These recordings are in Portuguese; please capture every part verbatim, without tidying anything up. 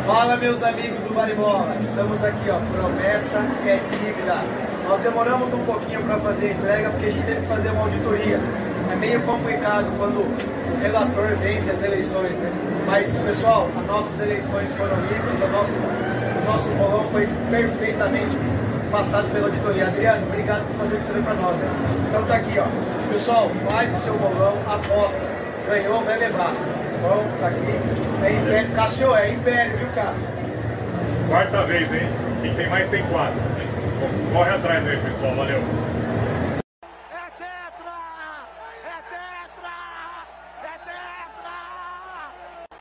Fala, meus amigos do Baribola, estamos aqui, ó, promessa é dívida. Nós demoramos um pouquinho para fazer a entrega porque a gente teve que fazer uma auditoria. É meio complicado quando o relator vence as eleições, né? Mas, pessoal, as nossas eleições foram limpas, o nosso, o nosso bolão foi perfeitamente passado pela auditoria. Adriano, obrigado por fazer a auditoria para nós, né? Então tá aqui, ó. Pessoal, faz o seu bolão, aposta. Ganhou, vai levar. Então, tá aqui. É império. Cássio, é império, viu, Cássio? Quarta vez, hein? Quem tem mais tem quatro. Corre atrás aí, pessoal. Valeu. É tetra! É tetra! É tetra!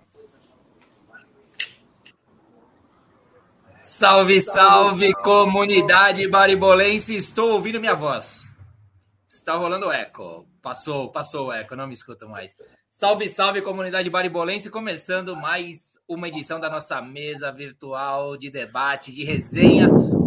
Salve, salve, comunidade baribolense. Estou ouvindo minha voz. Está rolando eco. Passou, passou o eco, não me escuto mais. Salve, salve, comunidade baribolense. Começando mais uma edição da nossa mesa virtual de debate, de resenha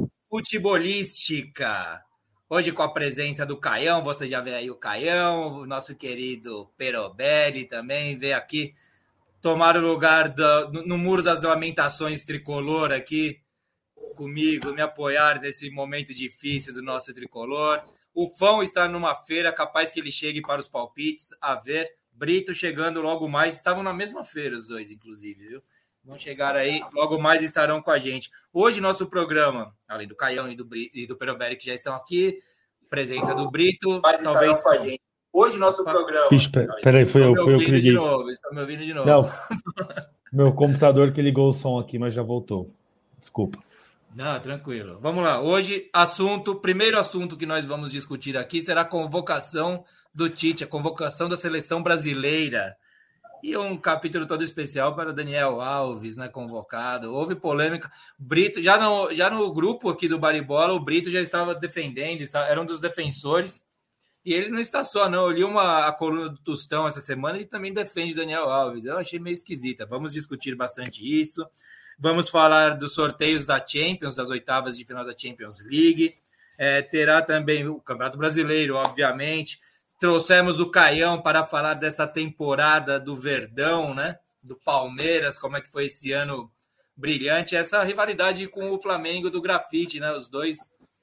futebolística. Hoje com a presença do Caião, você já vê aí o Caião, o nosso querido Perobelli também veio aqui tomar o lugar do, no, no Muro das Lamentações tricolor aqui comigo, me apoiar nesse momento difícil do nosso tricolor. O Fão está numa feira, capaz que ele chegue para os palpites, a ver. Brito chegando logo mais, estavam na mesma feira os dois, inclusive, viu? Vão chegar aí, logo mais estarão com a gente. Hoje, nosso programa, além do Caião e do, e do Perobelli, que já estão aqui, presença do Brito, talvez com a gente. Hoje, nosso programa... Ixi, peraí, foi eu, foi eu que liguei. De novo, estão me ouvindo de novo. Não, meu computador que ligou o som aqui, mas já voltou. Desculpa. Não, tranquilo. Vamos lá. Hoje, assunto, primeiro assunto que nós vamos discutir aqui será a convocação do Tite, a convocação da seleção brasileira. E um capítulo todo especial para o Daniel Alves, né, convocado. Houve polêmica. Brito, já no, já no grupo aqui do Baribola, o Brito já estava defendendo, estava, era um dos defensores. E ele não está só, não. Eu li uma, a coluna do Tostão essa semana e também defende Daniel Alves. Eu achei meio esquisita. Vamos discutir bastante isso. Vamos falar dos sorteios da Champions, das oitavas de final da Champions League. É, terá também o Campeonato Brasileiro, obviamente. Trouxemos o Caião para falar dessa temporada do Verdão, né? Do Palmeiras, como é que foi esse ano brilhante. Essa rivalidade com o Flamengo do grafite, né? Os dois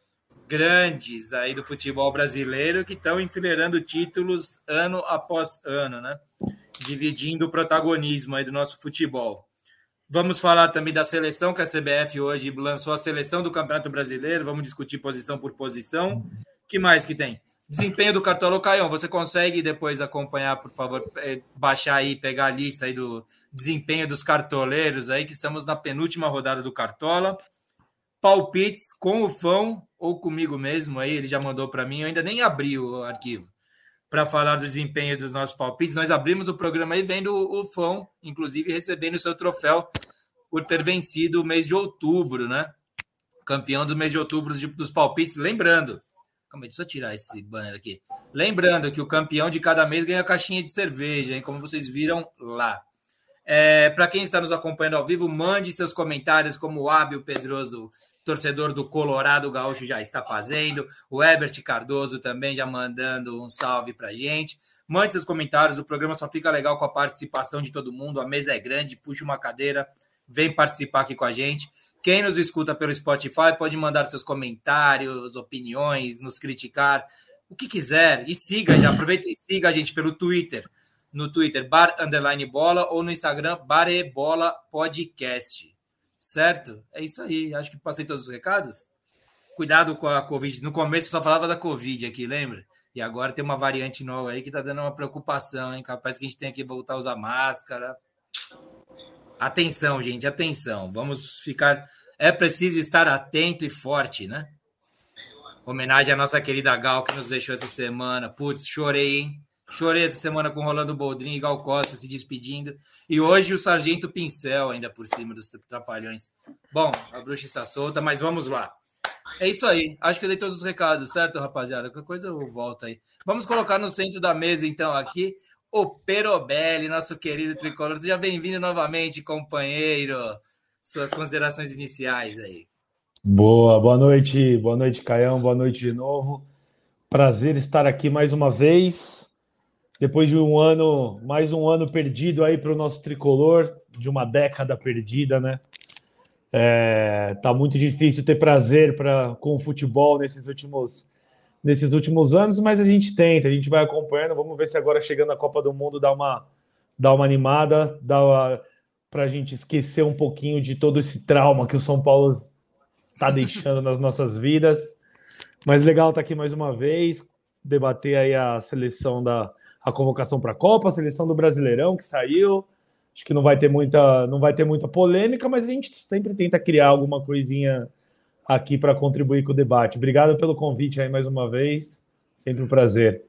grandes aí do futebol brasileiro que estão enfileirando títulos ano após ano, né? Dividindo o protagonismo aí do nosso futebol. Vamos falar também da seleção, que a C B F hoje lançou a seleção do Campeonato Brasileiro. Vamos discutir posição por posição. O que mais que tem? Desempenho do Cartola. Caião, você consegue depois acompanhar, por favor, baixar aí, pegar a lista aí do desempenho dos cartoleiros aí, que estamos na penúltima rodada do Cartola. Palpites com o Fão ou comigo mesmo aí, ele já mandou para mim, eu ainda nem abri o arquivo para falar do desempenho dos nossos palpites. Nós abrimos o programa aí vendo o Fão, inclusive recebendo o seu troféu por ter vencido o mês de outubro, né? Campeão do mês de outubro dos palpites. Lembrando, calma aí, deixa eu tirar esse banner aqui. Lembrando que o campeão de cada mês ganha caixinha de cerveja, hein? Como vocês viram lá. É, para quem está nos acompanhando ao vivo, mande seus comentários, como o Ábio Pedroso, torcedor do Colorado Gaúcho, já está fazendo. O Herbert Cardoso também já mandando um salve para a gente. Mande seus comentários, o programa só fica legal com a participação de todo mundo. A mesa é grande, puxa uma cadeira, vem participar aqui com a gente. Quem nos escuta pelo Spotify pode mandar seus comentários, opiniões, nos criticar, o que quiser. E siga já, aproveita e siga a gente pelo Twitter. No Twitter, bar underline bola, ou no Instagram, barebola podcast. Certo? É isso aí. Acho que passei todos os recados. Cuidado com a Covid. No começo só falava da Covid aqui, lembra? E agora tem uma variante nova aí que tá dando uma preocupação, hein? Capaz que a gente tenha que voltar a usar máscara. Atenção, gente, atenção. Vamos ficar... É preciso estar atento e forte, né? Homenagem à nossa querida Gal, que nos deixou essa semana. Putz, chorei, hein? Chorei essa semana com o Rolando Boldrin e Gal Costa se despedindo. E hoje o Sargento Pincel ainda por cima dos Trapalhões. Bom, a bruxa está solta, mas vamos lá. É isso aí. Acho que eu dei todos os recados, certo, rapaziada? Qualquer coisa eu volto aí. Vamos colocar no centro da mesa, então, aqui, o Perobelli, nosso querido tricolor. Seja bem-vindo novamente, companheiro. Suas considerações iniciais aí. Boa, boa noite. Boa noite, Caião. Boa noite de novo. Prazer estar aqui mais uma vez. depois de um ano, mais um ano perdido aí para o nosso tricolor, de uma década perdida, né? É, tá muito difícil ter prazer pra, com o futebol nesses últimos, nesses últimos anos, mas a gente tenta, a gente vai acompanhando. Vamos ver se agora chegando a Copa do Mundo dá uma, dá uma animada, dá para a gente esquecer um pouquinho de todo esse trauma que o São Paulo está deixando nas nossas vidas. Mas legal estar aqui mais uma vez, debater aí a seleção da a convocação para a Copa, a seleção do Brasileirão que saiu. Acho que não vai ter muita, não vai ter muita polêmica, mas a gente sempre tenta criar alguma coisinha aqui para contribuir com o debate. Obrigado pelo convite aí mais uma vez. Sempre um prazer.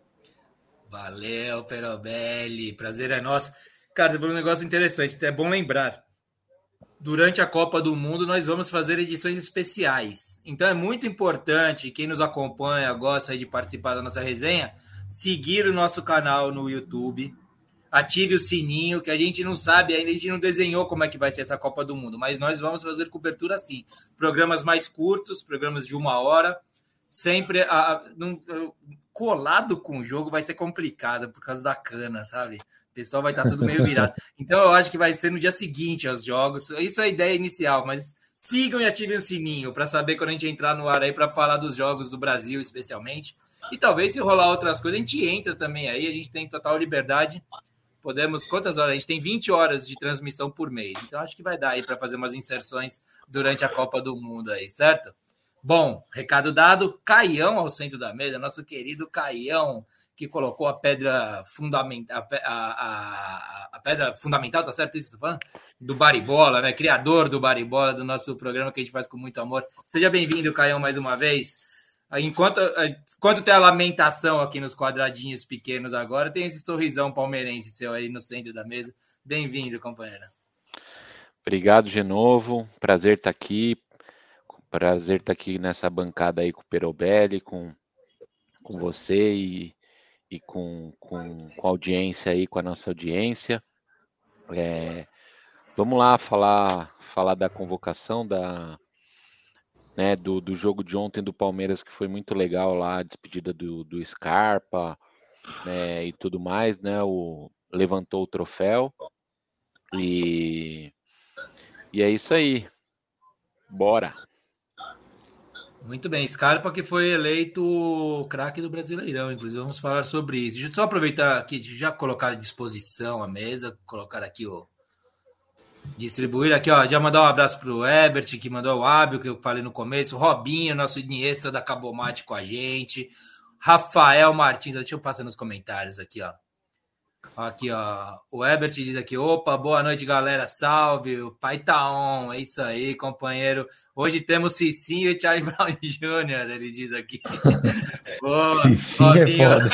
Valeu, Perobelli. Prazer é nosso. Cara, você falou um negócio interessante. É bom lembrar. Durante a Copa do Mundo, nós vamos fazer edições especiais. Então é muito importante, quem nos acompanha, gosta aí de participar da nossa resenha, seguir o nosso canal no YouTube. Ative o sininho, que a gente não sabe ainda, a gente não desenhou como é que vai ser essa Copa do Mundo, mas nós vamos fazer cobertura assim. Programas mais curtos, programas de uma hora, sempre a, a, num, colado com o jogo vai ser complicado por causa da cana, sabe? O pessoal vai estar tudo meio virado. Então eu acho que vai ser no dia seguinte aos jogos. Isso é a ideia inicial, mas sigam e ativem o sininho para saber quando a gente entrar no ar aí para falar dos jogos do Brasil, especialmente. E talvez se rolar outras coisas, a gente entra também aí, a gente tem total liberdade. Podemos, quantas horas? A gente tem vinte horas de transmissão por mês. Então, acho que vai dar aí para fazer umas inserções durante a Copa do Mundo aí, certo? Bom, recado dado. Caião ao centro da mesa, nosso querido Caião, que colocou a pedra fundamental, a, a, a pedra fundamental, tá certo isso que eu tô falando? Do Baribola, né? Criador do Baribola, do nosso programa que a gente faz com muito amor. Seja bem-vindo, Caião, mais uma vez. Enquanto, enquanto tem a lamentação aqui nos quadradinhos pequenos agora, tem esse sorrisão palmeirense seu aí no centro da mesa. Bem-vindo, companheiro. Obrigado de novo. Prazer estar aqui. Prazer estar aqui nessa bancada aí com o Perobelli, com, com você e, e com, com, com a audiência aí, com a nossa audiência. É, vamos lá falar, falar da convocação da... Né, do, do jogo de ontem do Palmeiras, que foi muito legal lá, a despedida do, do Scarpa, né, e tudo mais, né, o, levantou o troféu, e, e é isso aí, bora! Muito bem, Scarpa que foi eleito craque do Brasileirão, inclusive vamos falar sobre isso. Deixa eu só aproveitar aqui, já colocar à disposição a mesa, colocar aqui o distribuir aqui, ó, já mandar um abraço pro Ebert, que mandou o Ábio, que eu falei no começo, Robinho, nosso Iniesta da Cabomate com a gente, Rafael Martins, deixa eu passar nos comentários aqui, ó. Aqui, ó, o Ebert diz aqui, opa, boa noite, galera, salve, o pai tá on, é isso aí, companheiro, hoje temos Cicinho e Charlie Brown Júnior, ele diz aqui. Boa, Cicinho é foda.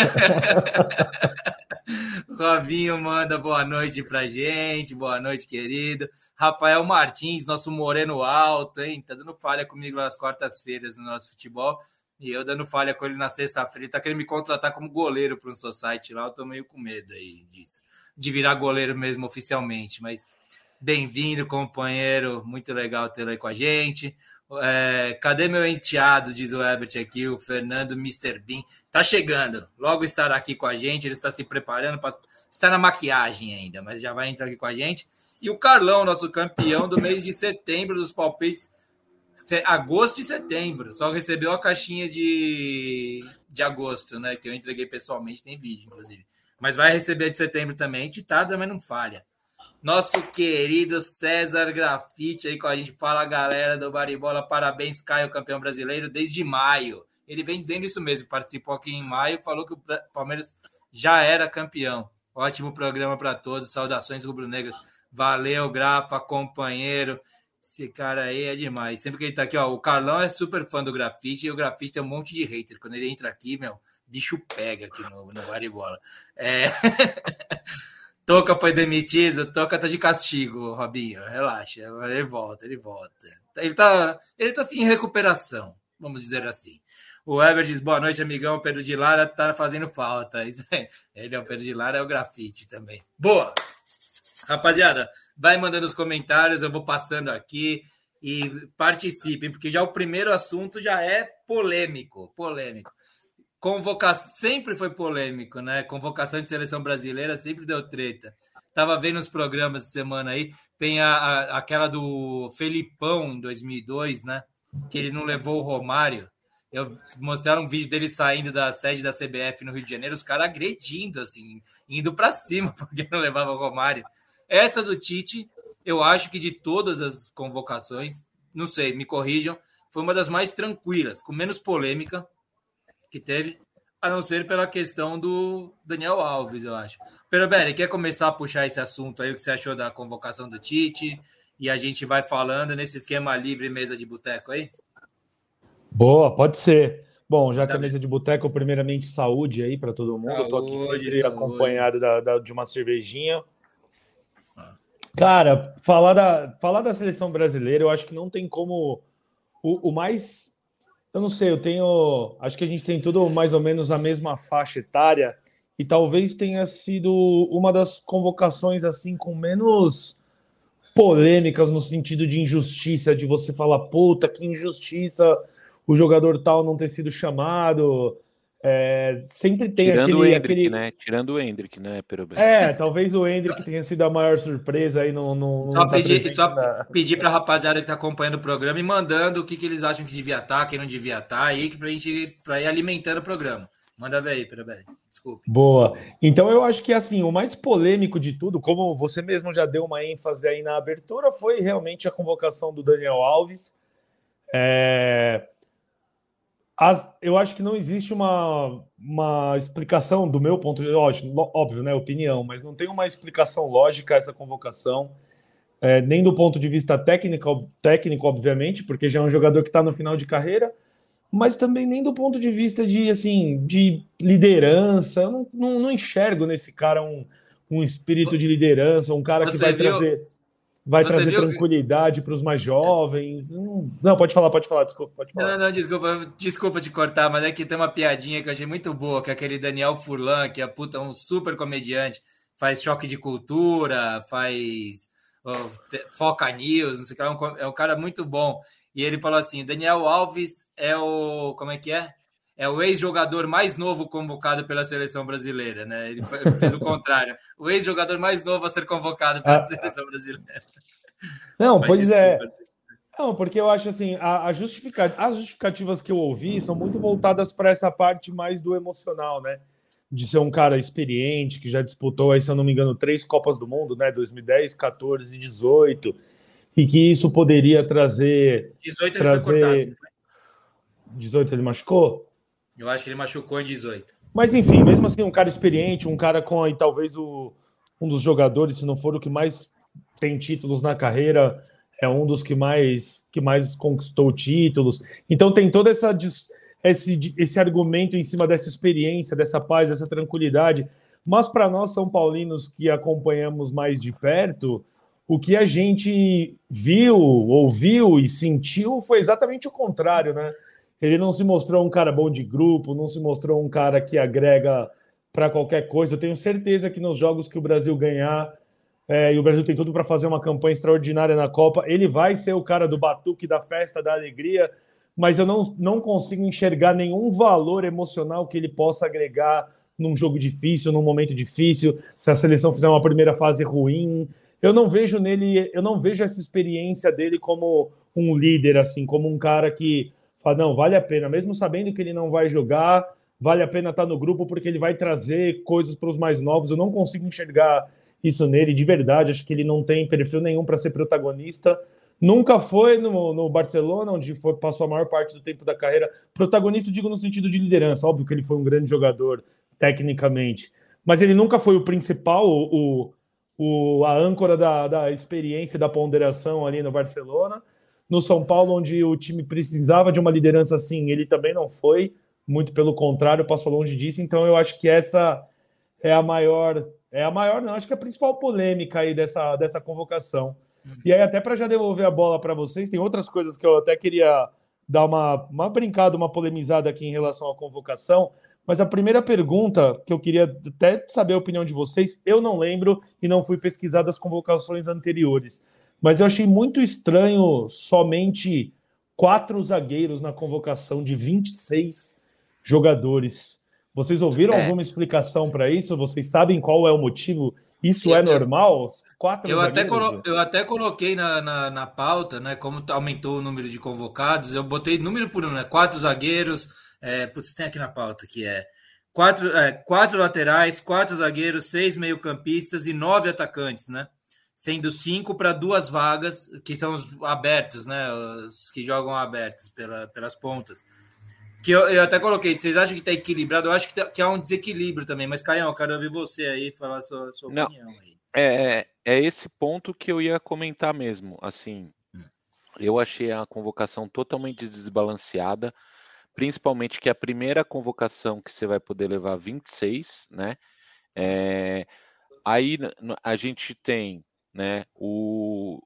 Robinho manda boa noite pra gente, boa noite, querido. Rafael Martins, nosso moreno alto, hein? Tá dando falha comigo nas quartas-feiras no nosso futebol. E eu dando falha com ele na sexta-feira. Ele tá querendo me contratar como goleiro para um society lá. Eu tô meio com medo aí disso, de virar goleiro mesmo oficialmente. Mas bem-vindo, companheiro. Muito legal tê-lo aí com a gente. É, cadê meu enteado, diz o Herbert aqui, o Fernando mister Bean. Tá chegando, logo estará aqui com a gente, ele está se preparando, para está na maquiagem ainda, mas já vai entrar aqui com a gente. E o Carlão, nosso campeão do mês de setembro dos palpites, agosto e setembro, só recebeu a caixinha de, de agosto, né, que eu entreguei pessoalmente, tem vídeo, inclusive. Mas vai receber de setembro também, titada, mas não falha. Nosso querido César Grafite aí com a gente. Fala, galera do Baribola. Parabéns, Caio, campeão brasileiro, desde maio. Ele vem dizendo isso mesmo. Participou aqui em maio. Falou que o Palmeiras já era campeão. Ótimo programa para todos. Saudações rubro-negras. Valeu, Grafa, companheiro. Esse cara aí é demais. Sempre que ele tá aqui, ó. O Carlão é super fã do Grafite. E o Grafite tem um monte de hater. Quando ele entra aqui, meu, bicho pega aqui no, no Baribola. É... Toca foi demitido, Toca tá de castigo, Robinho, relaxa, ele volta, ele volta. Ele tá, ele tá assim, em recuperação, vamos dizer assim. O Ever diz, boa noite, amigão, o Pedro de Lara tá fazendo falta. Isso aí. Ele é o Pedro de Lara, é o Grafite também. Boa! Rapaziada, vai mandando os comentários, eu vou passando aqui e participem, porque já o primeiro assunto já é polêmico, polêmico. convocação sempre foi polêmico, né? Convocação de seleção brasileira sempre deu treta. Tava vendo os programas de semana aí, tem a, a, aquela do Felipão em dois mil e dois, né? Que ele não levou o Romário. Eu mostraram um vídeo dele saindo da sede da C B F no Rio de Janeiro, os caras agredindo, assim, indo para cima porque não levava o Romário. Essa do Tite, eu acho que de todas as convocações, não sei, me corrijam, foi uma das mais tranquilas, com menos polêmica que teve, a não ser pela questão do Daniel Alves, eu acho. Perobelli, quer começar a puxar esse assunto aí, o que você achou da convocação do Tite? E a gente vai falando nesse esquema livre mesa de boteco aí? Boa, pode ser. Bom, já Tá que a bem. mesa de boteco, primeiramente, saúde aí para todo mundo. Eu tô aqui Saúde, sempre saúde. acompanhado da, da- de uma cervejinha. Cara, falar da, falar da seleção brasileira, eu acho que não tem como. O, o mais. Eu não sei, eu tenho. Acho que a gente tem tudo mais ou menos a mesma faixa etária. E talvez tenha sido uma das convocações assim com menos polêmicas no sentido de injustiça, de você falar, puta, que injustiça o jogador tal não ter sido chamado. É, sempre tem Tirando o aquele, Endrick, aquele... né? Tirando o Endrick, né, Perobelli? É, talvez o Endrick tenha sido a maior surpresa aí, não, não, Só não tá pedir, presente só na... pedir para a rapaziada que está acompanhando o programa e mandando o que, que eles acham que devia estar, quem não devia estar, aí para a gente pra ir alimentando o programa. Manda ver aí, Perobelli. Desculpe. Boa. Então eu acho que assim, o mais polêmico de tudo, como você mesmo já deu uma ênfase aí na abertura, foi realmente a convocação do Daniel Alves. É... As, eu acho que não existe uma, uma explicação do meu ponto de vista, óbvio, né? Opinião, mas não tem uma explicação lógica a essa convocação, é, nem do ponto de vista técnico, técnico, obviamente, porque já é um jogador que está no final de carreira, mas também nem do ponto de vista de, assim, de liderança. Eu não, não, não enxergo nesse cara um, um espírito de liderança, um cara que Você vai viu- trazer, vai você trazer viu- tranquilidade para os mais jovens. Não, não, pode falar, pode falar, desculpa, pode falar. Não, não, desculpa, desculpa te cortar, mas é que tem uma piadinha que eu achei muito boa, que é aquele Daniel Furlan, que é puta, um super comediante, faz choque de cultura, faz ó, te- Foca News, não sei o que, é um, é um cara muito bom. E ele falou assim, Daniel Alves é o, como é que é? É o ex-jogador mais novo convocado pela seleção brasileira, né? Ele foi- fez o contrário. O ex-jogador mais novo a ser convocado pela Ah, seleção brasileira. Não, Mas pois é. desculpa. Não, porque eu acho assim, a, a justifica... as justificativas que eu ouvi são muito voltadas para essa parte mais do emocional, né? De ser um cara experiente, que já disputou, aí, se eu não me engano, três Copas do Mundo, né? dois mil e dez, quatorze e dezoito. E que isso poderia trazer. dezoito ele foi cortado. trazer... não foi? dezoito ele machucou? Eu acho que ele machucou em dezoito. Mas enfim, mesmo assim, um cara experiente, um cara com aí talvez o, um dos jogadores, se não for o que mais tem títulos na carreira, é um dos que mais, que mais conquistou títulos. Então tem todo essa, dis- esse, esse argumento em cima dessa experiência, dessa paz, dessa tranquilidade. Mas para nós, São Paulinos, que acompanhamos mais de perto, o que a gente viu, ouviu e sentiu foi exatamente o contrário, né? Ele não se mostrou um cara bom de grupo, não se mostrou um cara que agrega para qualquer coisa. Eu tenho certeza que nos jogos que o Brasil ganhar, é, e o Brasil tem tudo para fazer uma campanha extraordinária na Copa, ele vai ser o cara do batuque, da festa, da alegria, mas eu não, não consigo enxergar nenhum valor emocional que ele possa agregar num jogo difícil, num momento difícil, se a seleção fizer uma primeira fase ruim. Eu não vejo nele, eu não vejo essa experiência dele como um líder, assim, como um cara que fala, não, vale a pena, mesmo sabendo que ele não vai jogar, vale a pena estar no grupo porque ele vai trazer coisas para os mais novos. Eu não consigo enxergar isso nele, de verdade. Acho que ele não tem perfil nenhum para ser protagonista. Nunca foi no, no Barcelona, onde foi, passou a maior parte do tempo da carreira. Protagonista, digo, no sentido de liderança. Óbvio que ele foi um grande jogador, tecnicamente. Mas ele nunca foi o principal, o, o, a âncora da, da experiência e da ponderação ali no Barcelona. No São Paulo, onde o time precisava de uma liderança assim, ele também não foi. Muito pelo contrário, passou longe disso. Então eu acho que essa é a maior... É a maior, não, acho que é a principal polêmica aí dessa, dessa convocação. E aí, até para já devolver a bola para vocês, tem outras coisas que eu até queria dar uma, uma brincada, uma polemizada aqui em relação à convocação. Mas a primeira pergunta que eu queria até saber a opinião de vocês, eu não lembro e não fui pesquisar das convocações anteriores. Mas eu achei muito estranho somente quatro zagueiros na convocação de vinte e seis jogadores. Vocês ouviram É. alguma explicação para isso? Vocês sabem qual é o motivo? Isso Eu- é normal? Quatro Eu até, zagueiros? colo- eu até coloquei na, na, na pauta, né? Como tá- aumentou o número de convocados, eu botei número por um, né? Quatro zagueiros, é, putz, tem aqui na pauta que é quatro, é quatro laterais, quatro zagueiros, seis meio-campistas e nove atacantes, né? Sendo cinco para duas vagas, que são os abertos, né? Os que jogam abertos pela, pelas pontas. Que eu, eu até coloquei, vocês acham que tá equilibrado? Eu acho que, tá- que há um desequilíbrio também, mas Caião, eu quero ouvir você aí falar a sua, sua Não. opinião aí. É, é esse ponto que eu ia comentar mesmo. Assim, eu achei a convocação totalmente desbalanceada, principalmente que a primeira convocação que você vai poder levar vinte e seis, né? É, aí n- n- a gente tem, né, o,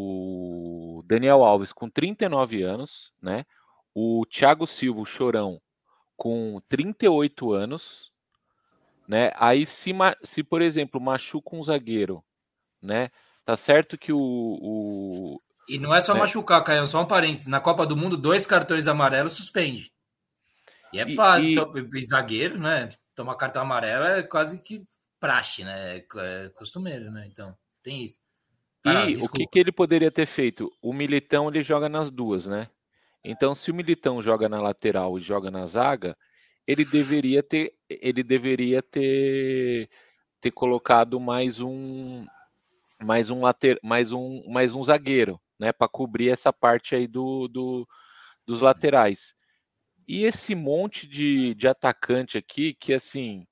o Daniel Alves com trinta e nove anos, né? O Thiago Silva, o Chorão, com trinta e oito anos, né? Aí se, ma- se por exemplo, machuca um zagueiro, né? Tá certo que o, o- E não é só né? machucar, Caio, só um parênteses. Na Copa do Mundo, dois cartões amarelos suspende. E é E- fácil. e- to- e zagueiro, né? Tomar cartão amarelo é quase que praxe, né? É, é costumeiro, né? Então, tem isso. Vai lá, E o que, desculpa. que ele poderia ter feito? O Militão ele joga nas duas, né? Então, se o Militão joga na lateral e joga na zaga, ele deveria ter, ele deveria ter, ter colocado mais um, mais um later, mais um, mais um zagueiro, né? Para cobrir essa parte aí do, do- dos laterais. E esse monte de, de atacante aqui, que assim,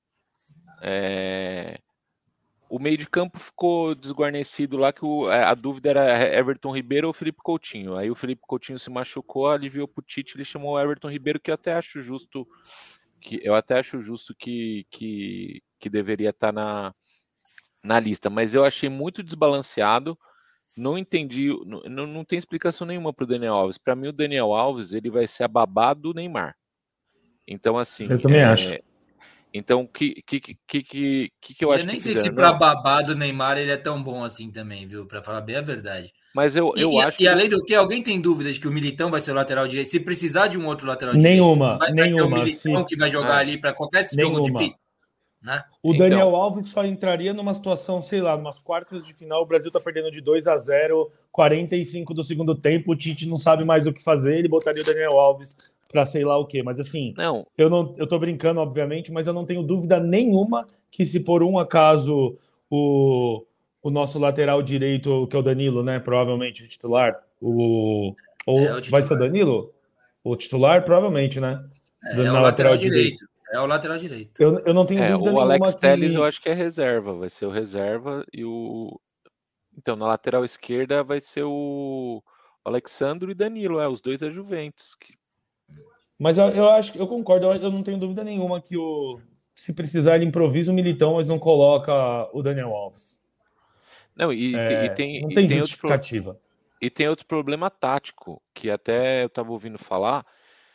é, o meio de campo ficou desguarnecido lá, que o- a dúvida era Everton Ribeiro ou Felipe Coutinho. Aí o Felipe Coutinho se machucou, aliviou pro Tite, ele chamou o Everton Ribeiro, que eu até acho justo, que eu até acho justo que, que, que deveria estar na, na lista. Mas eu achei muito desbalanceado, não entendi, não, não tem explicação nenhuma pro Daniel Alves. Para mim, o Daniel Alves ele vai ser a babá do Neymar. Então, assim. Eu também é, acho. Então, o que, que, que, que, que, que eu Eu acho nem que sei fizeram? se pra Não, babado o Neymar ele é tão bom assim também, viu? Pra falar bem a verdade. mas eu, E, eu e- acho e que. além do que, alguém tem dúvidas de que o Militão vai ser o lateral direito? Se precisar de um outro lateral direito, Nenhuma, vai, vai ser o nenhuma. Militão Se- que vai jogar Ah, ali para qualquer jogo Nenhuma. difícil, né? O Então. Daniel Alves só entraria numa situação, sei lá, numas quartas de final, o Brasil tá perdendo de dois a zero, quarenta e cinco do segundo tempo, o Tite não sabe mais o que fazer, ele botaria o Daniel Alves para sei lá o quê. Mas assim, Não, eu não, eu tô brincando, obviamente, mas eu não tenho dúvida nenhuma que se por um acaso o, o nosso lateral direito, que é o Danilo, né, provavelmente o titular, o, ou É o vai titular. ser o Danilo? O titular, provavelmente, né? É, Na é o lateral direito. É o lateral direito. Eu, eu não tenho é, dúvida o nenhuma Alex que... Telles eu acho que é reserva, vai ser o reserva e o. Então, na lateral esquerda vai ser o Alexandro e Danilo, é, os dois é Juventus. que- Mas eu, eu acho que eu concordo, eu, eu não tenho dúvida nenhuma que o, se precisar ele improvisa o Militão, mas não coloca o Daniel Alves. Não, e, te- e É, tem, não e tem tem outro, pro- justificativa. e tem outro problema tático, que até eu estava ouvindo falar.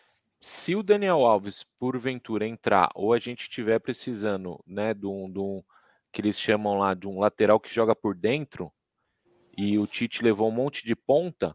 Se o Daniel Alves, porventura, entrar, ou a gente estiver precisando, né, de um, de um que eles chamam lá de um lateral que joga por dentro, e o Tite levou um monte de ponta,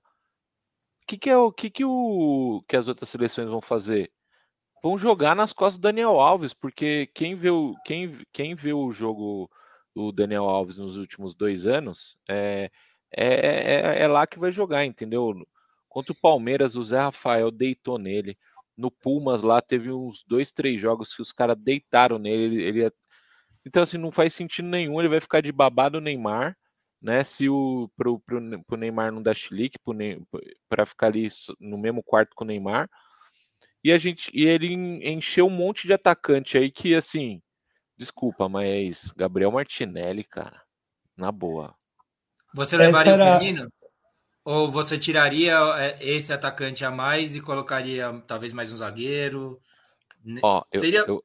o que, que, é, o que, que, o, que as outras seleções vão fazer? Vão jogar nas costas do Daniel Alves, porque quem vê o, quem, quem vê o jogo do Daniel Alves nos últimos dois anos é, é, é, é lá que vai jogar, entendeu? Contra o Palmeiras, o Zé Rafael deitou nele. No Pumas lá teve uns dois, três jogos que os caras deitaram nele. Ele, ele... Então, assim, não faz sentido nenhum. Ele vai ficar de babado o Neymar, né? Se o pro, pro, pro Neymar não dar chilique, para ficar ali no mesmo quarto com o Neymar. E a gente e ele encheu um monte de atacante aí que, assim, desculpa, mas Gabriel Martinelli, cara, na boa. Você Essa levaria era- o Firmino? Ou você tiraria é, esse atacante a mais e colocaria talvez mais um zagueiro? Ne- Ó, eu, Seria- eu,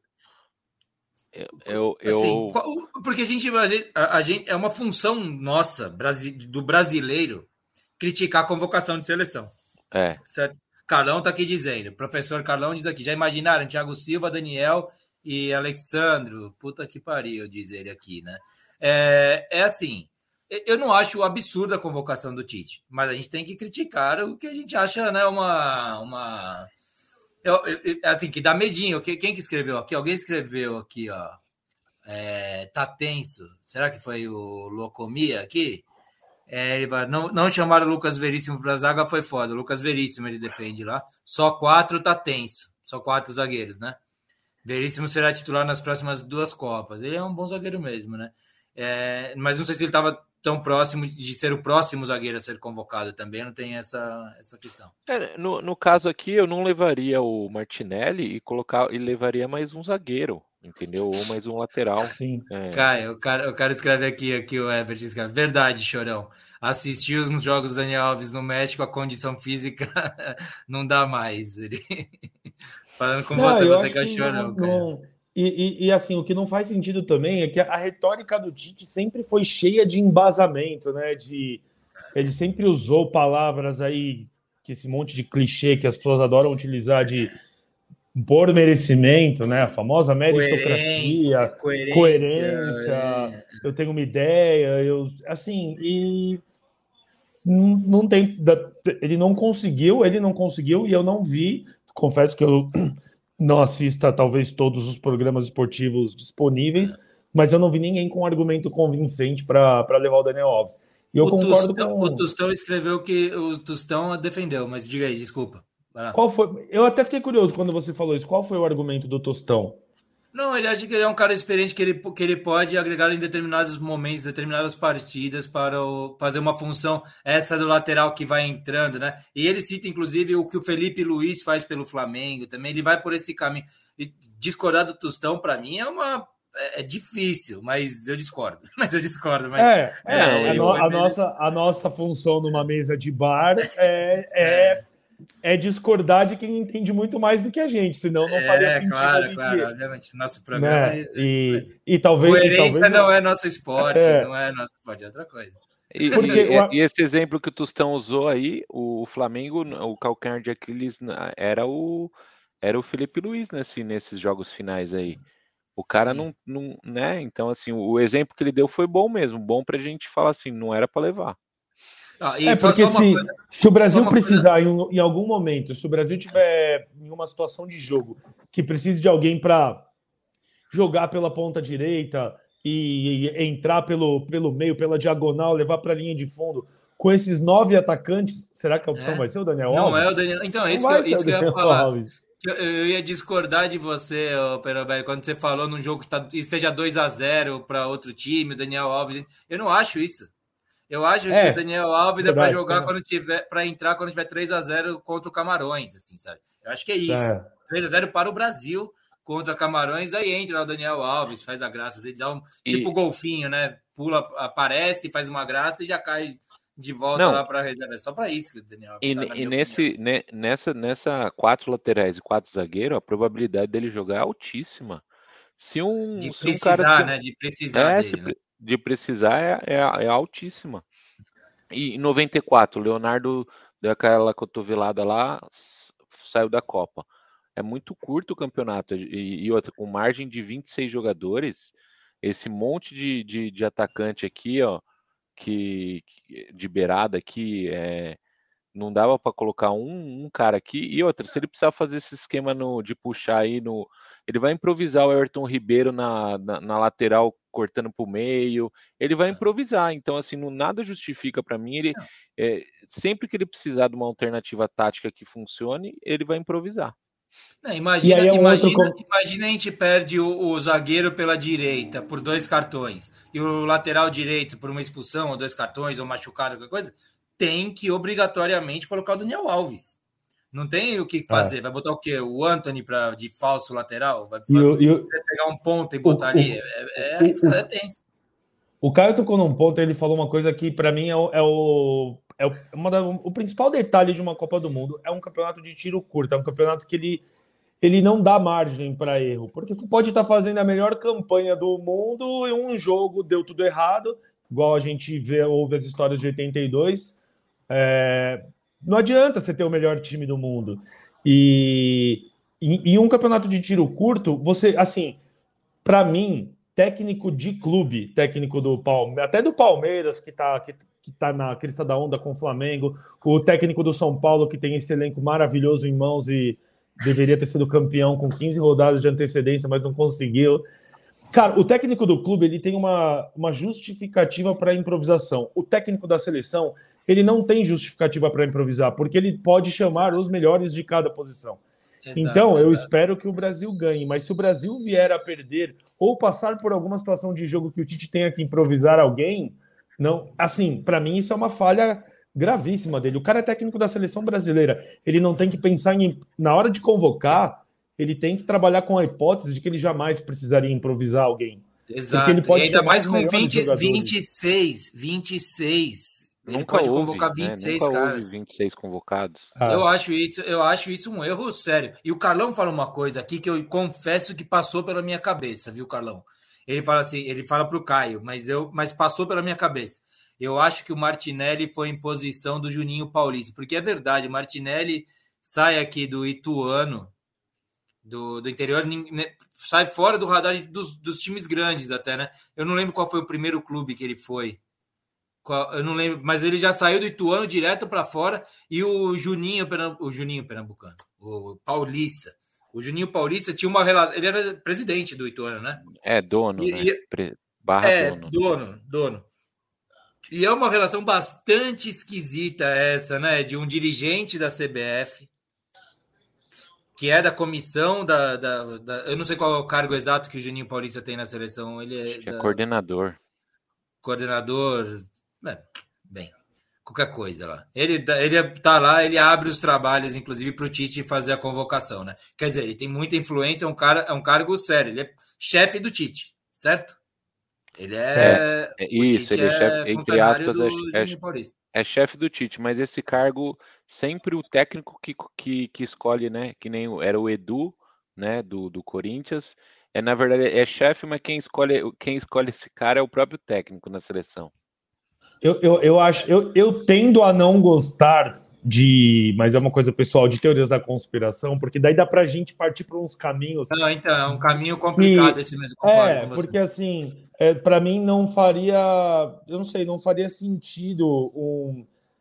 eu, eu, eu- Assim, qual- porque a gente, a gente, a- a gente- é uma função nossa, brasi- do brasileiro, criticar a convocação de seleção. é, Certo? Carlão está aqui dizendo, professor Carlão diz aqui, já imaginaram Thiago Silva, Daniel e Alexandro? Puta que pariu, diz ele aqui, né? É, é assim, eu não acho absurda a convocação do Tite, mas a gente tem que criticar o que a gente acha, né, uma, uma, Eu, eu, assim, que dá medinho. Quem que escreveu aqui? Alguém escreveu aqui, ó. É, tá tenso. Será que foi o Locomia aqui? É, ele vai, não, não chamaram o Lucas Veríssimo para a zaga, foi foda. O Lucas Veríssimo ele defende lá. Só quatro tá tenso. Só quatro zagueiros, né? Veríssimo será titular nas próximas duas Copas. Ele é um bom zagueiro mesmo, né? É, mas não sei se ele estava tão próximo de ser o próximo zagueiro a ser convocado também. Não tem essa, essa questão. É, no, no caso aqui, eu não levaria o Martinelli e colocar e levaria mais um zagueiro, entendeu? Ou mais um lateral. Sim. É. Caio, o cara, o cara escreve aqui, aqui o Everton escreve. Verdade, Chorão. Assistiu nos jogos do Daniel Alves no México, a condição física não dá mais. Ele... Falando com Não, você, eu você acho que é que Chorão, não, cara. não- E, e- e, assim, o que não faz sentido também é que a retórica do Tite sempre foi cheia de embasamento, né? De, ele sempre usou palavras aí, que esse monte de clichê que as pessoas adoram utilizar de por merecimento, né? A famosa meritocracia, Coerência, coerência, coerência, é. eu tenho uma ideia, eu assim, e não, não tem, da- ele não conseguiu, ele não conseguiu, e eu não vi, confesso que eu não assista talvez todos os programas esportivos disponíveis, mas eu não vi ninguém com um argumento convincente para levar o Daniel Alves. E eu O concordo Tostão, com. o Tostão escreveu que o Tostão defendeu, mas diga aí, desculpa. Vai lá. Qual foi? Eu até fiquei curioso quando você falou isso. Qual foi o argumento do Tostão? Não, ele acha que ele é um cara experiente que ele, que ele pode agregar em determinados momentos, determinadas partidas para o- fazer uma função essa do lateral que vai entrando, né? E ele cita, inclusive, o que o Felipe Luiz faz pelo Flamengo também. Ele vai por esse caminho. E discordar do Tostão, para mim, é uma é, é difícil, mas eu discordo. Mas eu discordo. Mas, É, é, é, a, ele no- foi a meio- nossa, a nossa função numa mesa de bar é, é, é discordar de quem entende muito mais do que a gente, senão não faria É, sentido a claro, gente. claro. Obviamente, nosso programa Né? é. E, e talvez. e Coerência talvez não é nosso esporte, É. não é nosso esporte, é outra coisa. E, Porque e- o- e esse exemplo que o Tostão usou aí, o Flamengo, o calcanhar de Aquiles na- era o era o Felipe Luiz nesse, nesses jogos finais aí. O cara Sim. não, não, né? Então, assim, o, o exemplo que ele deu foi bom mesmo, bom pra gente falar assim, não era pra levar. Ah, e É, só- porque só uma se, coisa- se o Brasil só uma coisa- precisar, em, um- em algum momento, se o Brasil tiver em uma situação de jogo que precise de alguém para jogar pela ponta direita e, e entrar pelo, pelo meio, pela diagonal, levar para a linha de fundo, com esses nove atacantes, será que a opção É. vai ser o Daniel Não Alves? é o Daniel. Então, é Não isso que, vai eu, ser isso o que eu ia Daniel falar. Alves. Eu, eu ia discordar de você, ô, Perobelli, quando você falou num jogo que tá, esteja dois a zero para outro time, o Daniel Alves. Eu não acho isso. Eu acho É, que o Daniel Alves é verdade, para jogar né? quando tiver, para entrar quando tiver três a zero contra o Camarões, assim, sabe? Eu acho que é isso. É. três a zero para o Brasil contra Camarões, daí entra o Daniel Alves, faz a graça dele, dá um E- tipo golfinho, né? Pula, aparece, faz uma graça e já cai de volta Não. lá para a reserva. É só para isso que o Daniel Alves E, está, na e minha nesse, opinião. né, nessa, nessa quatro laterais e quatro zagueiros, a probabilidade dele jogar é altíssima. Se um, De se um cara precisar, se- né? De precisar é, dele, se né? pre- de precisar é, é, é altíssima. E em noventa e quatro, o Leonardo deu aquela cotovelada lá, s- saiu da Copa. É muito curto o campeonato. E, e outra, com margem de vinte e seis jogadores, esse monte de, de, de atacante aqui, ó, que, que- de beirada aqui, é, não dava para colocar um, um cara aqui. E outra, se ele precisar fazer esse esquema no, de puxar aí no. Ele vai improvisar o Everton Ribeiro na, na, na lateral, cortando para o meio. Ele vai improvisar. Então, assim, não, nada justifica para mim. Ele, é, sempre que ele precisar de uma alternativa tática que funcione, ele vai improvisar. Não, E imagina, aí é um imagina, outro com- imagina a gente perde o, o zagueiro pela direita por dois cartões e o lateral direito por uma expulsão ou dois cartões ou machucado, qualquer coisa. Tem que obrigatoriamente colocar o Daniel Alves. Não tem o que fazer. Vai botar o quê? O Anthony pra, de falso lateral? Vai E o- e o- você pegar um ponto e botar o- ali? o- É, é o- arriscado, o- é tenso. O Caio tocou num ponto, ele falou uma coisa que para mim é o, é o, é o, uma da- o principal detalhe de uma Copa do Mundo. É um campeonato de tiro curto, é um campeonato que ele, ele não dá margem para erro, porque você pode estar fazendo a melhor campanha do mundo e um jogo deu tudo errado, igual a gente vê, ouve as histórias de oitenta e dois. É, não adianta você ter o melhor time do mundo. E em um campeonato de tiro curto, você, assim, para mim, técnico de clube, técnico do Palmeiras, até do Palmeiras, que está que, que tá na crista da onda com o Flamengo, o técnico do São Paulo, que tem esse elenco maravilhoso em mãos e, deveria ter sido campeão com quinze rodadas de antecedência, mas não conseguiu. Cara, o técnico do clube ele tem uma, uma justificativa para improvisação. O técnico da seleção ele não tem justificativa para improvisar, porque ele pode chamar os melhores de cada posição. Exato, então, eu exato. espero que o Brasil ganhe, mas se o Brasil vier a perder ou passar por alguma situação de jogo que o Tite tenha que improvisar alguém, não, assim, para mim isso é uma falha gravíssima dele. O cara é técnico da seleção brasileira, ele não tem que pensar em, na hora de convocar, ele tem que trabalhar com a hipótese de que ele jamais precisaria improvisar alguém. Exato, porque ele pode e ainda mais com vinte, vinte e seis, vinte e seis. Ele Nunca pode houve, convocar vinte e seis né? Nunca caras. Houve vinte e seis convocados. Ah. Eu acho isso, eu acho isso um erro sério. E o Carlão fala uma coisa aqui que eu confesso que passou pela minha cabeça, viu, Carlão? Ele fala assim, ele fala para o Caio, mas eu, mas passou pela minha cabeça. Eu acho que o Martinelli foi em posição do Juninho Paulista, porque é verdade, o Martinelli sai aqui do Ituano, do, do interior, né, sai fora do radar dos, dos times grandes até, né? Eu não lembro qual foi o primeiro clube que ele foi. Eu não lembro, mas ele já saiu do Ituano direto para fora e o Juninho, o Juninho Pernambucano, o Paulista, o Juninho Paulista tinha uma relação, ele era presidente do Ituano, né? É, dono, e, né? E, Barra é, dono. dono, dono. E é uma relação bastante esquisita essa, né? De um dirigente da C B F, que é da comissão da, da, da... Eu não sei qual é o cargo exato que o Juninho Paulista tem na seleção. Ele é, Acho que é da... coordenador. Coordenador... É, bem, qualquer coisa lá. Ele, ele tá lá, ele abre os trabalhos, inclusive, para o Tite fazer a convocação, né? Quer dizer, ele tem muita influência, é um, cara, é um cargo sério. Ele é chefe do Tite, certo? Ele é... é, é isso, ele é chefe, entre aspas, é, é, é chefe do Tite, mas esse cargo, sempre o técnico que, que, que escolhe, né? Que nem era o Edu, né? Do, do Corinthians. É, na verdade, é chefe, mas quem escolhe, quem escolhe esse cara é o próprio técnico na seleção. Eu, eu, eu acho, eu, eu tendo a não gostar de, mas é uma coisa pessoal, de teorias da conspiração, porque daí dá pra gente partir para uns caminhos. Não, então, é um caminho complicado que, esse mesmo. É, porque assim, é, para mim não faria, eu não sei, não faria sentido um.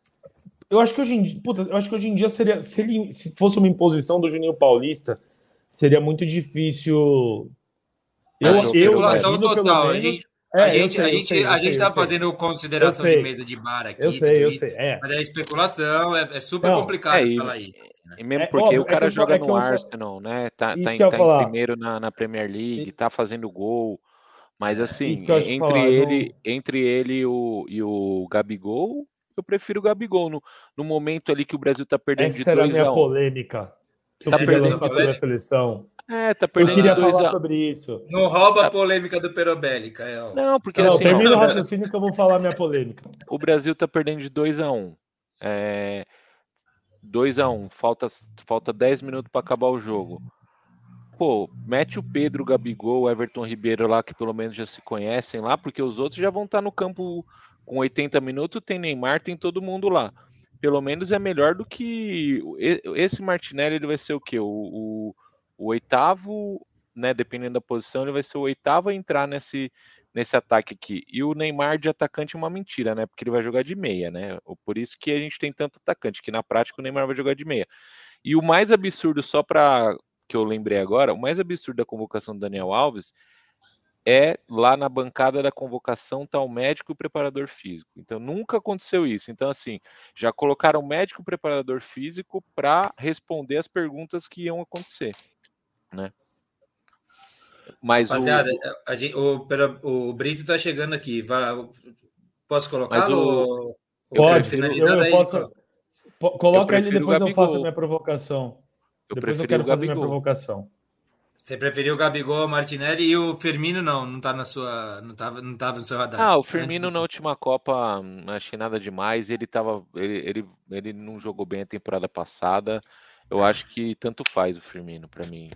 Eu acho que hoje em dia, puta, eu acho que hoje em dia seria, se ele se fosse uma imposição do Juninho Paulista, seria muito difícil. Eu, eu, especulação total. Pelo menos, a gente... É, a gente sei, a gente, sei, a gente está fazendo consideração de mesa de bar aqui. Eu sei, eu isso, sei. É. Mas é especulação, é, é super não, complicado é, falar isso. Né? E mesmo é, porque óbvio, o cara é joga é no Arsenal, só... né? Tá, tá, em, tá em primeiro na, na Premier League, tá fazendo gol. Mas assim, entre falar, ele, não... entre ele e o, e o Gabigol, eu prefiro o Gabigol. No, no momento ali que o Brasil tá perdendo Essa de dois a um. Essa era a minha polêmica. Que tá eu queria lançar sobre a seleção. É, tá perdendo. Eu queria dois falar a... sobre isso. Não rouba a polêmica do Perobelli, Caio. Não, porque não, assim... termina ó, o raciocínio que eu vou falar a minha polêmica. O Brasil tá perdendo de dois a um. É... dois a um. Falta, falta dez minutos para acabar o jogo. Pô, mete o Pedro, o Gabigol, o Everton Ribeiro lá, que pelo menos já se conhecem lá, porque os outros já vão estar no campo com oitenta minutos, tem Neymar, tem todo mundo lá. Pelo menos é melhor do que... Esse Martinelli, ele vai ser o quê? O, o, o oitavo... Né, dependendo da posição, ele vai ser o oitavo a entrar nesse, nesse ataque aqui. E o Neymar de atacante é uma mentira, né? Porque ele vai jogar de meia, né? Por isso que a gente tem tanto atacante, que na prática o Neymar vai jogar de meia. E o mais absurdo, só para que eu lembrei agora, o mais absurdo da convocação do Daniel Alves é lá na bancada da convocação tá o médico e o preparador físico. Então nunca aconteceu isso. Então assim, já colocaram o médico e o preparador físico para responder as perguntas que iam acontecer, né? Mas Rapaziada, o... A gente, o, o Brito tá chegando aqui. Vai, posso colocar? O... Pode, finalizar eu, eu posso... Coloca ele e depois eu faço a minha provocação. Eu depois eu quero fazer minha provocação. Você preferiu o Gabigol, o Martinelli e o Firmino não, não tá na sua, não tava, não tava no seu radar. Ah, o Firmino na última Copa, não achei nada demais, ele tava, ele, ele, ele não jogou bem a temporada passada. Eu acho que tanto faz o Firmino para mim.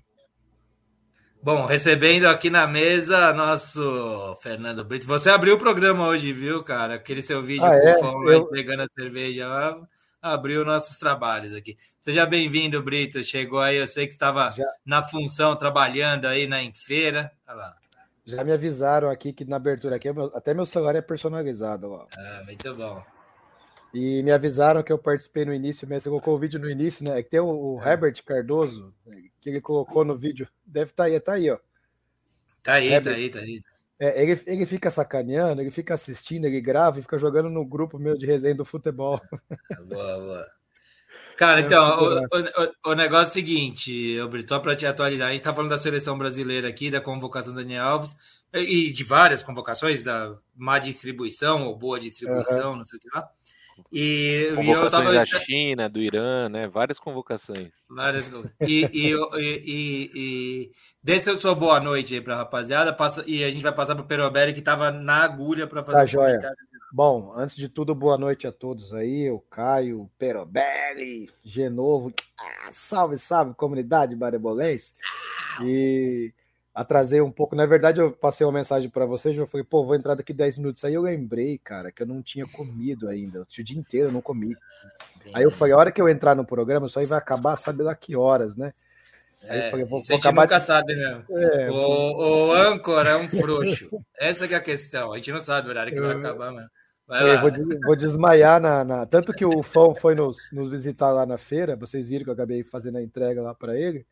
Bom, recebendo aqui na mesa nosso Fernando Brito. Você abriu o programa hoje, viu, cara? Aquele seu vídeo ah, com é? o Fão lá pegando a cerveja lá, abriu nossos trabalhos aqui. Seja bem-vindo, Brito. Chegou aí, eu sei que estava Já... na função, trabalhando aí na Enfeira. Olha lá. Já me avisaram aqui que na abertura aqui, até meu celular é personalizado. Ó. Ah, muito bom. E me avisaram que eu participei no início, mas você colocou o vídeo no início, né? É que tem o, o Herbert Cardoso, que ele colocou no vídeo. Deve estar aí, tá aí, ó. Tá aí, Herbert. tá aí, tá aí. É, ele, ele fica sacaneando, ele fica assistindo, ele grava e fica jogando no grupo meu de resenha do futebol. Boa, boa. Cara, então, o, o, o negócio é o seguinte, Brito, só para te atualizar, a gente tá falando da seleção brasileira aqui, da convocação do Daniel Alves, e de várias convocações, da má distribuição ou boa distribuição, uhum. não sei o que lá. E, convocações e eu tava... da China, do Irã, né? Várias convocações. Várias convocações. E, e, e, e, e desde eu sou boa noite aí pra rapaziada, passa, e a gente vai passar pro Perobelli, que tava na agulha para fazer tá, um joia. comentário. Bom, antes de tudo, boa noite a todos aí, o Caio, o Perobelli, Genovo, ah, salve, salve, comunidade barebolense. E atrasei um pouco, na verdade eu passei uma mensagem para vocês, eu falei, pô, vou entrar daqui dez minutos, aí eu lembrei, cara, que eu não tinha comido ainda, o dia inteiro eu não comi. Entendi. Aí eu falei, a hora que eu entrar no programa, isso aí vai acabar, sabe lá que horas, né? Aí é, eu falei, vou, isso vou a gente acabar nunca de... sabe mesmo. É, o, o âncora é um frouxo, essa que é a questão, a gente não sabe o horário que eu... vai acabar mesmo. Eu vou, des, vou desmaiar na, na... Tanto que o Fão foi nos, nos visitar lá na feira, vocês viram que eu acabei fazendo a entrega lá para ele.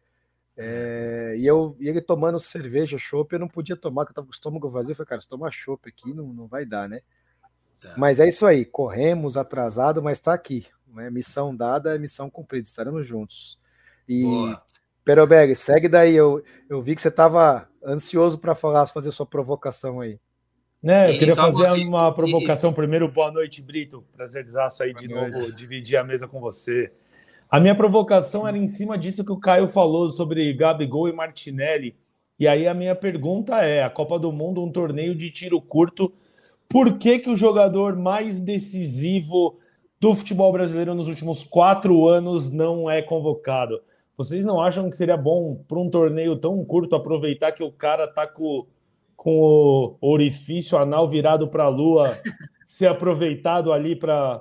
É, e, eu, e ele tomando cerveja, chopp, eu não podia tomar, porque eu tava com o estômago vazio. Eu falei, cara, se tomar chopp aqui não, não vai dar, né? Tá. Mas é isso aí, corremos atrasado, mas tá aqui. Né? Missão dada, missão cumprida, estaremos juntos. E, Perobeg, segue daí. Eu, eu vi que você tava ansioso para falar, fazer sua provocação aí. Né, eu queria fazer uma provocação. Primeiro, boa noite, Brito. Prazerzaço aí de novo dividir a mesa com você. A minha provocação era em cima disso que o Caio falou sobre Gabigol e Martinelli. E aí a minha pergunta é, a Copa do Mundo, um torneio de tiro curto, por que que o jogador mais decisivo do futebol brasileiro nos últimos quatro anos não é convocado? Vocês não acham que seria bom para um torneio tão curto aproveitar que o cara tá com... com o orifício anal virado para a lua, ser aproveitado ali para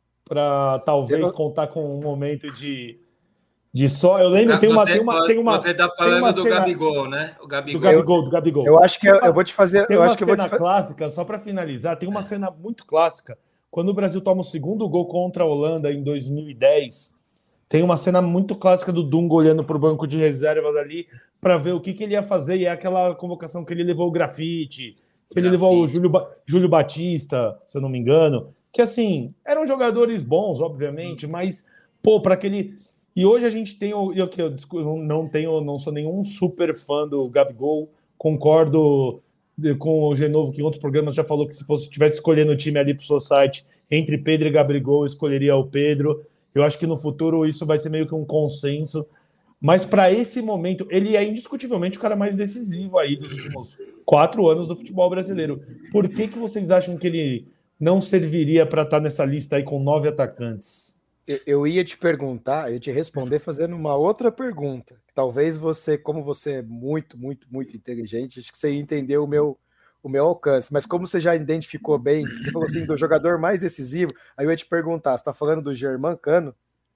talvez não... contar com um momento de, de só. Eu lembro, tem uma. Você, tem uma, tem uma você tá falando do cena... Gabigol, né? O Gabigol. Do Gabigol, do Gabigol. Eu acho que eu, eu vou te fazer. Tem eu uma acho que cena eu vou te... clássica, só para finalizar, tem uma cena muito clássica. Quando o Brasil toma o segundo gol contra a Holanda em dois mil e dez. Tem uma cena muito clássica do Dunga olhando para o banco de reservas ali para ver o que, que ele ia fazer. E é aquela convocação que ele levou o grafite, que ele grafite. levou o Júlio, ba... Júlio Batista, se eu não me engano. Que, assim, eram jogadores bons, obviamente, Sim. mas, pô, para aquele... E hoje a gente tem... Eu, eu, eu não, tenho, não sou nenhum super fã do Gabigol. Concordo com o Genovo, que em outros programas já falou que se fosse tivesse escolhendo o time ali para o Society, entre Pedro e Gabigol, eu escolheria o Pedro. Eu acho que no futuro isso vai ser meio que um consenso. Mas para esse momento, ele é indiscutivelmente o cara mais decisivo aí dos últimos quatro anos do futebol brasileiro. Por que, que vocês acham que ele não serviria para estar nessa lista aí com nove atacantes? Eu ia te perguntar, eu ia te responder fazendo uma outra pergunta. Talvez você, como você é muito, muito, muito inteligente, acho que você ia entender o meu... o meu alcance, mas como você já identificou bem, você falou assim, do jogador mais decisivo, aí eu ia te perguntar, você está falando do Germancano?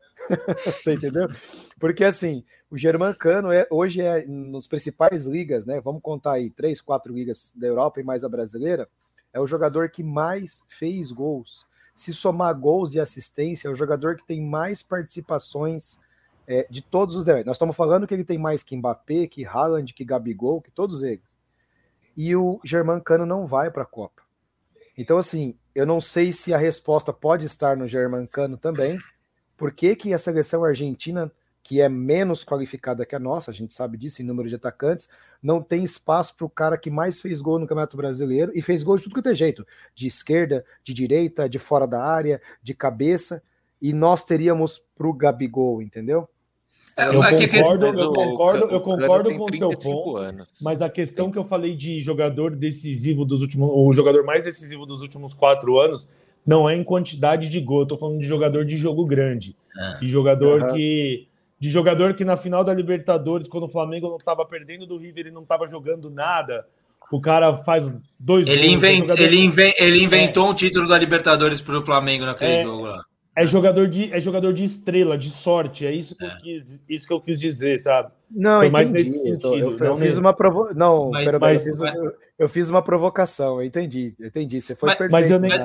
Você entendeu? Porque assim, o Germancano é, hoje é nos principais ligas, né? Vamos contar aí, três, quatro ligas da Europa e mais a brasileira, é o jogador que mais fez gols. Se somar gols e assistência, é o jogador que tem mais participações é, de todos os demais. Nós estamos falando que ele tem mais que Mbappé, que Haaland, que Gabigol, que todos eles. E o Germancano não vai para a Copa. Então, assim, eu não sei se a resposta pode estar no Germancano também. Por que que a seleção argentina, que é menos qualificada que a nossa, a gente sabe disso em número de atacantes, não tem espaço para o cara que mais fez gol no Campeonato Brasileiro e fez gol de tudo que tem jeito, de esquerda, de direita, de fora da área, de cabeça, e nós teríamos para o Gabigol, entendeu? Eu concordo, eu concordo, eu concordo com o seu ponto, anos. Mas a questão que eu falei de jogador decisivo dos últimos, o jogador mais decisivo dos últimos quatro anos, não é em quantidade de gol, eu tô falando de jogador de jogo grande, ah. de jogador uhum. que, de jogador que na final da Libertadores, quando o Flamengo não estava perdendo do River e não estava jogando nada, o cara faz dois ele gols. Invent, jogador... ele, inven, ele inventou é. um título da Libertadores para o Flamengo naquele é. jogo lá. É jogador, de, é jogador de estrela, de sorte. É isso que, é. Eu, quis, isso que eu quis dizer, sabe? Não, Foi entendi. mais nesse sentido. Eu, eu, eu fiz uma provo... Não, mas, pera, mas, eu, fiz, mas... eu, eu fiz uma provocação, eu entendi, eu entendi. Você foi mas, perfeito. Mas eu nem, né?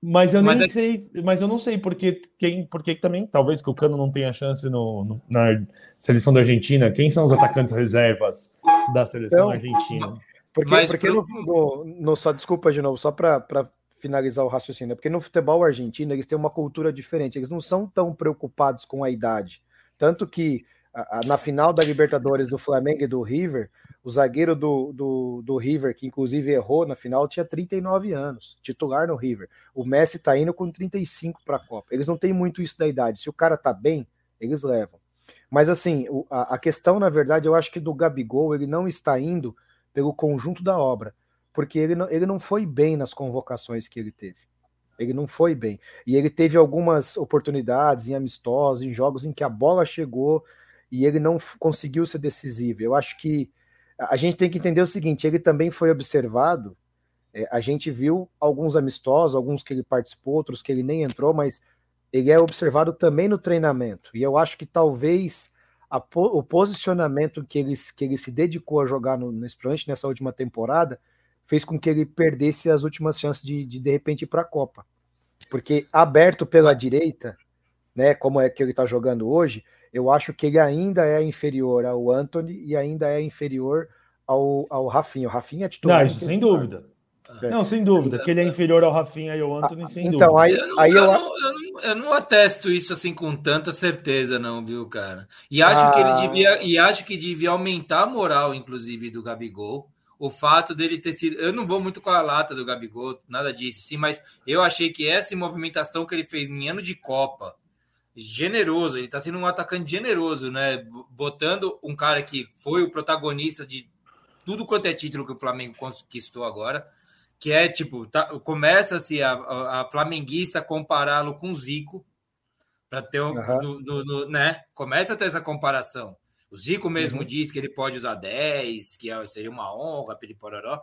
Mas eu nem Mas é- sei, mas eu não sei porque quem, porque também, talvez que o Cano não tenha chance no, no- na seleção da Argentina. Quem são os atacantes reservas da seleção Então, argentina? Porque, Mas porque pro- no, no, no- só desculpa de novo, só para finalizar o raciocínio, é porque no futebol argentino eles têm uma cultura diferente, eles não são tão preocupados com a idade. Tanto que a, a, na final da Libertadores do Flamengo e do River, o zagueiro do, do, do River, que inclusive errou na final, tinha trinta e nove anos, titular no River. O Messi tá indo com trinta e cinco para a Copa. Eles não têm muito isso da idade. Se o cara tá bem, eles levam. Mas assim, o, a, a questão, na verdade, eu acho que do Gabigol, ele não está indo pelo conjunto da obra, porque ele não, ele não foi bem nas convocações que ele teve. Ele não foi bem. E ele teve algumas oportunidades em amistosos, em jogos em que a bola chegou e ele não f- conseguiu ser decisivo. Eu acho que a gente tem que entender o seguinte, ele também foi observado, é, a gente viu alguns amistosos, alguns que ele participou, outros que ele nem entrou, mas ele é observado também no treinamento. E eu acho que talvez a po- o posicionamento que ele, que ele se dedicou a jogar no, principalmente nessa última temporada fez com que ele perdesse as últimas chances de, de, de repente, ir para a Copa. Porque aberto pela direita, né, como é que ele está jogando hoje, eu acho que ele ainda é inferior ao Antony e ainda é inferior ao, ao Rafinha. O Rafinha é titular. Não, isso sem dúvida. É. Não, sem dúvida. Que ele é inferior ao Rafinha e ao Antony, sem Então, dúvida. aí, eu, não, aí eu, eu... não, eu, não, eu não atesto isso assim com tanta certeza, não, viu, cara? E acho que ele Ah. devia, e acho que devia aumentar a moral, inclusive, do Gabigol. O fato dele ter sido. Eu não vou muito com a lata do Gabigol, nada disso, sim, mas eu achei que essa movimentação que ele fez em ano de Copa, generoso, ele tá sendo um atacante generoso, né? Botando um cara que foi o protagonista de tudo quanto é título que o Flamengo conquistou agora, que é tipo, tá, começa-se a, a, a flamenguista compará-lo com o Zico, para ter um, Aham. no, no, no, né? Começa a ter essa comparação. O Zico mesmo Uhum. diz que ele pode usar dez, que é- seria uma honra, piripororó.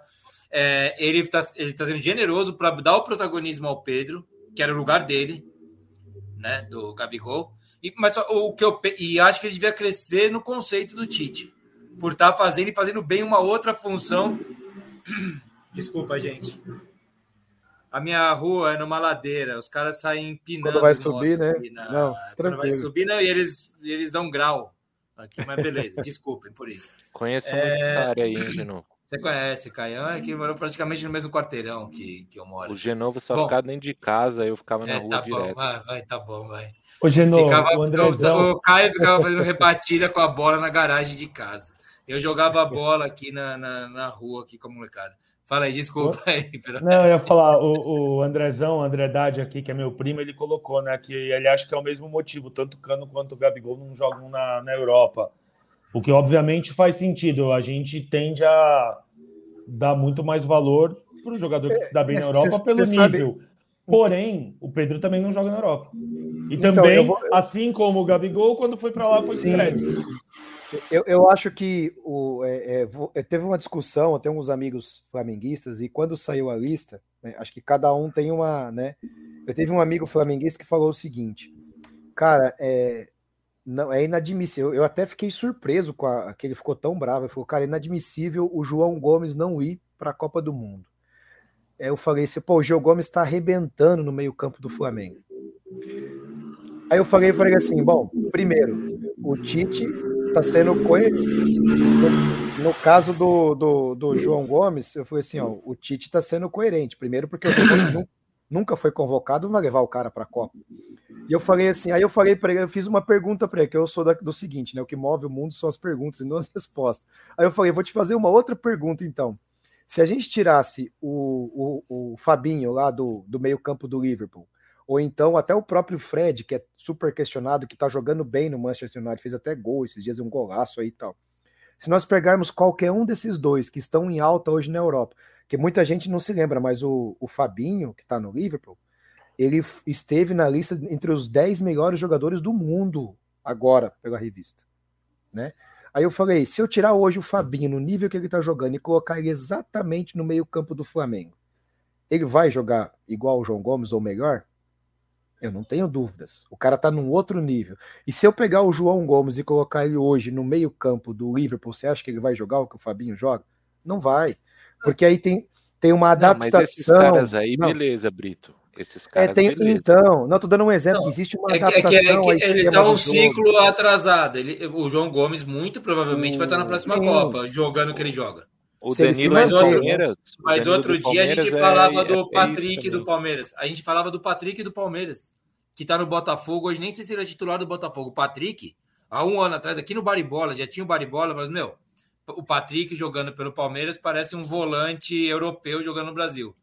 É, ele está ele tá sendo generoso para dar o protagonismo ao Pedro, que era o lugar dele, né? Do Gabigol. E, mas só o que eu pe- e acho que ele devia crescer no conceito do Tite, por estar fazendo e fazendo bem uma outra função. Desculpa, gente. A minha rua é numa ladeira, os caras saem empinando. Quando vai moto subir, né? aqui na- Não, Quando vai tranquilo. subir, não, e eles, e eles dão grau aqui, mas beleza, desculpem por isso. Conheço uma dessa área aí, hein, Genovo? Você conhece, Caião, é que morou praticamente no mesmo quarteirão que, que eu moro. O Genovo só Bom, ficava dentro de casa, eu ficava na É, rua tá bom, direto. vai, vai, tá bom, vai. Ô, Genô, Ficava, o Andrezão. o, o Caio ficava fazendo rebatida com a bola na garagem de casa. Eu jogava a bola aqui na, na, na rua, aqui com a molecada. Fala aí, desculpa aí. Pelo... Não, eu ia falar, o, o Andrezão, o André Dade aqui, que é meu primo, ele colocou, né, que ele acha que é o mesmo motivo, tanto o Cano quanto o Gabigol não jogam na, na Europa. O que obviamente faz sentido, a gente tende a dar muito mais valor para o jogador que se dá bem É, na Europa cê- pelo cê sabe- nível. Porém, o Pedro também não joga na Europa. E Então, também, eu vou- assim como o Gabigol, quando foi para lá foi Sim. discreto. Eu, eu acho que o, é, é, vo- é, teve uma discussão, eu tenho uns amigos flamenguistas, e quando saiu a lista, né, acho que cada um tem uma, né? Eu teve um amigo flamenguista que falou o seguinte, cara, é, não, é inadmissível. Eu, eu até fiquei surpreso com a, que ele ficou tão bravo. Ele falou, cara, é inadmissível o João Gomes não ir para a Copa do Mundo. Aí eu falei assim, pô, o João Gomes está arrebentando no meio-campo do Flamengo. Aí eu falei, eu falei assim, bom, primeiro, o Tite está sendo coerente. No, no caso do, do, do João Gomes, eu falei assim, ó, o Tite está sendo coerente. Primeiro, porque o João Gomes nu- nunca foi convocado, não vai levar o cara para a Copa. E eu falei assim, aí eu falei para ele, eu fiz uma pergunta para ele, que eu sou da, do seguinte, né? O que move o mundo são as perguntas e não as respostas. Aí eu falei, vou te fazer uma outra pergunta então. Se a gente tirasse o, o, o Fabinho lá do, do meio-campo do Liverpool, ou então até o próprio Fred, que é super questionado, que tá jogando bem no Manchester United, fez até gol esses dias, um golaço aí e tal. Se nós pegarmos qualquer um desses dois que estão em alta hoje na Europa, que muita gente não se lembra, mas o, o Fabinho, que tá no Liverpool, ele esteve na lista entre os dez melhores jogadores do mundo agora, pela revista, né? Aí eu falei, se eu tirar hoje o Fabinho no nível que ele tá jogando e colocar ele exatamente no meio campo do Flamengo, ele vai jogar igual o João Gomes ou melhor? Eu não tenho dúvidas. O cara tá num outro nível. E se eu pegar o João Gomes e colocar ele hoje no meio campo do Liverpool, você acha que ele vai jogar o que o Fabinho joga? Não vai. Porque aí tem, tem uma Não, adaptação. mas esses caras aí, Não. beleza, Brito. esses É, caras, tem, beleza. então, não, tô dando um exemplo, Não, que existe uma É que, é que- é adaptação que ao ele esquema tá um do jogo. ciclo atrasado. Ele, o João Gomes muito provavelmente vai estar na próxima Sim. Copa, jogando o que ele joga. O Se ele se Danilo Mas do manter, né? Palmeiras, o Mas Danilo outro do dia a gente Palmeiras falava é, do é, é isso Patrick do também. Palmeiras. A gente falava do Patrick do Palmeiras, que tá no Botafogo. Hoje nem sei se ele é titular do Botafogo. O Patrick, há um ano atrás, aqui no Baribola, já tinha o Baribola, mas, meu, o Patrick jogando pelo Palmeiras parece um volante europeu jogando no Brasil.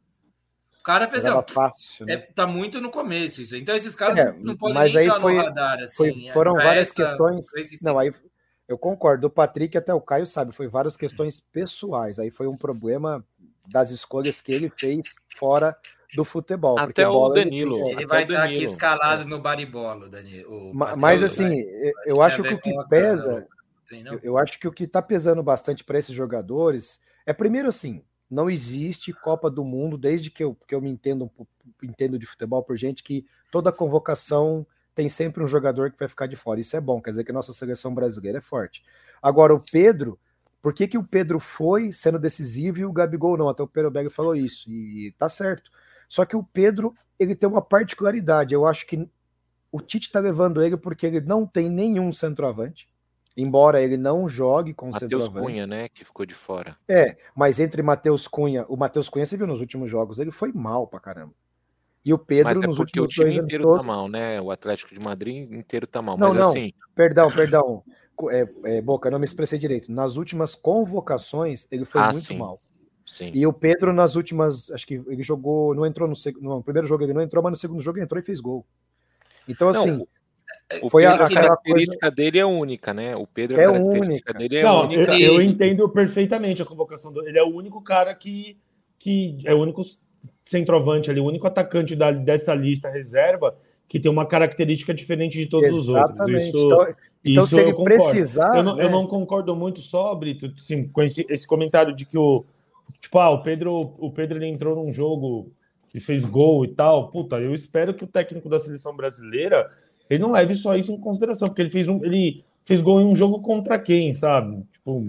O cara fez, Jogava ó, fácil, é, né? tá muito no começo isso. Então esses caras É, não, não podem mas nem aí entrar foi, no radar, foi- assim. foram pra várias essa- questões. pra esse Não, ciclo. aí eu concordo. Do Patrick até o Caio sabe, foi várias questões pessoais. Aí foi um problema das escolhas que ele fez fora do futebol. porque Até o bola ele Danilo. tem- é. Ele Até vai o estar aqui Danilo. escalado no Baribola, Danilo. o Ma- Patrick Mas vai- assim, eu- eu tem a acho que ver o que com a câmera, pesa, louco. Tem, não? eu, eu acho que o que está pesando bastante para esses jogadores é, primeiro, assim, não existe Copa do Mundo, desde que eu, que eu me entendo, um pouco- entendo de futebol por gente, que toda convocação tem sempre um jogador que vai ficar de fora. Isso é bom, quer dizer que a nossa seleção brasileira é forte. Agora, o Pedro, por que, que o Pedro foi sendo decisivo e o Gabigol não? Até o Pedro Berg falou isso, e tá certo. Só que o Pedro, ele tem uma particularidade, eu acho que o Tite tá levando ele porque ele não tem nenhum centroavante, embora ele não jogue com Matheus centroavante. Cunha, né, que ficou de fora. É, mas entre Matheus Cunha, o Matheus Cunha, você viu nos últimos jogos, ele foi mal pra caramba. E o Pedro, Mas é nos porque o últimos time dois anos inteiro todos... tá mal, né? O Atlético de Madrid inteiro tá mal. Não, Mas não, assim, perdão, perdão. Co- É, é, Boca, não me expressei direito. Nas últimas convocações, ele foi Ah, muito sim. mal. sim. E o Pedro, nas últimas, acho que ele jogou, não entrou no, seg- no primeiro jogo, ele não entrou, mas no segundo jogo ele entrou e fez gol. Então, Não, assim, o foi a- Pedro, a, aquela característica dele é única, né? O Pedro, a É característica única. dele é Não, eu, única. eu Isso. entendo perfeitamente a convocação do. Ele é o único cara que, que é o único centroavante ali, o único atacante da, dessa lista reserva que tem uma característica diferente de todos os outros. exatamente. Isso, Então, então isso se eu ele concordo. precisar, Eu não, né? eu não concordo muito só, Brito, assim, com esse, esse comentário de que o. Tipo, ah, o Pedro, o Pedro ele entrou num jogo e fez gol e tal. Puta, eu espero que o técnico da seleção brasileira ele não leve só isso em consideração, porque ele fez um. Ele fez gol em um jogo contra quem, sabe? Tipo,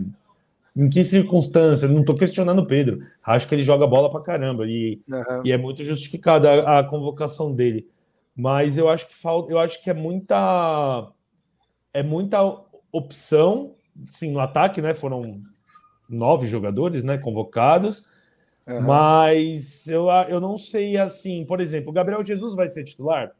em que circunstância? Não tô questionando o Pedro. Acho que ele joga bola pra caramba e, Aham. e é muito justificada a, a convocação dele. Mas eu acho que falta, eu acho que é muita é muita opção, sim, no ataque, né? Foram nove jogadores, né, convocados. Aham. Mas eu, eu não sei assim, por exemplo, o Gabriel Jesus vai ser titular?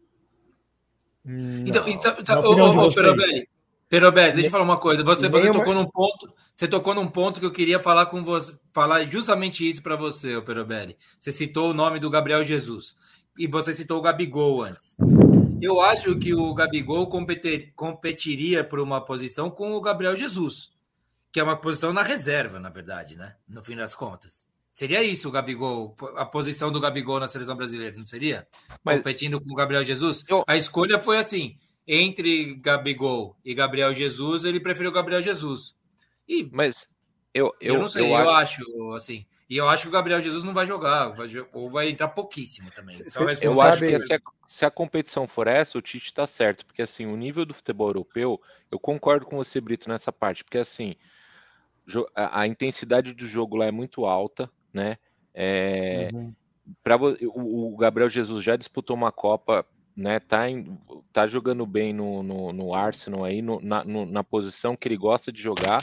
Então, então, então Na ô, opinião ô, de ô, vocês. Perobelli, Perobelli, deixa eu falar uma coisa. Você, você, Nem tocou uma- num ponto, você tocou num ponto que eu queria falar com você, falar justamente isso para você, ô Perobelli. Você citou o nome do Gabriel Jesus e você citou o Gabigol antes. Eu acho que o Gabigol competir, competiria por uma posição com o Gabriel Jesus, que é uma posição na reserva, na verdade, né? No fim das contas. Seria isso o Gabigol, a posição do Gabigol na seleção brasileira, não seria? Mas- Competindo com o Gabriel Jesus? Eu- A escolha foi assim, entre Gabigol e Gabriel Jesus, ele preferiu o Gabriel Jesus. E Mas eu, eu, eu, não sei, eu eu, acho, acho, assim, e eu acho que o Gabriel Jesus não vai jogar, vai jo- ou vai entrar pouquíssimo também. Cê- Então, a cê eu sabe- acho que se a, se a competição for essa, o Tite tá certo. Porque assim, o nível do futebol europeu, eu concordo com você, Brito, nessa parte. Porque assim, jo- a, a intensidade do jogo lá é muito alta, né? É, Uhum. pra vo- o, o Gabriel Jesus já disputou uma Copa, né? Tá, em- tá jogando bem no, no, no Arsenal aí, no- na, no- na posição que ele gosta de jogar.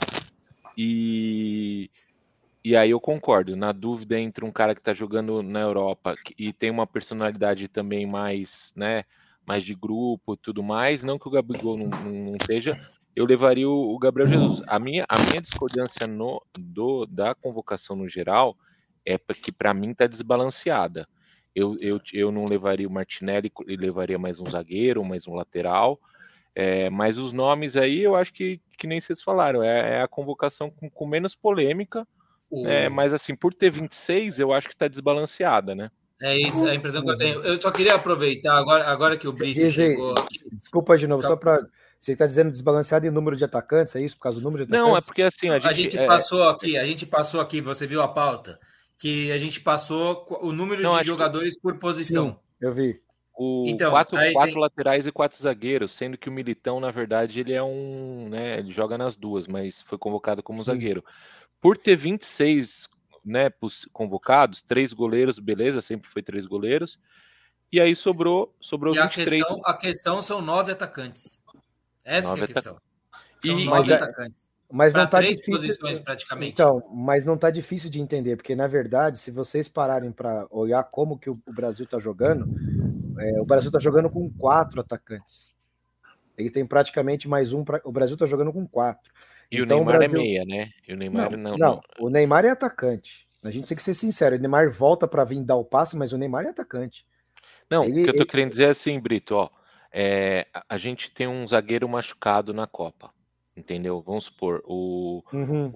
E, e aí eu concordo. Na dúvida entre um cara que tá jogando na Europa que- e tem uma personalidade também mais, né? Mais de grupo e tudo mais, não que o Gabigol não, não, não esteja, eu levaria o, o Gabriel Jesus. A minha, a minha discordância no, do, da convocação no geral é pra- que para mim tá desbalanceada. Eu, eu, eu não levaria o Martinelli e levaria mais um zagueiro, mais um lateral. É, mas os nomes aí eu acho que, que nem vocês falaram, é, é a convocação com, com menos polêmica, o- é, mas assim, por ter vinte e seis, eu acho que tá desbalanceada, né? é isso, é a impressão que eu tenho. Eu só queria aproveitar, agora, agora que o Brito Diz aí, chegou aqui. desculpa de novo, Tá. só para. Você está dizendo desbalanceado em número de atacantes, é isso? Por causa do número de atacantes? Não, é porque assim, a A gente. gente é, passou aqui, a gente passou aqui, você viu a pauta, que a gente passou o número Não, de acho que- jogadores por posição. Eu vi. o Então, quatro, aí quatro tem- laterais e quatro zagueiros, sendo que o Militão, na verdade, ele é um. Né, ele joga nas duas, mas foi convocado como Sim. zagueiro. Por ter vinte e seis, né, pos- convocados, três goleiros, beleza, sempre foi três goleiros. E aí sobrou, sobrou E a vinte e três. questão, a questão são nove atacantes. Essa Nove que é a questão. São E- nove Mas é- atacantes. Mas Para não tá três difícil. posições, praticamente. Então, mas não tá difícil de entender, porque na verdade, se vocês pararem para olhar como que o, o Brasil tá jogando, é, o Brasil tá jogando com quatro atacantes. Ele tem praticamente mais um. Pra, o Brasil tá jogando com quatro. E Então, o Neymar Brasil- é meia, né? E o Neymar Não, não. não, não- o Neymar é atacante. A gente tem que ser sincero. O Neymar volta para vir dar o passe, mas o Neymar é atacante. Não, Ele- o que eu tô ele- querendo dizer é assim, Brito, ó. é, a- a gente tem um zagueiro machucado na Copa. Entendeu? Vamos supor, o. Uhum.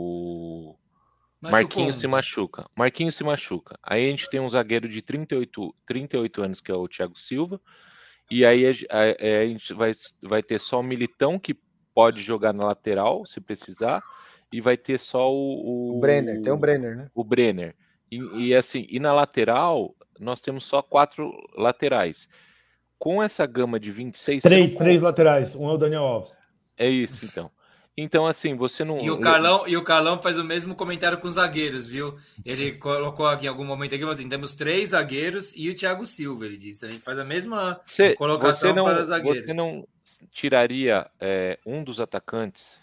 O Machucou Marquinhos um. se machuca. Marquinhos se machuca. Aí a gente tem um zagueiro de trinta e oito, trinta e oito anos, que é o Thiago Silva. E aí a, a- a gente vai, vai ter só o Militão, que pode jogar na lateral, se precisar. E vai ter só o. O Brenner, tem o Brenner, né? O Brenner. E, e assim, e na lateral, nós temos só quatro laterais. Com essa gama de vinte e seis. você Três, não três laterais. Um é o Daniel Alves. É isso, então. Então, assim, você não. E o, Carlão, e o Carlão faz o mesmo comentário com os zagueiros, viu? Ele colocou aqui em algum momento aqui, assim, temos três zagueiros e o Thiago Silva, ele disse também, que faz a mesma Você, colocação você não, para os zagueiros. você não tiraria é, um dos atacantes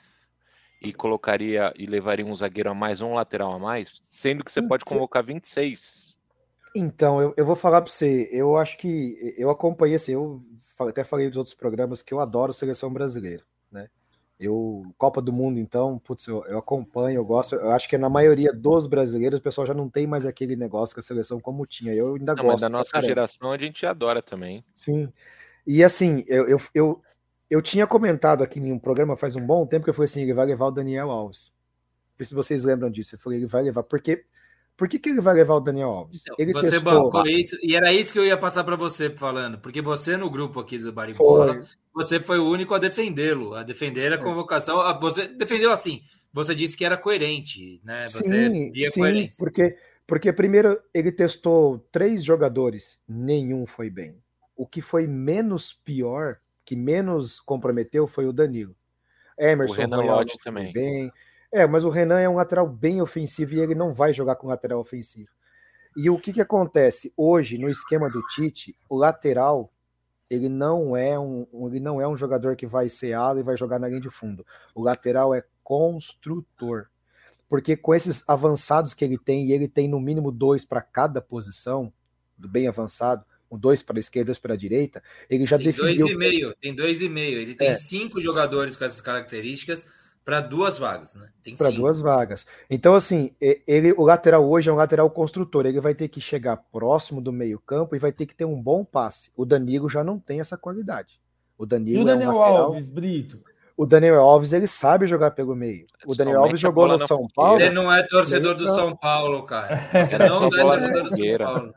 e colocaria e levaria um zagueiro a mais, um lateral a mais, sendo que você pode convocar vinte e seis. Então, eu, eu vou falar para você, eu acho que eu acompanhei, assim, eu fa- até falei dos outros programas que eu adoro seleção brasileira, né? Eu, Copa do Mundo, então, putz, eu, eu acompanho, eu gosto, eu acho que na maioria dos brasileiros o pessoal já não tem mais aquele negócio com a seleção como tinha, eu ainda Não, gosto. mas da pra nossa caramba. geração a gente adora também. Sim, e assim, eu, eu, eu, eu tinha comentado aqui em um programa faz um bom tempo que eu falei assim, ele vai levar o Daniel Alves. Não sei se vocês lembram disso, eu falei, ele vai levar, porque por que, que ele vai levar o Daniel Alves? Então, ele você testou- bancou isso, e era isso que eu ia passar para você falando, porque você no grupo aqui do Baribola, Foi. você foi o único a defendê-lo, a defender a convocação. a- Você defendeu assim, você disse que era coerente, né? Você Sim, via sim, coerência. porque, porque primeiro ele testou três jogadores, nenhum foi bem. O que foi menos pior, que menos comprometeu, foi o Danilo. Emerson O Renan Royal Lodge não foi também. bem. É, mas o Renan é um lateral bem ofensivo e ele não vai jogar com lateral ofensivo. E o que, que acontece? Hoje, no esquema do Tite, o lateral ele não é um, ele não é um jogador que vai ser ala e vai jogar na linha de fundo. O lateral é construtor. Porque com esses avançados que ele tem, e ele tem no mínimo dois para cada posição, do bem avançado, um dois para a esquerda, dois para a direita, ele já Tem definiu. dois e meio, tem dois e meio. Ele tem É. cinco jogadores com essas características para duas vagas, né? Tem Para cinco. duas vagas. Então, assim, e- ele, o lateral hoje é um lateral construtor. Ele vai ter que chegar próximo do meio-campo e vai ter que ter um bom passe. O Danilo já não tem essa qualidade. O E Danilo o Daniel é um lateral. Alves, Brito? O Daniel Alves, ele sabe jogar pelo meio. O Daniel Somente Alves a jogou bola no na São fogueira. Paulo. Você não é torcedor do Não. São Paulo, cara. Você Era não só é bola torcedor na do São fogueira. Paulo.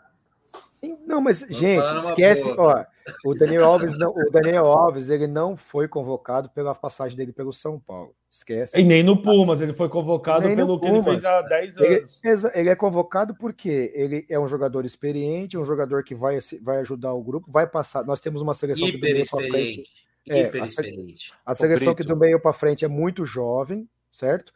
Não, mas, Vamos gente, falar numa esquece, boa. ó, o Daniel Alves não, o Daniel Alves, ele não foi convocado pela passagem dele pelo São Paulo. Esquece. E nem no Pumas, ele foi convocado Nem no pelo que ele Pumas. fez há dez Ele, anos. exa- ele é convocado porque ele é um jogador experiente, um jogador que vai, se- vai ajudar o grupo, vai passar. Nós temos uma seleção que do Hiper meio para frente. experiente. É, Hiper a se- experiente. A seleção Brito. que do meio para frente é muito jovem, certo?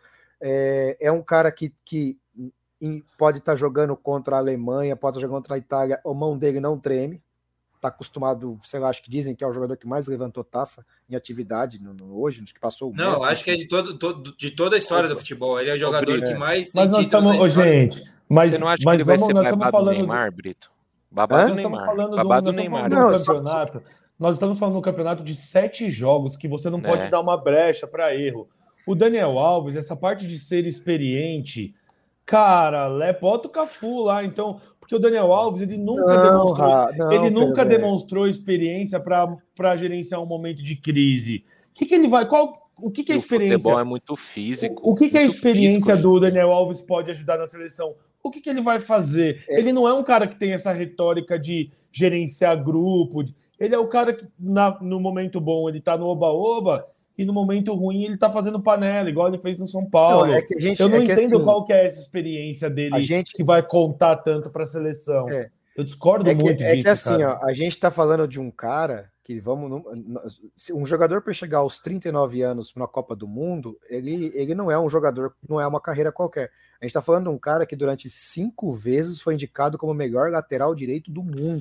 É, é um cara que, que em- pode estar jogando contra a Alemanha, pode estar jogando contra a Itália, a mão dele não treme. Está acostumado, sei lá, acho que dizem que é o jogador que mais levantou taça em atividade no, no- hoje, nos que passou o Não, Messi. acho que é de, todo, todo- de toda a história do futebol. Ele é o jogador Brito. que mais tem Mas nós títulos estamos. na Ô, história. gente, mas, Você não acha que mas ele vai vamos, ser nós estamos babado do falando. Neymar, Brito? Hã? Babado do Nós estamos Neymar. falando do, Babado nós do estamos Neymar. falando do Não, só- campeonato. Nós estamos falando do campeonato de sete jogos que você não pode É. dar uma brecha para erro. O Daniel Alves, essa parte de ser experiente, cara, lé, bota o Cafu lá, então, porque o Daniel Alves ele nunca Não, demonstrou, Ra- não, ele nunca Pelé. demonstrou experiência para gerenciar um momento de crise. O que, que ele vai? Qual? O que, que é E a o futebol experiência? é muito físico. O, o que, que a muito experiência físico, do gente. Daniel Alves pode ajudar na seleção? O que, que ele vai fazer? É. Ele não é um cara que tem essa retórica de gerenciar grupo. de- Ele é o cara que, na- no momento bom, ele tá no oba-oba, e no momento ruim, ele tá fazendo panela, igual ele fez no São Paulo. Então, é que a gente- Eu não é que entendo assim, qual que é essa experiência dele a gente- que vai contar tanto para a seleção. É. Eu discordo É que, muito é disso, que assim, cara. ó, a gente tá falando de um cara que vamos num- nós- se um jogador para chegar aos trinta e nove anos na Copa do Mundo, ele, ele não é um jogador, não é uma carreira qualquer. A gente tá falando de um cara que durante cinco vezes foi indicado como o melhor lateral direito do mundo.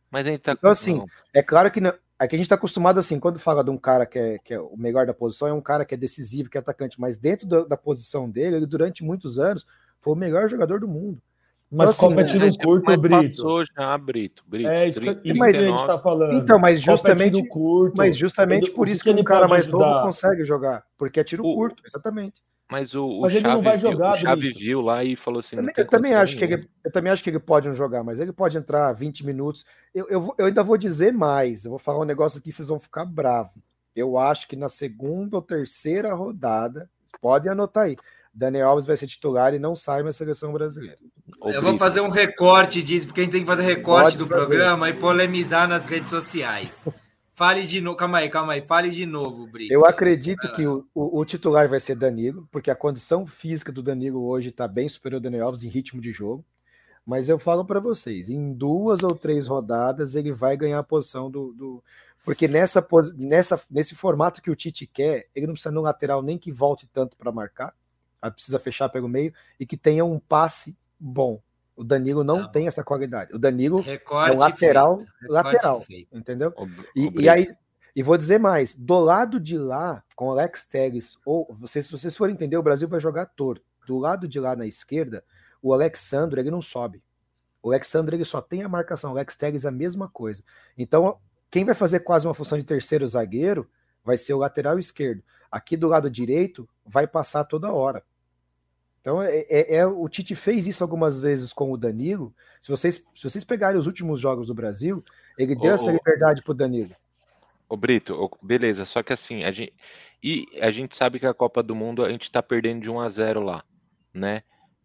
Mas ele tá Então, com- assim, não. é claro que, não, é que a gente está acostumado assim, quando fala de um cara que é, que é o melhor da posição, é um cara que é decisivo, que é atacante, mas dentro da, da posição dele, ele durante muitos anos foi o melhor jogador do mundo. Mas Então, assim, Copa é tiro Mas- curto, mas Brito. passou já, Brito. Brito. É isso, que, isso que a Mas- gente tá falando. Então, mas Copa é justamente, tiro curto. mas justamente Ele- por o isso que que um ele cara pode mais novo ajudar? consegue jogar, porque é tiro O- curto, exatamente. Mas o, o Mas ele não Xavi, vai viu- jogar, o Xavi Brito. viu lá e falou assim, Também- não tem eu, também condição acho que nenhuma. ele, eu também acho que ele pode não jogar, mas ele pode entrar vinte minutos. Eu, eu, vou- eu ainda vou dizer mais, eu vou falar um negócio aqui, vocês vão ficar bravos. Eu acho que na segunda ou terceira rodada, podem anotar aí, Daniel Alves vai ser titular e não sai na seleção brasileira. Ô, Eu vou Brito, fazer um recorte disso, porque a gente tem que fazer recorte Pode do fazer. programa e polemizar nas redes sociais. Fale de novo. Calma aí, calma aí. Fale de novo, Brito. Eu acredito Vai que lá. o, o, o titular vai ser Danilo, porque a condição física do Danilo hoje está bem superior ao Daniel Alves em ritmo de jogo. Mas eu falo para vocês, em duas ou três rodadas ele vai ganhar a posição do. do... Porque nessa, posi- nessa, nesse formato que o Tite quer, ele não precisa no lateral nem que volte tanto para marcar, ah, precisa fechar pelo meio e que tenha um passe bom. O Danilo não Tá bom. tem essa qualidade. O Danilo Recorte é um lateral, feito. Recorte lateral, feito. entendeu? ô, ô, E, Brito, e aí, e vou dizer mais, do lado de lá, com o Alex Telles, ou vocês, se vocês forem entender, o Brasil vai jogar torto. Do lado de lá na esquerda, o Alexandre, ele não sobe. O Alexandre, ele só tem a marcação. O Alex Telles, a mesma coisa. Então, quem vai fazer quase uma função de terceiro zagueiro vai ser o lateral esquerdo. Aqui do lado direito, vai passar toda hora. Então, é, é- é- o Tite fez isso algumas vezes com o Danilo. Se vocês, se vocês pegarem os últimos jogos do Brasil, ele deu Ô, essa ô. liberdade pro Danilo. Ô, Brito, ô, beleza, só que assim, a gente, e a gente sabe que a Copa do Mundo a gente tá perdendo de um a zero lá, né?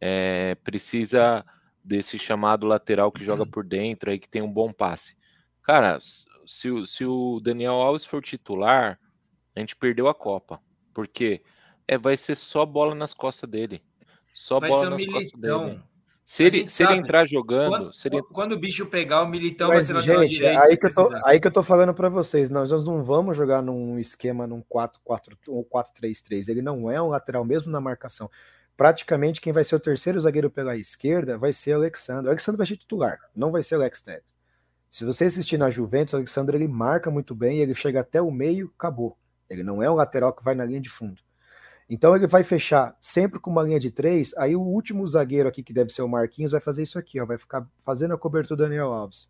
É, precisa desse chamado lateral que joga por dentro aí, que tem um bom passe. Cara, se, o- se o Daniel Alves for titular, a gente perdeu a Copa. Porque é, vai ser só bola nas costas dele. Só Vai bola ser o nas costas Militão. dele. Se A ele, gente se ele sabe. entrar jogando, Quando, se ele, quando o bicho pegar, o Militão vai Mas, ser lateral gente, direito. aí se que, eu tô, precisar. aí que eu tô falando pra vocês, nós não vamos jogar num esquema num quatro quatro ou quatro três três. Ele não é um lateral mesmo na marcação. Praticamente quem vai ser o terceiro zagueiro pela esquerda vai ser o Alexandre. O Alexandre vai ser titular, não vai ser o Alex Telles. Se você assistir na Juventus, o Alexandre ele marca muito bem, ele chega até o meio, acabou. Ele não é um lateral que vai na linha de fundo. Então ele vai fechar sempre com uma linha de três, aí o último zagueiro aqui, que deve ser o Marquinhos, vai fazer isso aqui, ó, vai ficar fazendo a cobertura do Daniel Alves.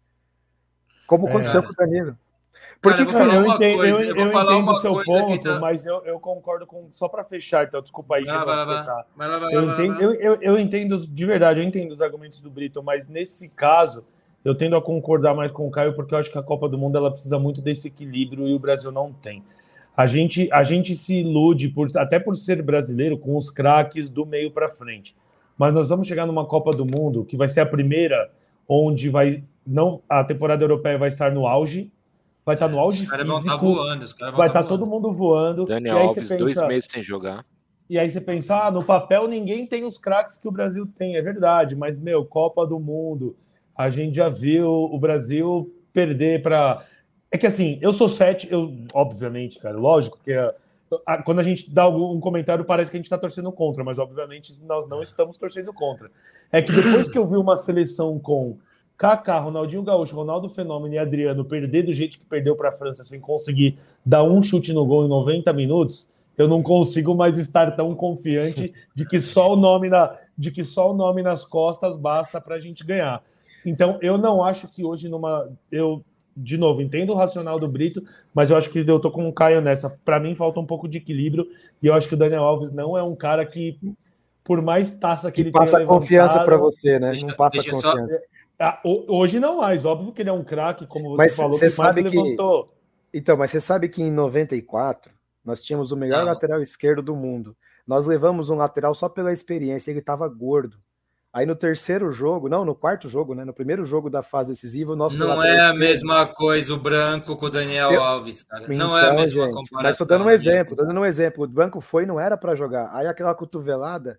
Como É, aconteceu cara. com o Danilo. Por Cara, que eu que vou você- falar eu uma entendo, coisa, eu, eu vou eu falar entendo uma o seu coisa que ponto, tá- mas eu, eu concordo com. Só para fechar, então, desculpa aí, Vai lá, Gê, vai lá, pra vai lá. cortar. Vai lá, vai lá, Eu vai lá, entendo, vai lá. eu, eu, eu entendo, de verdade, eu entendo os argumentos do Brito, mas nesse caso, eu tendo a concordar mais com o Caio, porque eu acho que a Copa do Mundo ela precisa muito desse equilíbrio e o Brasil não tem. A gente, a gente se ilude, por, até por ser brasileiro, com os craques do meio para frente. Mas nós vamos chegar numa Copa do Mundo que vai ser a primeira onde vai não a temporada europeia vai estar no auge, vai estar no auge Os caras vão estar físico, voando. Os caras vão vai estar estar todo mundo voando. Daniel e aí Alves, você dois pensa, meses sem jogar. e aí você pensa, ah, no papel ninguém tem os craques que o Brasil tem, é verdade, mas, meu, Copa do Mundo, a gente já viu o Brasil perder para... É que assim, eu sou sete, eu, obviamente, cara, lógico que a- a- quando a gente dá algum um comentário parece que a gente está torcendo contra, mas obviamente nós não estamos torcendo contra. É que depois que eu vi uma seleção com Kaká, Ronaldinho Gaúcho, Ronaldo Fenômeno e Adriano perder do jeito que perdeu para a França sem conseguir dar um chute no gol em noventa minutos, eu não consigo mais estar tão confiante de que só o nome, na, de que só o nome nas costas basta para a gente ganhar. Então, eu não acho que hoje numa... Eu, de novo, entendo o racional do Brito, mas eu acho que eu tô com o Caio nessa. Para mim, falta um pouco de equilíbrio e eu acho que o Daniel Alves não é um cara que, por mais taça que, que ele passa tenha confiança levantado, para você, né? Deixa- não passa deixa eu só- confiança. ah, ho- hoje não mais. Óbvio que ele é um craque, como você Mas falou, você que mais sabe que- levantou. Então, mas você sabe que em noventa e quatro nós tínhamos o melhor Não. lateral esquerdo do mundo. Nós levamos um lateral só pela experiência, ele estava gordo. Aí no terceiro jogo, não, no quarto jogo, né? No primeiro jogo da fase decisiva, o nosso Não lateral é a esquerdo- mesma coisa o branco com o Daniel Eu- Alves, cara. Não Então, é a mesma gente, comparação. mas tô dando um na minha exemplo, tô dando um exemplo. O branco foi e não era para jogar. Aí aquela cotovelada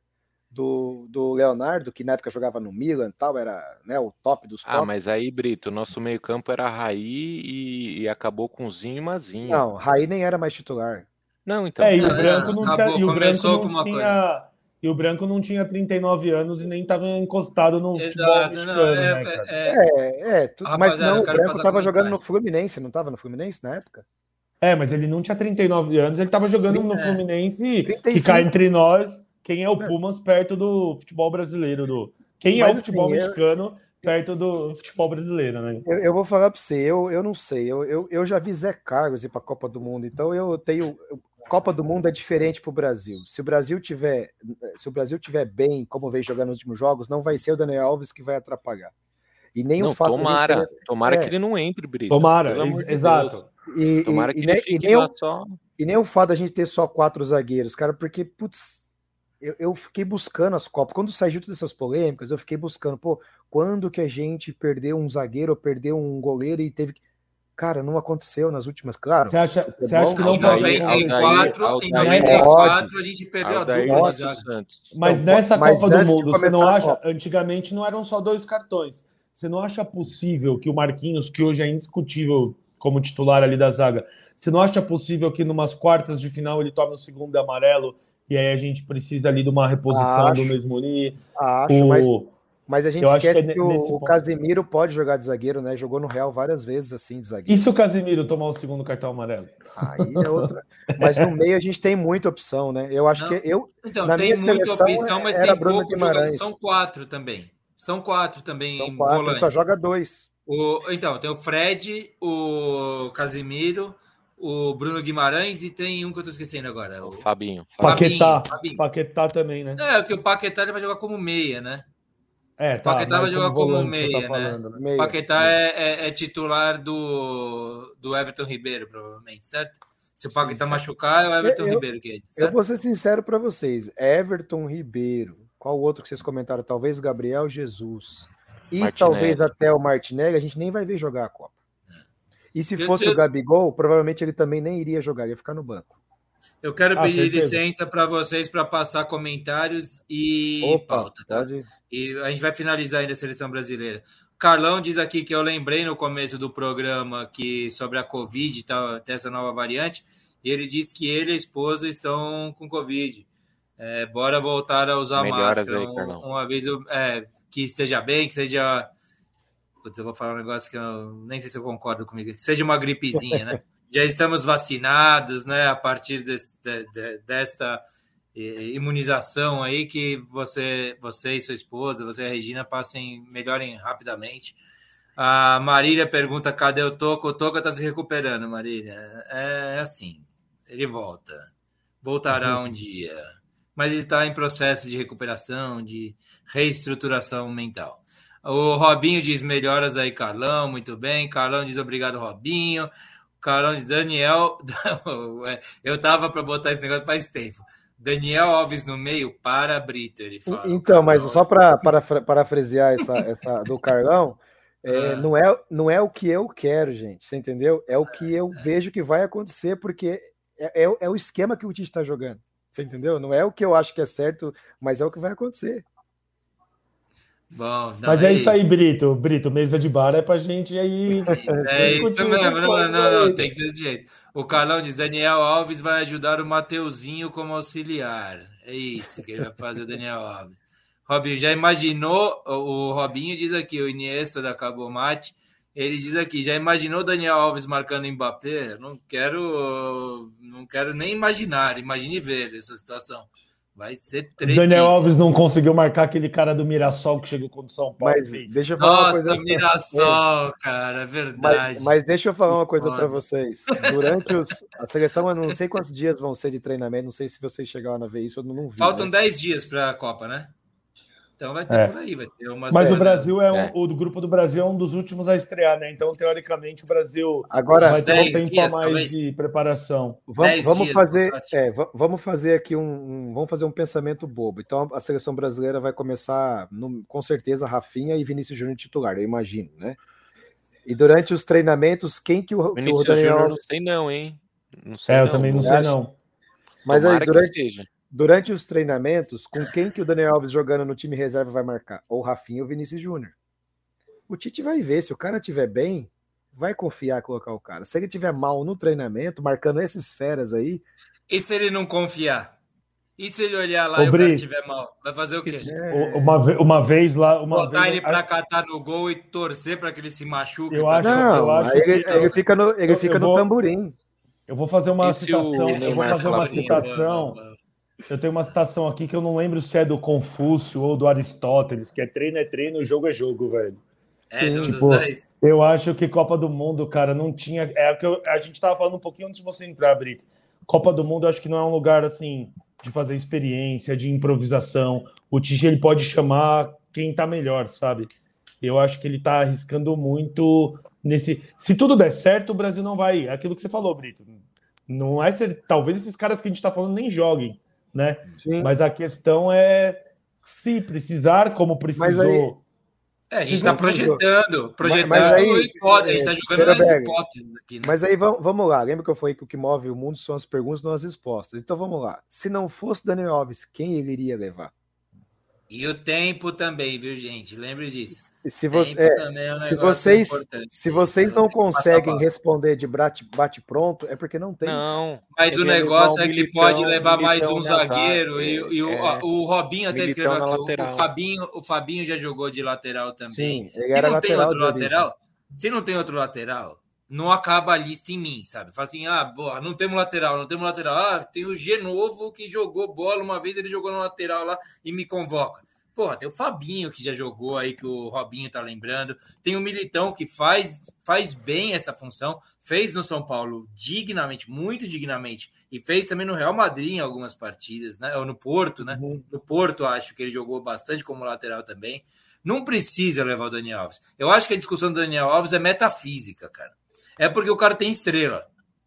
do, do Leonardo, que na época jogava no Milan e tal, era, né, o top dos top. Ah, mas aí, Brito, nosso meio-campo era Raí e, e acabou com Zinho e Mazinho. Não, Raí nem era mais titular. Não, então. É, e o Não, branco não, não acabou, tinha, e o branco começou não com uma tinha, E o Branco não tinha trinta e nove anos e nem estava encostado no Exato, futebol não, mexicano, é, né, cara? é, é, É, é, tu- mas rapaziada, não, eu o quero Branco passar tava jogando no comentário. Fluminense, não tava no Fluminense na época? É, mas ele não tinha trinta e nove anos, ele estava jogando no É. Fluminense, trinta e que cá cinco. entre nós, quem é o É. Pumas perto do futebol brasileiro? Do... Quem é Mas, o futebol assim, eu- mexicano perto do futebol brasileiro, né? Eu, eu vou falar para você, eu, eu não sei, eu, eu, eu já vi Zé Carlos ir para a Copa do Mundo, então eu tenho. Copa do Mundo é diferente para o Brasil. Se o Brasil tiver, se o Brasil tiver bem, como veio jogando nos últimos jogos, não vai ser o Daniel Alves que vai atrapalhar. E nem Não, o fato de a gente tomara. ter- Tomara é. que ele não entre, Brito. Tomara, Pelo amor ex- de exato. Deus. E, Tomara e- que e ele nem, fique e nem lá o, só. e nem o fato da gente ter só quatro zagueiros, cara, porque, putz, eu, eu fiquei buscando as Copas. Quando saiu todas essas polêmicas, eu fiquei buscando, pô, quando que a gente perdeu um zagueiro ou perdeu um goleiro e teve que. Cara, não aconteceu nas últimas, claro. Você acha, futebol você acha que não Em pode Aldair- acontecer? Aldair- noventa e quatro, em Aldair- noventa e quatro a gente perdeu a Aldair dupla de dos zaga. Santos. Mas Então, nessa mas Copa do antes de Mundo, você não começar a acha? Copa. Antigamente não eram só dois cartões. Você não acha possível que o Marquinhos, que hoje é indiscutível como titular ali da zaga, você não acha possível que numas quartas de final ele tome o segundo amarelo e aí a gente precisa ali de uma reposição Acho. do mesmo Uni? Acho, mas, O... mas a gente Eu acho que esquece é que, ne- o, nesse o ponto. Casemiro pode jogar de zagueiro, né? Jogou no Real várias vezes assim de zagueiro. E se o Casemiro tomar o segundo cartão amarelo? Aí é outra. Mas no meio a gente tem muita opção, né? Eu acho Não. que eu. Então, Na tem minha muita seleção opção, mas era tem Bruno pouco jogador. Guimarães. São quatro também. São quatro também São quatro, volantes. só joga dois. O, então, tem o Fred, o Casemiro, o Bruno Guimarães e tem um que eu tô esquecendo agora. O Fabinho. Fabinho, Paquetá. Fabinho. Paquetá também, né? É, que o Paquetá ele vai jogar como meia, né? É, tá. Paquetá vai mas jogar como volante você meia, tá falando, né? O Meia. Paquetá é, é- é titular do, do Everton Ribeiro, provavelmente, certo? Se o Paquetá machucar, é o Everton Eu- Ribeiro que é, Eu certo? vou ser sincero para vocês. Everton Ribeiro. Qual outro que vocês comentaram? Talvez o Gabriel Jesus. E Martinelli. talvez até o Martinelli, a gente nem vai ver jogar a Copa. E se Eu fosse tenho- o Gabigol, provavelmente ele também nem iria jogar, ele ia ficar no banco. Eu quero Ah, pedir certeza. licença para vocês para passar comentários e Opa, pauta, tá? pode. E a gente vai finalizar ainda a seleção brasileira. Carlão diz aqui que eu lembrei no começo do programa que sobre a Covid e tal, até essa nova variante, e ele disse que ele e a esposa estão com Covid. É, bora voltar a usar Melhoras máscara. aí, Um- Carlão. uma vez eu- é, que esteja bem, que seja. Putz, eu vou falar um negócio que eu nem sei se eu concordo comigo. Que seja uma gripezinha, né? Já estamos vacinados, né? A partir desse, de, de, desta eh, imunização aí, que você, você e sua esposa, você e a Regina, passem, melhorem rapidamente. A Marília pergunta: cadê o Toco? O Toco está se recuperando, Marília. É assim, ele volta. Voltará um dia. Mas ele está em processo de recuperação, de reestruturação mental. O Robinho diz melhoras aí, Carlão, muito bem. Carlão diz obrigado, Robinho. Carlão diz Daniel. Eu tava para botar esse negócio faz tempo. Daniel Alves no meio para Brito, ele fala. Então, mas só para parafrasear essa, essa do Carlão, é, Ah. não, é, não é o que eu quero, gente. Você entendeu? É o que eu vejo que vai acontecer, porque é, é, é o esquema que o Tite está jogando. Você entendeu? Não é o que eu acho que é certo, mas é o que vai acontecer. Bom, não, Mas é, isso aí, Brito. Brito, mesa de bar é pra gente aí. É isso discutir mesmo, essas não, coisas não, não, aí. tem que ser desse jeito. O Carlão diz: Daniel Alves vai ajudar o Mateuzinho como auxiliar. É isso que ele vai fazer, o Daniel Alves. Robinho, já imaginou? O o Robinho diz aqui, o Iniesta da Cabomate, ele diz aqui: já imaginou o Daniel Alves marcando Mbappé? Não quero, não quero nem imaginar, imagine ver essa situação. Vai ser O tretíssimo. Daniel Alves não conseguiu marcar aquele cara do Mirassol que chegou contra o São Paulo. Mas deixa eu falar uma Nossa, coisa. Mirassol, cara, é verdade. Mas, mas deixa eu falar uma coisa Foda. para vocês. Durante os, a seleção, eu não sei quantos dias vão ser de treinamento, não sei se vocês chegaram a ver isso, eu não, não vi. Faltam né? dez dias para a Copa, né? Então vai ter É. por aí, vai ter uma Mas o semana. Brasil é, um, É. o do grupo do Brasil é um dos últimos a estrear, né? Então, teoricamente, o Brasil Agora, vai ter um dez tempo dias, a mais talvez. de preparação. Vamos, dez vamos dias, fazer, Fossati. é, va- vamos fazer aqui um, um- vamos fazer um pensamento bobo. Então a seleção brasileira vai começar no- com certeza Rafinha e Vinícius Júnior titular, eu imagino, né? E durante os treinamentos, quem que o, que o Vinícius Daniel Júnior não Alves... sei não, hein? Não sei É, eu não. também não Você sei, acha? não. Mas aí Tomara que durante, esteja. durante os treinamentos, com quem que o Daniel Alves jogando no time reserva vai marcar? Ou Rafinha ou Vinícius Júnior. O Tite vai ver, se o cara estiver bem, vai confiar em colocar o cara. Se ele estiver mal no treinamento, marcando esses feras aí, E se ele não confiar? E se ele olhar lá Ô, e o cara Brito, estiver mal? Vai fazer o quê? uma, ve- uma vez lá, uma Botar vez, ele pra catar no gol e torcer pra que ele se machuque? Eu pra acho- jogar? Não, eu acho aí que- ele, ele fica no, ele Eu- fica eu no vou- tamborim. eu vou fazer uma E se o citação, eu vou Neymar fazer uma falar assim, citação. Eu tenho uma citação aqui que eu não lembro se é do Confúcio ou do Aristóteles, que é treino é treino, jogo é jogo, velho. É, Sim, do- dos tipo, dois. Eu acho que Copa do Mundo, cara, não tinha. É o que eu- a gente tava falando um pouquinho antes de você entrar, Brito. Copa do Mundo, eu acho que não é um lugar assim de fazer experiência, de improvisação. O Tite ele pode chamar quem tá melhor, sabe? Eu acho que ele tá arriscando muito nesse. Se tudo der certo, o Brasil não vai. É aquilo que você falou, Brito. Não é ser. Talvez esses caras que a gente tá falando nem joguem, né? Sim. Mas a questão é se precisar, como precisou. aí- É, a gente Sim, tá sim, projetando, projetando mas aí, hipóteses, a gente é, tá jogando nas Pereira, hipóteses aqui, né? Mas aí vamos, vamos lá. Lembra que eu falei que o que move o mundo são as perguntas, não as respostas. Então vamos lá. Se não fosse Daniel Alves, quem ele iria levar? E o tempo também, viu, gente? Lembre disso. Se, você, Tempo é, também é um se negócio vocês, importante. se vocês Então, não tem que passar a conseguem bola. responder de bate, bate pronto, é porque não tem. Não. Mas ele o ia negócio levar é um que Militão- pode levar mais Militão um na zagueiro. zaga, E, e o, é. o Robinho até Militão escreveu na aqui. O, lateral. o, Fabinho, o Fabinho já jogou de lateral também. Sim, ele Se era não tem lateral outro de origem. lateral, se não tem outro lateral, não acaba a lista em mim, sabe? Fala assim, ah, boa, não temos lateral, não temos lateral. Ah, tem o Genovo que jogou bola uma vez, ele jogou no lateral lá e me convoca. Porra, tem o Fabinho que já jogou aí, que o Robinho tá lembrando. Tem o Militão que faz, faz bem essa função. Fez no São Paulo dignamente, muito dignamente. E fez também no Real Madrid em algumas partidas, né? Ou no Porto, né? Uhum. No Porto, acho que ele jogou bastante como lateral também. Não precisa levar o Daniel Alves. Eu acho que a discussão do Daniel Alves é metafísica, cara. É porque o cara tem estrela.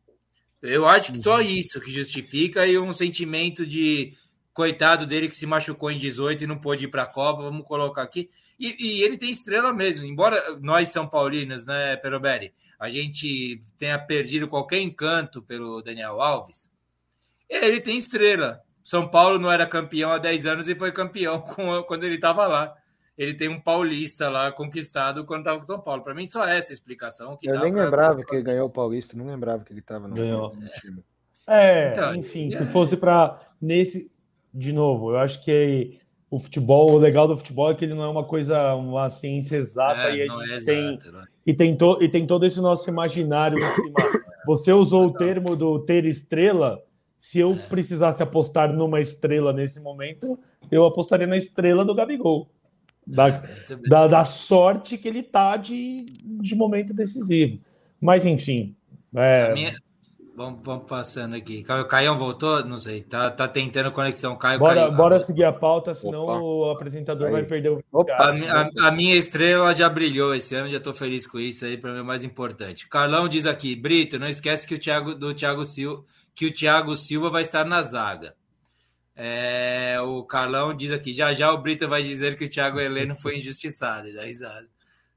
Eu acho que só isso que justifica e um sentimento de coitado dele que se machucou em dezoito e não pôde ir para a Copa, vamos colocar aqui. E, e ele tem estrela mesmo. Embora nós, São Paulinos, né, Peroberi, a gente tenha perdido qualquer encanto pelo Daniel Alves, ele tem estrela. São Paulo não era campeão há dez anos e foi campeão com, quando ele estava lá. Ele tem um paulista lá conquistado quando estava com São Paulo. Para mim, só essa explicação. Que Eu dá nem pra... lembrava que ele ganhou o Paulista, não lembrava que ele estava no, Ganhou. no time. É, Então, enfim, é. se fosse para nesse de novo, eu acho que o futebol, o legal do futebol é que ele não é uma coisa, uma ciência exata É, e a não gente é tem exato, né? e tem, to, e tem todo esse nosso imaginário em cima. Você usou o termo do ter estrela. Se eu precisasse apostar numa estrela nesse momento, eu apostaria na estrela do Gabigol. Da, Muito bem. da, da sorte que ele tá de, de momento decisivo. Mas, enfim. É, A minha- Vamos, vamos passando aqui. O Caião voltou? Não sei. Tá, tá tentando conexão. Caio bora caiu. bora seguir a pauta, senão Opa. o apresentador Aí. vai perder o Opa. A, mi- a- a minha estrela já brilhou esse ano, já estou feliz com isso aí, para mim é o mais importante. Carlão diz aqui, Brito, não esquece que o Thiago, do Thiago Silva, que o Thiago Silva vai estar na zaga. É, o Carlão diz aqui, já já o Brito vai dizer que o Thiago Heleno foi injustiçado, dá risada.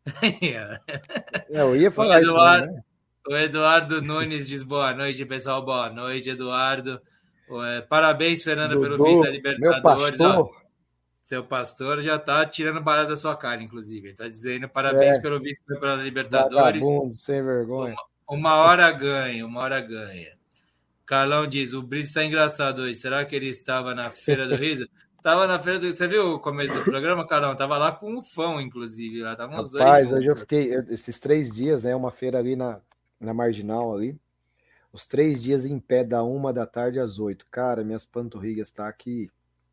É, eu ia falar O isso, Eduardo- né? O Eduardo Nunes diz boa noite, pessoal. Boa noite, Eduardo. É, parabéns, Fernanda, pelo Dudu, vice da meu Libertadores. Ó, pastor. seu pastor já tá tirando barato da sua cara, inclusive. Ele tá dizendo parabéns É. pelo vice da Libertadores. Vagabundo, sem vergonha. Uma hora ganha, uma hora ganha. Carlão diz, o Brito está engraçado hoje. Será que ele estava na Feira do Riso? Tava na Feira do... Você viu o começo do programa, Carlão? Tava lá com o Fão, inclusive. Lá estavam os dois Rapaz, hoje eu juntos. fiquei eu- esses três dias, né? Uma feira ali na, na Marginal ali. Os três dias em pé, da uma da tarde às oito. Cara, minhas panturrilhas tá aqui.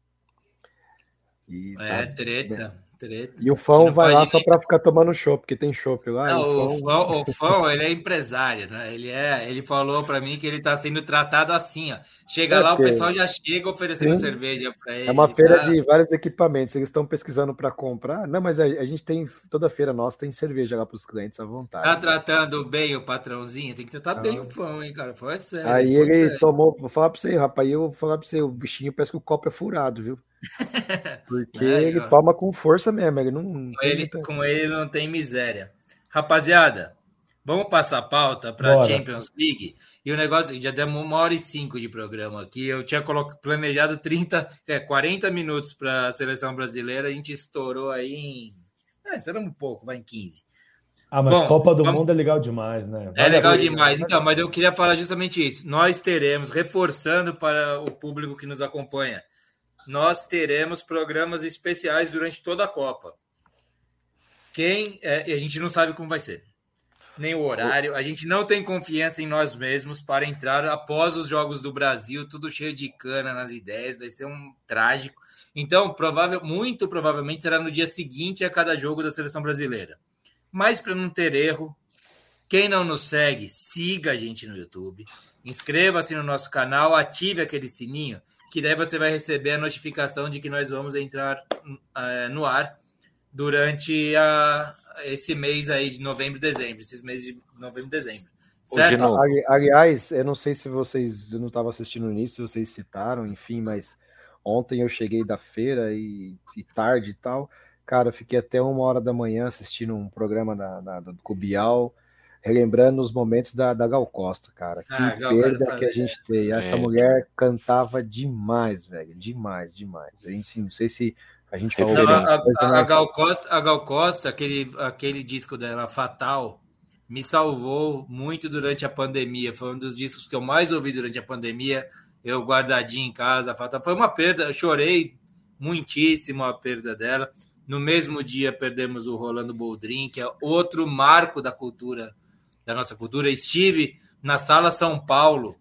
E, É, tá- treta, treta. e o Fão não vai pode lá só nem- pra ficar tomando chopp, porque tem chopp lá. Não, e o, o Fão- Fão, o Fão, ele é empresário, né? Ele, é, ele falou para mim que ele está sendo tratado assim, ó. Chega É, lá, o porque- pessoal já chega oferecendo Sim. cerveja para ele. É uma feira tá? de vários equipamentos. Eles estão pesquisando para comprar. Não, mas a, a gente tem, toda feira nossa tem cerveja lá para os clientes à vontade. Tá tratando bem o patrãozinho? Tem que tratar Ah. bem o Fão, hein, cara? O Fão é sério. Aí é ele importante. tomou, vou falar pra você, rapaz, eu vou falar pra você, o bichinho parece que o copo é furado, viu? Porque Aí, ele ó. toma com força mesmo, ele não. não Com tem ele, muita- com ele não tem miséria. Rapaziada, vamos passar a pauta para a Bora. Champions League. E o negócio, já demos uma hora e cinco de programa aqui. Eu tinha colo- planejado trinta, é, quarenta minutos para a seleção brasileira. A gente estourou aí em. É, estouramos um pouco, vai em quinze. Ah, mas Bom, Copa do vamos- Mundo é legal demais, né? É Vale a legal pena. demais. Então, mas eu queria falar justamente isso. Nós teremos, reforçando para o público que nos acompanha, nós teremos programas especiais durante toda a Copa. Quem é, a gente não sabe como vai ser, nem o horário. A gente não tem confiança em nós mesmos para entrar após os Jogos do Brasil, tudo cheio de cana nas ideias, vai ser um trágico. Então, provável, muito provavelmente será no dia seguinte a cada jogo da Seleção Brasileira. Mas para não ter erro, quem não nos segue, siga a gente no YouTube, inscreva-se no nosso canal, ative aquele sininho, que daí você vai receber a notificação de que nós vamos entrar uh, no ar durante a, esse mês aí de novembro e dezembro, esses meses de novembro e dezembro. Certo? Ali, aliás, eu não sei se vocês, eu não estava assistindo nisso, se vocês citaram, enfim, mas ontem eu cheguei da feira e, e tarde e tal, cara, eu fiquei até uma hora da manhã assistindo um programa da, da, do Cubial, relembrando os momentos da, da Gal Costa, cara. Que Ah, Gal perda Costa, que a gente tem. Essa é. mulher cantava demais, velho. Demais, demais. A gente, não sei se a gente falou... Não, bem, a, mas- a, a Gal Costa, a Gal Costa aquele, aquele disco dela, Fatal, me salvou muito durante a pandemia. Foi um dos discos que eu mais ouvi durante a pandemia. Eu guardadinho em casa. Fatal. Foi uma perda. Eu chorei muitíssimo a perda dela. No mesmo dia perdemos o Rolando Boldrin, que é outro marco da cultura, da nossa cultura. Estive na Sala São Paulo,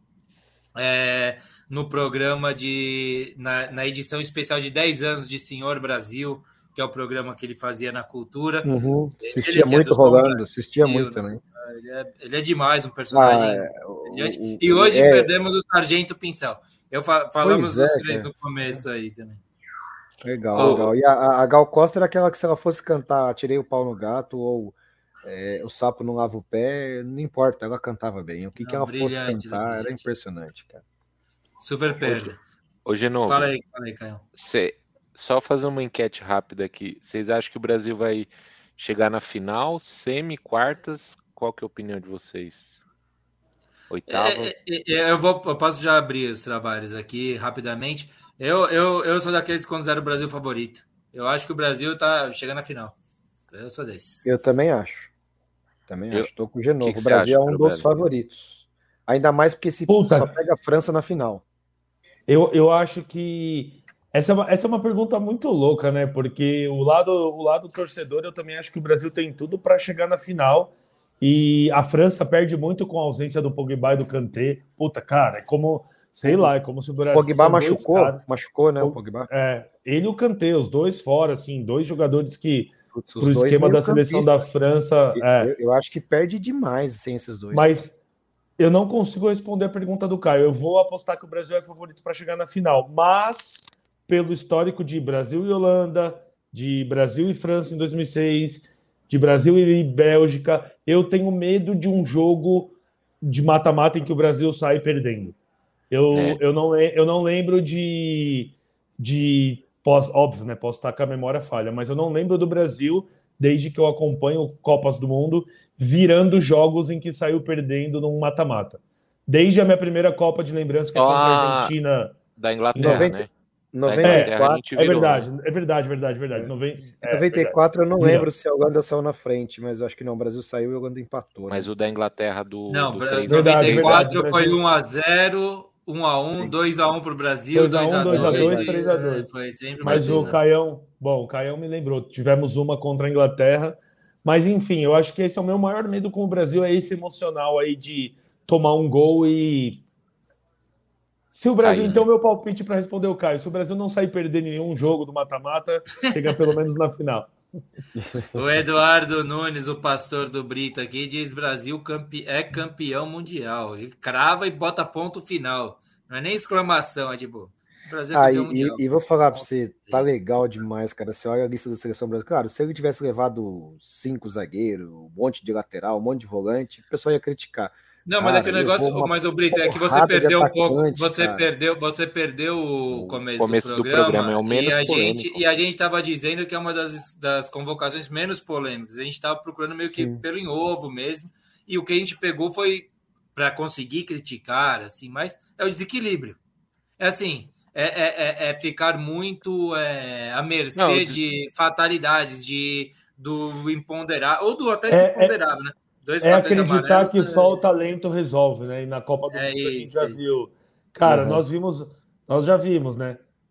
é, no programa de na, na edição especial de dez anos de Senhor Brasil, que é o programa que ele fazia na cultura. Uhum. Ele Assistia que é muito dos Rolando, Brasil, assistia muito né? também. Ele é, ele é demais, um personagem. Ah, é, o- brilhante. o- E hoje é- perdemos o Sargento Pincel. Eu fa- falamos Pois é, dos três cara. no começo aí também. Legal, Oh. legal. E a, a- a Gal Costa era aquela que se ela fosse cantar Tirei o Pau no Gato ou é, O Sapo Não Lava o Pé, não importa, ela cantava bem. O que, Não, que ela fosse brilhante, cantar era brilhante. impressionante, cara. Super perda. Ô, Genovo, Fala aí, fala aí, Caio. cê- só fazer uma enquete rápida aqui. Vocês acham que o Brasil vai chegar na final, semi, quartas? Qual que é a opinião de vocês? Oitavas? É, é, é, eu, vou, eu posso já abrir os trabalhos aqui rapidamente. Eu, eu, eu sou daqueles que considero o Brasil favorito. Eu acho que o Brasil tá chegando na final. Eu sou desses. Eu também acho. Também Eu- acho. Estou com o Genovo. que que O você Brasil é acha, um dos Carvalho? favoritos. Ainda mais porque se Puta. só pega a França na final. Eu, eu acho que essa é, uma, essa é uma pergunta muito louca, né? Porque o lado, o lado torcedor, eu também acho que o Brasil tem tudo para chegar na final. E a França perde muito com a ausência do Pogba e do Kanté. Puta, cara, é como, sei lá, é como se o O Brasil. Pogba são dois machucou, caras- machucou, né? O Pog- Pogba. É, ele e o Kanté, os dois fora, assim, dois jogadores que, Putz, os pro dois esquema da seleção da meio-campistas. França. É, Eu, eu acho que perde demais sem esses dois. mas eu não consigo responder a pergunta do Caio. Eu vou apostar que o Brasil é favorito para chegar na final, mas pelo histórico de Brasil e Holanda, de Brasil e França em dois mil e seis, de Brasil e Bélgica, eu tenho medo de um jogo de mata-mata em que o Brasil sai perdendo. Eu, É. eu, não, le- eu não lembro de, de posso- óbvio, né? Posso estar com a memória falha, mas eu não lembro do Brasil, desde que eu acompanho Copas do Mundo, virando jogos em que saiu perdendo num mata-mata. Desde a minha primeira Copa de lembrança, que é contra a Ah, Argentina. Da Inglaterra, noventa né? noventa É, e Inglaterra a quatro, gente É virou, verdade, né? é verdade, verdade, verdade. É. Noven- é, noventa e quatro eu não Virou. lembro se a Holanda saiu na frente, mas eu acho que não. O Brasil saiu e a Holanda empatou. Mas né? o da Inglaterra do, Não, do Bra- três Verdade, noventa e quatro verdade, foi Brasil. um a zero, um a um, dois a um pro Brasil, dois a um, dois a dois a dois, dois, três a dois. Foi sempre Mas Brasil, o né? Caião, bom, o Caião me lembrou, tivemos uma contra a Inglaterra, mas enfim, eu acho que esse é o meu maior medo com o Brasil, é esse emocional aí de tomar um gol e... Se o Brasil, Aí, então, meu palpite para responder o Caio, se o Brasil não sair perdendo nenhum jogo do mata-mata, chega pelo menos na final. O Eduardo Nunes, o pastor do Brito aqui, diz Brasil campe... é campeão mundial. Ele crava e bota ponto final. Não é nem exclamação, é tipo, Brasil é Ah, campeão e, mundial. e- e vou falar pra você, tá legal demais, cara. Você olha a lista da seleção brasileira. Claro, se ele tivesse levado cinco zagueiros, um monte de lateral, um monte de volante, o pessoal ia criticar. Não, mas é que o Cara, negócio, levou uma mas o Brito, é que você porrada de perdeu um pouco, atacante, você cara. perdeu, você perdeu o O começo, começo do do programa, programa é o menos e a polêmico. gente e a gente estava dizendo que é uma das, das convocações menos polêmicas. A gente estava procurando meio que Sim. pelo em ovo mesmo, e o que a gente pegou foi para conseguir criticar, assim, mas é o desequilíbrio. É assim, é, é, é- é ficar muito é, à mercê Não, eu- de fatalidades, de do imponderável, ou do até É- de ponderável, né? Dois É cartões acreditar amarelos, que é- só o talento resolve, né? E na Copa do É Mundo a gente isso, já é isso. viu. Cara, Uhum. nós vimos, nós já vimos, né?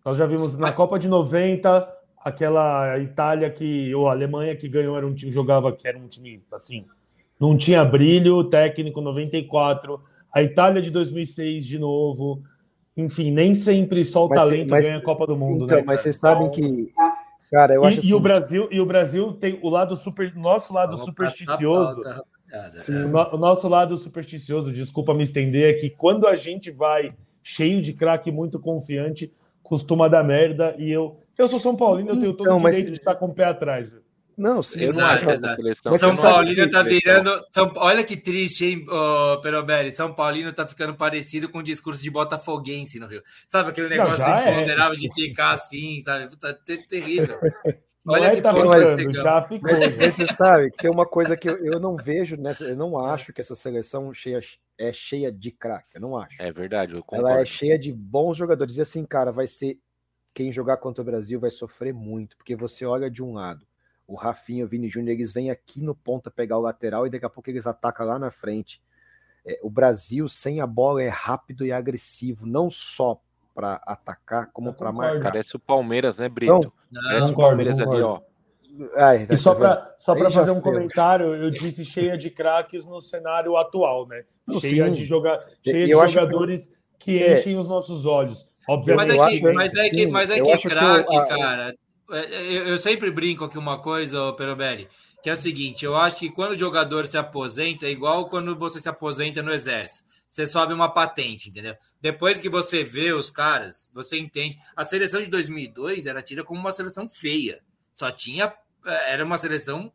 Nós já vimos na Copa de noventa, aquela Itália que, ou a Alemanha que ganhou, era um time, jogava que era um time assim, não tinha brilho, técnico noventa e quatro, a Itália de dois mil e seis de novo, enfim, nem sempre só o Mas, talento mas, ganha a Copa do Mundo, então, né? mas Cara? vocês sabem que, cara, eu E, acho e assim, o Brasil, e o Brasil tem o lado super, nosso lado Vamos supersticioso. passar a pauta, rapaziada. Sim. O, no- o nosso lado supersticioso, desculpa me estender, é que quando a gente vai cheio de craque, muito confiante, costuma dar merda. E eu, eu sou São Paulino, eu tenho todo Então, o mas- direito de estar com o pé atrás. Viu? não, sim, Eu não Exato, acho essa exato. seleção. Mas São eu não acho Paulino essa tá seleção. virando. São, olha que triste, hein, oh, Perobelli? São Paulino tá ficando parecido com o discurso de botafoguense no Rio. Sabe aquele Não, negócio já é. imponderável de ficar assim, sabe? Puta, ter- terrível. Não Olha é que tá ponto nós ficando, chegamos. já ficou. Mas, já. mas você sabe que tem uma coisa que eu, eu não vejo nessa, eu não acho que essa seleção cheia, é cheia de craque, eu não acho. É verdade, eu concordo. Ela é cheia de bons jogadores. E assim, cara, vai ser quem jogar contra o Brasil vai sofrer muito, porque você olha de um lado, o Rafinha, o Vini Júnior, eles vêm aqui no ponta pegar o lateral e daqui a pouco eles atacam lá na frente. É, o Brasil sem a bola é rápido e agressivo, não só para atacar, como Eu para concordo. marcar. Parece o Palmeiras, né, Brito? Não, Não, Parece o concordo, Palmeiras ali, ó. concordo. Ai, E só tá vendo? para só Aí para já fazer um foi. comentário, eu disse cheia de craques no cenário atual, né? Não, cheia sim. de, joga... E- cheia e de eu acho que- jogadores que, É. enchem os nossos olhos. Mas Obviamente, é eu que, acho- mas é que, sim, mas é eu que acho que o- craque, a- cara. Eu, eu sempre brinco aqui uma coisa, ô Perobelli, que é o seguinte: eu acho que quando o jogador se aposenta, é igual quando você se aposenta no exército. Você sobe uma patente, entendeu? Depois que você vê os caras, você entende. A seleção de dois mil e dois era tida como uma seleção feia. Só tinha. Era uma seleção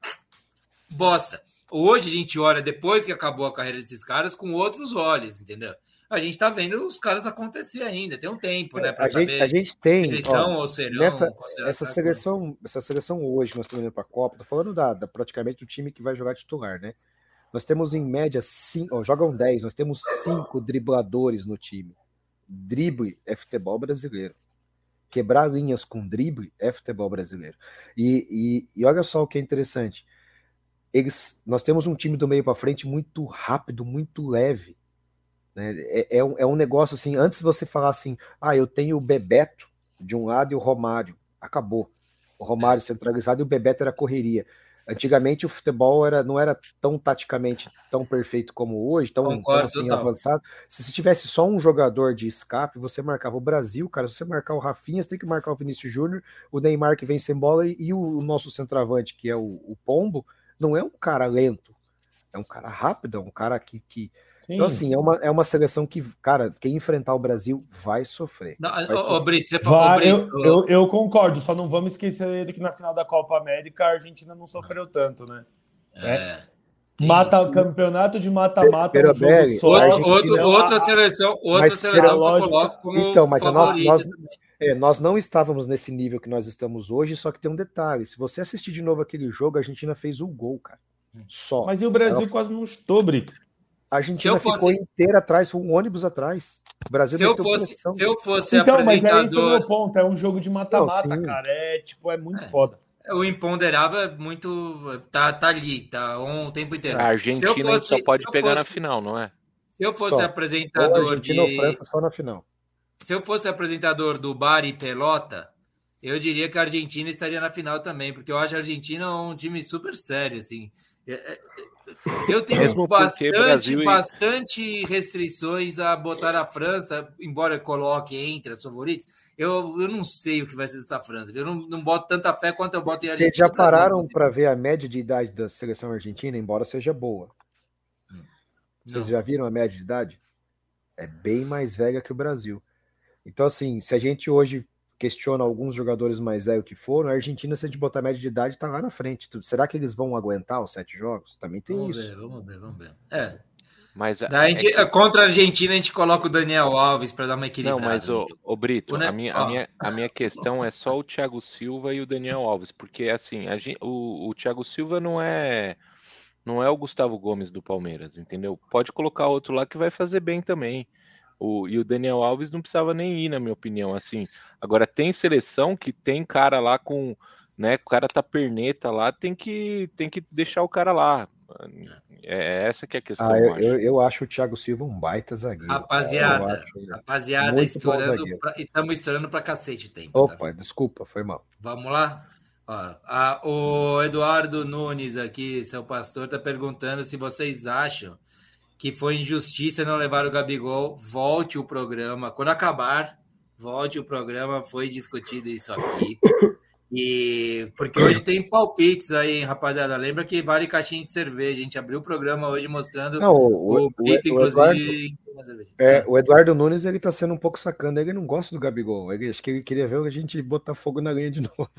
bosta. Hoje a gente olha, depois que acabou a carreira desses caras, com outros olhos, entendeu? A gente tá vendo os caras acontecer ainda. Tem um tempo, né? Pra a, gente, saber a gente tem. eles são ó, ou serão. nessa, considerados essa como- seleção, essa seleção hoje, nós estamos indo para a Copa, tô falando da, da- praticamente do time que vai jogar titular, né? Nós temos em média cinco, ó, jogam dez, nós temos cinco dribladores no time. Drible é futebol brasileiro. Quebrar linhas com drible é futebol brasileiro. E, e, e olha só o que é interessante. Eles, nós temos um time do meio para frente muito rápido, muito leve. Né? É, é, um, é um negócio assim, antes de você falar assim, ah, eu tenho o Bebeto de um lado e o Romário, acabou. O Romário centralizado e o Bebeto era correria. Antigamente o futebol era, não era tão taticamente tão perfeito como hoje, tão, tão Concordo, assim total. avançado. Se você tivesse só um jogador de escape, você marcava o Brasil, cara. Se você marcar o Rafinha, você tem que marcar o Vinícius Júnior, o Neymar que vem sem bola e, e o, o nosso centroavante, que é o, o Pombo, não é um cara lento, é um cara rápido, é um cara que, que... sim. Então, assim, é uma, é uma seleção que, cara, quem enfrentar o Brasil vai sofrer. Não, Vai ô, ô, sofrer. Brito, você falou. Vai, Brito, eu, eu, eu concordo, só não vamos esquecer que na final da Copa América a Argentina não sofreu tanto, né? é, tem Mata, isso. campeonato de mata-mata, um jogo Perobelli, só. a Outro, Argentina- outro- não, outra a- seleção, outra mas seleção pela que eu lógica- coloco como Então, mas a nós- favorita nós- também. É, nós não estávamos nesse nível que nós estamos hoje, só que tem um detalhe. Se você assistir de novo aquele jogo, a Argentina fez um gol, cara. Só. Mas e o Brasil Ela- quase não chutou, Brito. A Argentina Se eu ficou fosse- inteira atrás, foi um ônibus atrás. O Brasil Se eu meteu fosse, pressão. se eu fosse Então, mas é isso o apresentador, meu ponto. É um jogo de mata-mata, Não, sim. cara. É, tipo, é muito foda. o imponderável é muito. Tá, tá ali, tá um, o tempo inteiro. A Argentina Se eu a gente fosse- só pode se eu pegar na fosse- final, não é? Se eu fosse Só. Ou apresentador Argentina ou de. França só na final. Se eu fosse apresentador do Bar e Pelota, eu diria que a Argentina estaria na final também, porque eu acho a Argentina um time super sério, assim. É, é, Eu tenho Mesmo porque bastante, Brasil e- bastante restrições a botar a França, embora eu coloque entre as favoritas. Eu, eu não sei o que vai ser dessa França. Eu não, não boto tanta fé quanto eu boto em Argentina. Vocês já e Brasil, pararam inclusive. para ver a média de idade da seleção argentina, embora seja boa? Vocês Não. já viram a média de idade? É bem mais velha que o Brasil. Então, assim, se a gente hoje questiona alguns jogadores mais velhos que foram, a Argentina, se a gente botar a média de idade, está lá na frente. Será que eles vão aguentar os sete jogos? Também tem Vamos isso. ver, vamos ver, vamos ver. É. Mas a- Daí a é gente- que- Contra a Argentina, a gente coloca o Daniel Alves para dar uma Não, equilibrada. mas no o, jogo. o Brito, O ne- a minha, ó. a, minha, a minha questão é só o Thiago Silva e o Daniel Alves, porque assim, a gen- o, o Thiago Silva não é não é o Gustavo Gomes do Palmeiras, entendeu? Pode colocar outro lá que vai fazer bem também. O, e o Daniel Alves não precisava nem ir, na minha opinião, assim. Agora tem seleção que tem cara lá com, né, o cara tá perneta lá, tem que tem que deixar o cara lá. É essa que é a questão, Ah, eu eu, acho. eu, eu acho o Thiago Silva um baita zagueiro. Rapaziada, Eu acho rapaziada, muito bom estourando. zagueiro. Pra, estamos estourando pra cacete o tempo. Tá? Opa, desculpa, foi mal. Vamos lá? Ó, a, o Eduardo Nunes aqui, seu pastor, tá perguntando se vocês acham que foi injustiça não levar o Gabigol. Volte o programa. Quando acabar, volte o programa. Foi discutido isso aqui. E porque hoje tem palpites aí, hein, rapaziada. Lembra que vale caixinha de cerveja. A gente abriu o programa hoje mostrando Não, o, o Brito, o, o inclusive. Eduardo, é, o Eduardo Nunes, ele tá sendo um pouco sacana. Ele não gosta do Gabigol. Ele, acho que ele queria ver a gente botar fogo na linha de novo.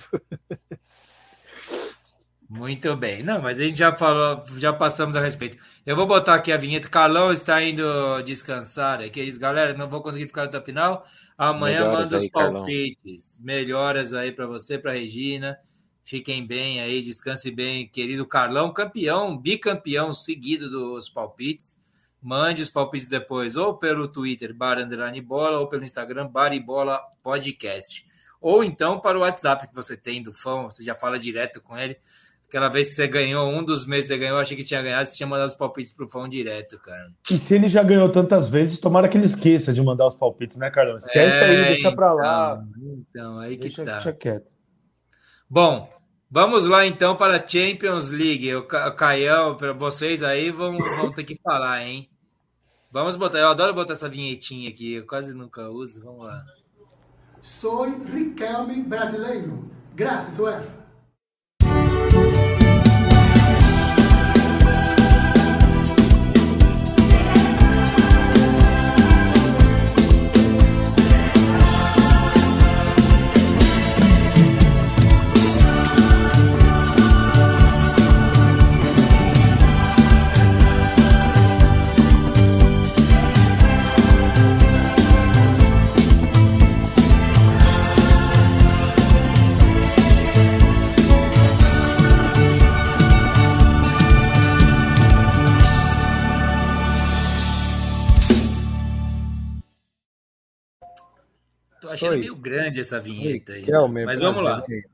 Muito bem. Não, mas a gente já falou, já passamos a respeito. Eu vou botar aqui a vinheta. Carlão está indo descansar. É que isso, galera, não vou conseguir ficar até o final. Amanhã Melhoras manda os aí, Carlão. palpites. Melhoras aí para você, para Regina. Fiquem bem aí, descanse bem, querido Carlão, campeão, bicampeão seguido dos palpites. Mande os palpites depois, ou pelo Twitter, Bar Underline Bola, ou pelo Instagram, Baribola Podcast. Ou então para o WhatsApp que você tem do fã, você já fala direto com ele. Aquela vez que você ganhou, um dos meses que você ganhou, eu achei que tinha ganhado, você tinha mandado os palpites pro fã direto, cara. E se ele já ganhou tantas vezes, tomara que ele esqueça de mandar os palpites, né, Carlão? Esquece é, aí, deixa então, pra lá. Então, aí deixa, que tá. Deixa quieto. Bom, vamos lá então para a Champions League. O Caião, para vocês aí, vão, vão ter que falar, hein? Vamos botar, eu adoro botar essa vinhetinha aqui, eu quase nunca uso, vamos lá. Soy Riquelme brasileiro. Graças, UEFA. Tô achando Oi. meio grande essa vinheta aí. Riquelme, Mas vamos lá. brasileiro.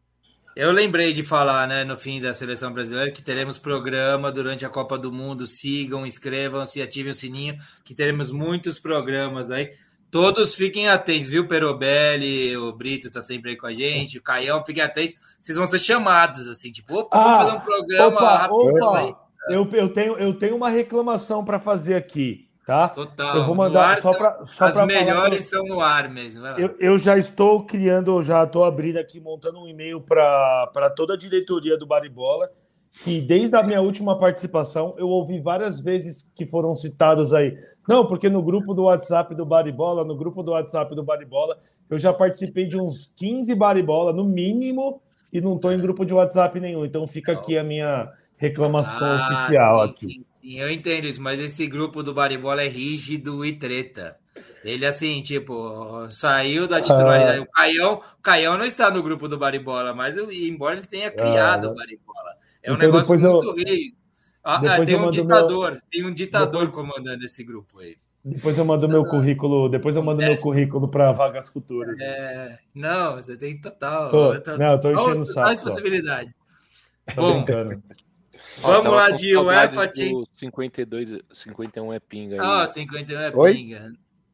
Eu lembrei de falar, né, no fim da seleção brasileira, que teremos programa durante a Copa do Mundo. Sigam, inscrevam-se, ativem o sininho, que teremos muitos programas aí. Todos fiquem atentos, viu, Perobelli? O Brito tá sempre aí com a gente, o Caião, fiquem atentos. Vocês vão ser chamados, assim, tipo, opa, vamos Ah, fazer um programa Opa, rapidão aí. opa, eu, eu, tenho, eu tenho uma reclamação para fazer aqui, tá? Total. Eu vou No mandar ar só são- para só As pra melhores falar. são no ar mesmo. Vai lá. Eu, eu já estou criando, já estou abrindo aqui, montando um e-mail para toda a diretoria do Baribola, que desde a minha última participação, eu ouvi várias vezes que foram citados aí. Não, porque no grupo do WhatsApp do Baribola, no grupo do WhatsApp do Baribola, eu já participei de uns quinze Baribola, no mínimo, e não estou em grupo de WhatsApp nenhum. Então fica aqui a minha reclamação Ah, oficial sim, aqui. sim, sim, eu entendo isso, mas esse grupo do Baribola é rígido e treta. Ele, assim, tipo, saiu da titularidade. Ah. O Caião, o Caião não está no grupo do Baribola, mas eu- embora ele tenha criado Ah. o Baribola. É um Então negócio depois eu- muito rígido. Ah, ah, depois tem eu um mando ditador, tem um ditador depois- comandando esse grupo aí. Depois eu mando meu currículo, depois eu mando meu currículo para vagas futuras. É, não, você tem total. Tô- total- não, eu tô enchendo o saco totais só. possibilidades. Tô Bom, brincando. Ó, vamos tava lá com de saudades UEFA do Champions. cinquenta e dois, cinquenta e um é pinga aí. Ah, cinquenta e um é Oi? pinga.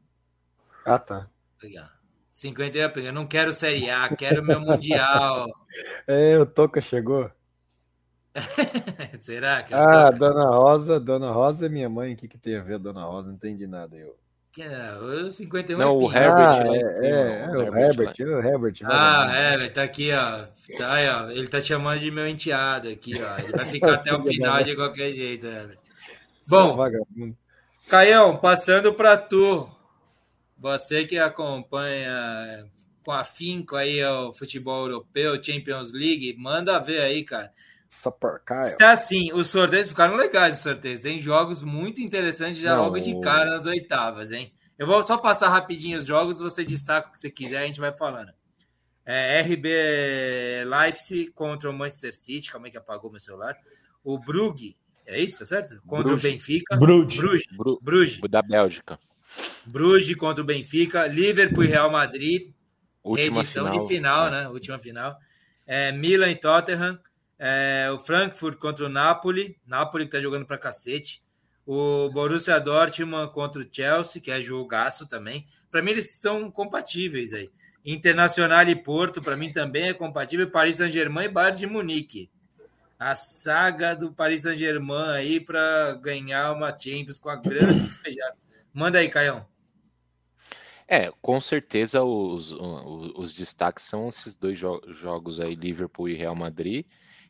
Ah, tá. Aqui, ó. cinquenta e um é pinga. Não quero Série A, quero meu Mundial. É, o Toca chegou. Será que eu Ah, toco? Dona Rosa, Dona Rosa é minha mãe. O que, que tem a ver, Dona Rosa? Não entendi nada. Eu. Que é? O cinquenta e um Não, é o pinga. Herbert ah, lá em é, cima, é, o é, o Herbert Herbert, o Herbert. Ah, vagabundo. é, tá aqui, ó. Tá aí, ó. Ele tá chamando de meu enteado aqui, ó. Ele vai ficar até o Filha da final mãe. de qualquer jeito, Herbert. Você é um Bom, vagabundo. Caião, passando para tu. Você que acompanha com afinco aí o futebol europeu, Champions League, manda ver aí, cara. Saparcaio. Está assim, os sorteios ficaram legais, os sorteios. Tem jogos muito interessantes já Não, logo de o- cara nas oitavas, hein? Eu vou só passar rapidinho os jogos, você destaca o que você quiser, a gente vai falando. É, R B Leipzig contra o Manchester City, calma aí que apagou meu celular. O Brugge, é isso, tá certo? Contra Bruges. o Benfica. Bruges. Bruges. Bru- Bruges. Da Bélgica. Bruges contra o Benfica. Liverpool e Real Madrid. Última Edição final. de final, É. né? Última final. É, Milan e Tottenham. É, o Frankfurt contra o Napoli. Napoli que tá jogando pra cacete. O Borussia Dortmund contra o Chelsea, que é jogaço também. Para mim, eles são compatíveis aí. Internacional e Porto, para mim, também é compatível. Paris Saint-Germain e Bayern de Munique. A saga do Paris Saint-Germain aí para ganhar uma Champions com a grana despejada. Manda aí, Caião. É, com certeza os, os, os destaques são esses dois jo- jogos aí, Liverpool e Real Madrid,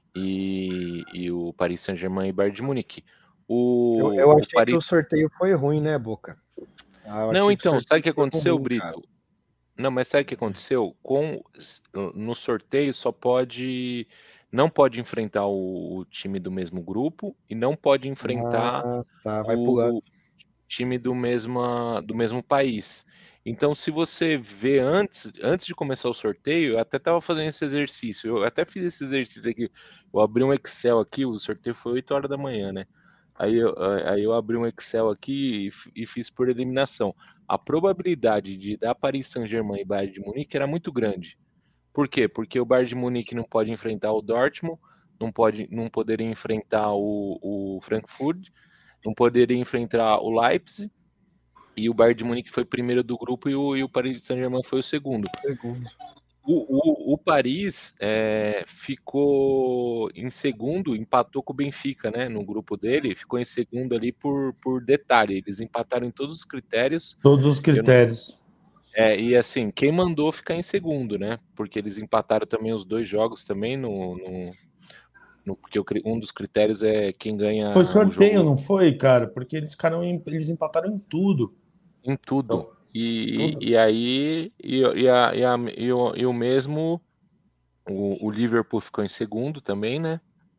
e, e o Paris Saint-Germain e Bayern de Munique. O, Eu, eu achei o Paris... que o sorteio foi ruim, né, Boca? Ah, Não, achei então, que o sabe o que sorteio foi aconteceu, ruim, Brito? cara. Não, mas sabe o que aconteceu? Com, no sorteio só pode... Não pode enfrentar o, o time do mesmo grupo e não pode enfrentar Ah, tá, vai pulando. o time do, mesma, do mesmo país. Então, se você vê antes, antes de começar o sorteio, eu até estava fazendo esse exercício. Eu até fiz esse exercício aqui. Eu abri um Excel aqui, o sorteio foi oito horas da manhã, né? Aí eu, aí eu abri um Excel aqui e, e fiz por eliminação. A probabilidade de dar Paris Saint-Germain e Bayern de Munique era muito grande. Por quê? Porque o Bayern de Munique não pode enfrentar o Dortmund, não, pode, não poderia enfrentar o, o Frankfurt, não poderia enfrentar o Leipzig, e o Bayern de Munique foi primeiro do grupo e o, e o Paris Saint-Germain foi o segundo. Segundo. O, o, o Paris é, ficou em segundo, empatou com o Benfica, né? No grupo dele, ficou em segundo ali por, por detalhe. Eles empataram em todos os critérios. Todos os critérios. Não, é, e assim, quem mandou ficar em segundo, né? Porque eles empataram também os dois jogos também no. no, no porque um dos critérios é quem ganha. Foi sorteio, o jogo. Não foi, cara? Porque eles ficaram em, eles empataram em tudo. Em tudo. E, e aí, e, e, a, e, a, e, o, e o mesmo, o, o Liverpool ficou em segundo também, né?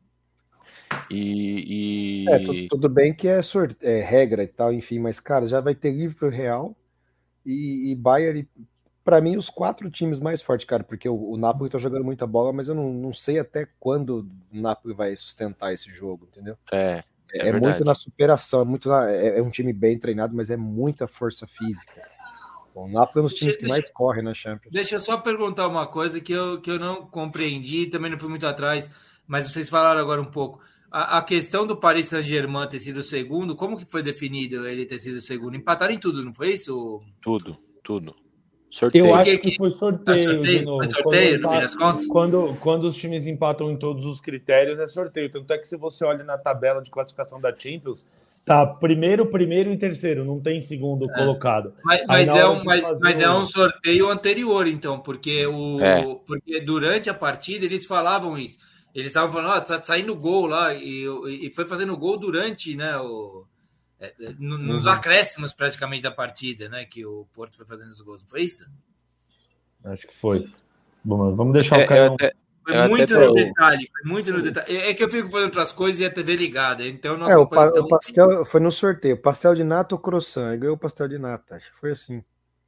E. e... É, tudo, tudo bem que é, sorte, é regra e tal, enfim, mas, cara, já vai ter Liverpool, Real e, e Bayern. Para mim, os quatro times mais fortes, cara, porque o, o Napoli tá jogando muita bola, mas eu não, não sei até quando o Napoli vai sustentar esse jogo, entendeu? É. É, é muito na superação, é, muito na, é, é um time bem treinado, mas é muita força física. O Napoli é um dos times Deixa- que mais deixa- corre na Champions. Deixa eu só perguntar uma coisa que eu, que eu não compreendi, também não fui muito atrás, mas vocês falaram agora um pouco. A, a questão do Paris Saint-Germain ter sido o segundo, como que foi definido ele ter sido o segundo? Empataram em tudo, não foi isso? Tudo, tudo. Sorteio. Eu acho que- que foi Ah, sorteio, sorteio? de novo. Foi sorteio, Quando no fim empa- das contas? Quando, quando os times empatam em todos os critérios, é sorteio. Tanto é que se você olha na tabela de classificação da Champions, tá primeiro, primeiro e terceiro, não tem segundo colocado. Mas, Aí, mas na é hora um, de mas, fazer mas é o- um sorteio anterior, então, porque, o, É. porque durante a partida eles falavam isso. Eles estavam falando, ó, tá saindo gol lá, e, e foi fazendo gol durante, né, o, é, é, no- nos Uhum. acréscimos praticamente da partida, né, que o Porto foi fazendo os gols, não foi isso? Acho que foi. Bom, vamos deixar É, o cara. eu até, Foi Eu até muito tô- no detalhe, foi muito no detalhe. É é que eu fico fazendo outras coisas e a T V ligada, então eu não É, o, acompanho pa- tão o pastel foi no sorteio. Pastel de nata ou croissant? Aí ganhou o pastel de nata. Acho que foi assim.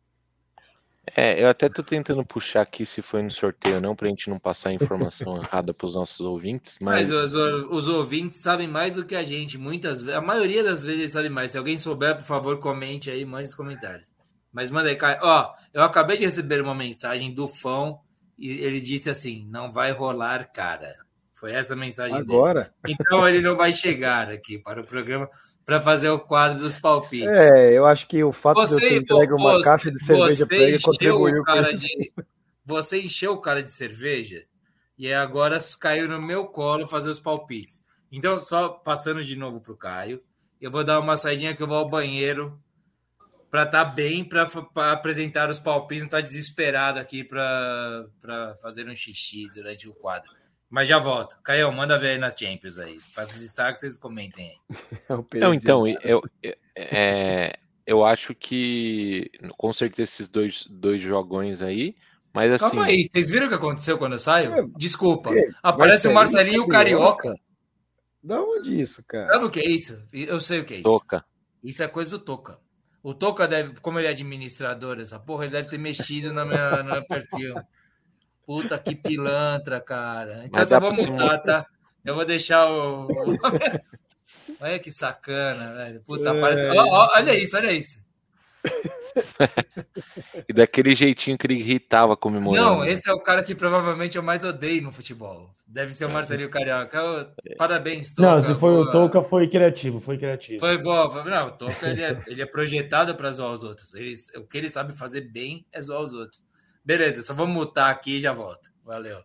é, eu até tô tentando puxar aqui se foi no sorteio ou não, pra gente não passar a informação errada pros nossos ouvintes, Mas mas. os, os ouvintes sabem mais do que a gente, muitas vezes. A maioria das vezes eles sabem mais. Se alguém souber, por favor, comente aí, mande os comentários. Mas manda aí, Caio. Ó, eu acabei de receber uma mensagem do Fão e ele disse assim: não vai rolar, cara. Foi essa a mensagem Agora? dele. Então ele não vai chegar aqui para o programa para fazer o quadro dos palpites. É, eu acho que o fato de eu ter Você, entregue uma você, caixa de cerveja para você ele encheu contribuiu o com cara isso. de, você encheu o cara de cerveja e aí agora caiu no meu colo fazer os palpites. Então, só passando de novo pro Caio, eu vou dar uma saidinha que eu vou ao banheiro para estar tá bem, para apresentar os palpites, não estar tá desesperado aqui para fazer um xixi durante o quadro. Mas já volto. Caio, manda ver aí na Champions aí. Faz os destaques, vocês comentem aí. Não, então, eu, eu, é, eu acho que com certeza esses dois, dois jogões aí, mas assim. Calma aí, vocês viram o que aconteceu quando eu saio? É, Desculpa. é, Aparece o Marcelinho e o Carioca. Carioca. Da onde isso, cara? Sabe o que é isso? Eu sei o que é isso. Toca. Isso é coisa do Toca. O Toca deve, como ele é administrador dessa porra, ele deve ter mexido na minha, no meu perfil. Puta que pilantra, cara. Então Mas eu só dá vou pra mutar, tá? Eu vou deixar o. Olha que sacana, velho. Puta, É. aparece... Ó, ó, olha isso, olha isso. E daquele jeitinho que ele irritava comemorando. Não, esse é o cara que provavelmente eu mais odeio no futebol. Deve ser o Marcelinho Carioca. Eu- Parabéns, Toca. Não, se foi o boa. Touca, foi criativo, foi criativo. Foi bom. Foi... Não, o Toca ele é, ele é projetado para zoar os outros. Ele, o que ele sabe fazer bem é zoar os outros. Beleza, só vou mutar aqui e já volto. Valeu.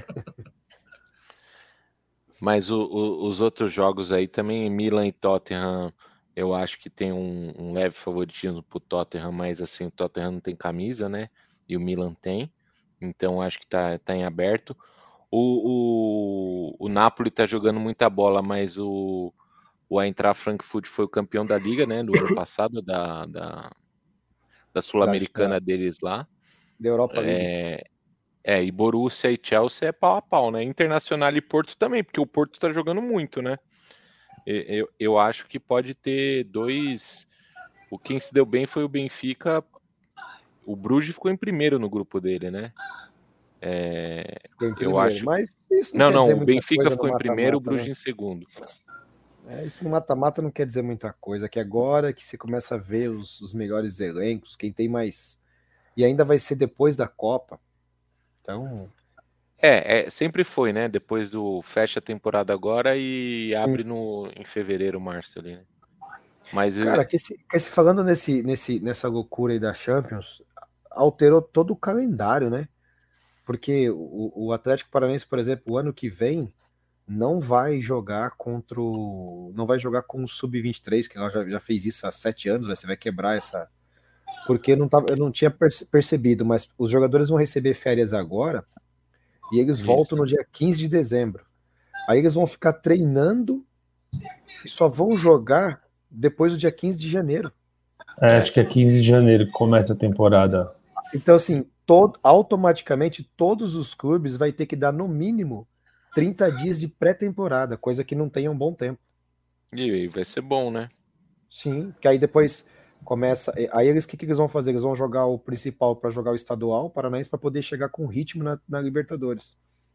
Mas o- o- os outros jogos aí também, Milan e Tottenham, eu acho que tem um, um leve favoritismo pro Tottenham, mas assim, o Tottenham não tem camisa, né? E o Milan tem. Então acho que tá, tá em aberto. O, o, o Napoli tá jogando muita bola, mas o, o Eintracht Frankfurt foi o campeão da Liga, né? Do ano passado, da, da, da Sul-Americana deles lá. Da Europa League. É, é, e Borussia e Chelsea é pau a pau, né? Internacional e Porto também, porque o Porto tá jogando muito, né? E- Eu, eu acho que pode ter dois. O quem se deu bem foi o Benfica. O Bruges ficou em primeiro no grupo dele, né? É, Ficou em eu primeiro, acho. Mas isso Não, não, quer dizer não, o muita Benfica coisa ficou no em primeiro, o mata-mata, Bruges né? em segundo. É, isso no mata-mata não quer dizer muita coisa, que agora que você começa a ver os, os melhores elencos, quem tem mais. E ainda vai ser depois da Copa. Então, É, é, sempre foi, né? Depois do fecha a temporada agora e abre no, em fevereiro, março ali, né? Mas cara, que esse, que esse- falando nesse, nesse, nessa loucura aí da Champions, alterou todo o calendário, né? Porque o, o Atlético Paranaense, por exemplo, o ano que vem não vai jogar contra o. Não vai jogar com o sub vinte e três, que ela já, já fez isso há sete anos, você vai quebrar essa. Porque eu não, tava, eu não tinha perce- percebido, mas os jogadores vão receber férias agora e eles Isso. voltam no dia quinze de dezembro. Aí eles vão ficar treinando e só vão jogar depois do dia quinze de janeiro. É, acho que é quinze de janeiro que começa a temporada. Então, assim, todo, automaticamente todos os clubes vai ter que dar no mínimo trinta dias de pré-temporada, coisa que não tem há um bom tempo. e aí vai ser bom, né? Sim, que aí depois começa. Aí eles o que, que eles vão fazer? Eles vão jogar o principal para jogar o estadual, o Paranaense, para poder chegar com ritmo na, na Libertadores.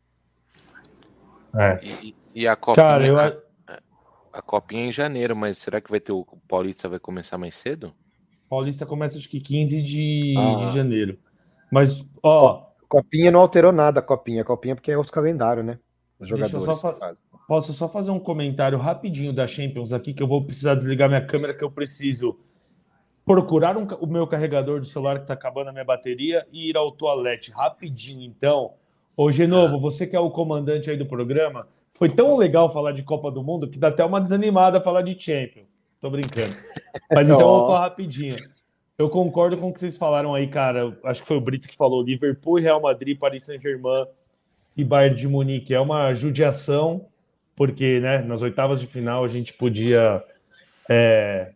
É. E, e a copinha, Cara, eu, a, a copinha é em janeiro, mas será que vai ter o Paulista vai começar mais cedo? Paulista começa acho que quinze de, Ah. de janeiro. Mas, ó, Copinha não alterou nada, a Copinha. A Copinha porque é outro calendário, né? Os Deixa eu jogadores. só fa- que fazem. posso só fazer um comentário rapidinho da Champions aqui, que eu vou precisar desligar minha câmera, que eu preciso procurar um ca- o meu carregador do celular que tá acabando a minha bateria e ir ao toalete rapidinho, então. Ô, Genovo, você que é o comandante aí do programa, foi tão legal falar de Copa do Mundo que dá até uma desanimada falar de Champions. Tô brincando. Mas então eu vou falar rapidinho. Eu concordo com o que vocês falaram aí, cara. Acho que foi o Brito que falou. Liverpool, Real Madrid, Paris Saint-Germain e Bayern de Munique. É uma judiação, porque, né, nas oitavas de final a gente podia... é,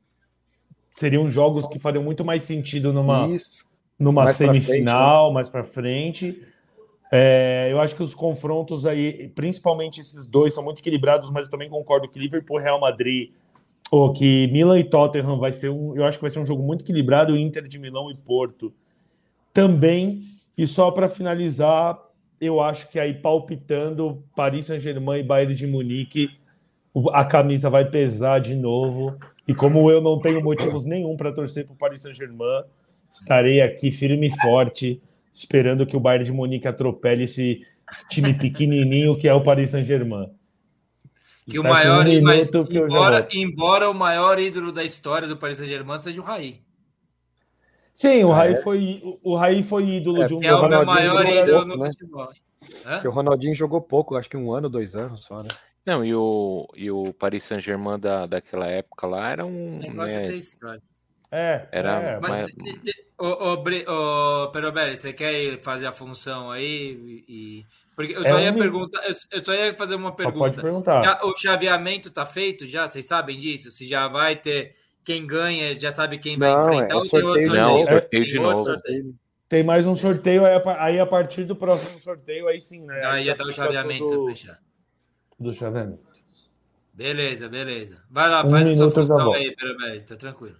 seriam jogos que fariam muito mais sentido numa, Isso. numa mais pra semifinal, mais para frente. É, eu acho que os confrontos aí, principalmente esses dois, são muito equilibrados, mas eu também concordo que Liverpool, Real Madrid, ou que Milan e Tottenham vai ser um, eu acho que vai ser um jogo muito equilibrado, Inter de Milão e Porto também. E só para finalizar, eu acho que aí palpitando Paris Saint-Germain e Bayern de Munique, o- a camisa vai pesar de novo. E como eu não tenho motivos nenhum para torcer para o Paris Saint-Germain, estarei aqui firme e forte, esperando que o Bayern de Munique atropele esse time pequenininho que é o Paris Saint-Germain. Que o Peço maior, um mas minuto que eu já embora, volto. embora o maior ídolo da história do Paris Saint-Germain seja o Raí. Sim, o Ah, Raí é? foi, o Raí foi ídolo É, de um Que é o meu Ronaldinho maior jogou ídolo pouco, no né? futebol. Hã? Porque o Ronaldinho jogou pouco, acho que um ano, dois anos só, né? Não, e o, e o Paris Saint-Germain da, daquela época lá era um. O negócio né, tem história. É, Era é, mais- Mas, de- de- ô, ô, Bre- ô, Perobelli, você quer ir fazer a função aí? E, porque eu É só um ia min- perguntar, eu, eu só ia fazer uma só pergunta. pode perguntar. Já- o chaveamento tá feito já? Vocês sabem disso? Se já vai ter quem ganha, já sabe quem vai Não, enfrentar? é ou tem outro sorteio de Não, novo. sorteio Tem de outro novo. sorteio? Tem mais um sorteio, aí a, pa- aí a partir do próximo sorteio, aí sim, né? Aí já tá o fica chaveamento tudo- fechado. Do chaveamento. Beleza, beleza. Vai lá, Um faz a sua minuto eu já função volto. aí, Perobelli, tá tranquilo.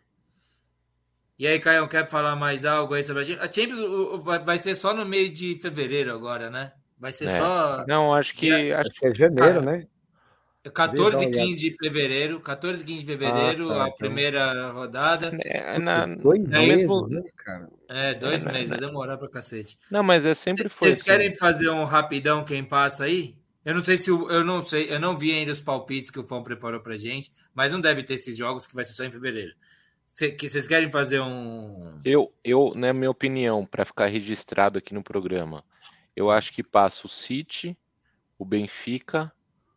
E aí, Caio, quer falar mais algo aí sobre a Champions? A Champions o- o- vai, vai ser só no meio de fevereiro agora, né? Vai ser É. só... Não, acho que. Acho, Acho que é janeiro, Ah, né? quatorze e Legal, quinze de fevereiro, quatorze e quinze de fevereiro, Ah, tá, a então. primeira rodada. É, na, Dois no meses, mesmo. né, cara? É, dois É, né, meses, né? vai demorar pra cacete. Não, mas é sempre foi Vocês assim. querem fazer um rapidão quem passa aí? Eu não sei se o, eu não sei, eu não vi ainda os palpites que o Fão preparou pra gente, mas não deve ter esses jogos que vai ser só em fevereiro. Cê- que Vocês querem fazer um Eu, eu, na minha opinião, para ficar registrado aqui no programa, eu acho que passa o City, o Benfica,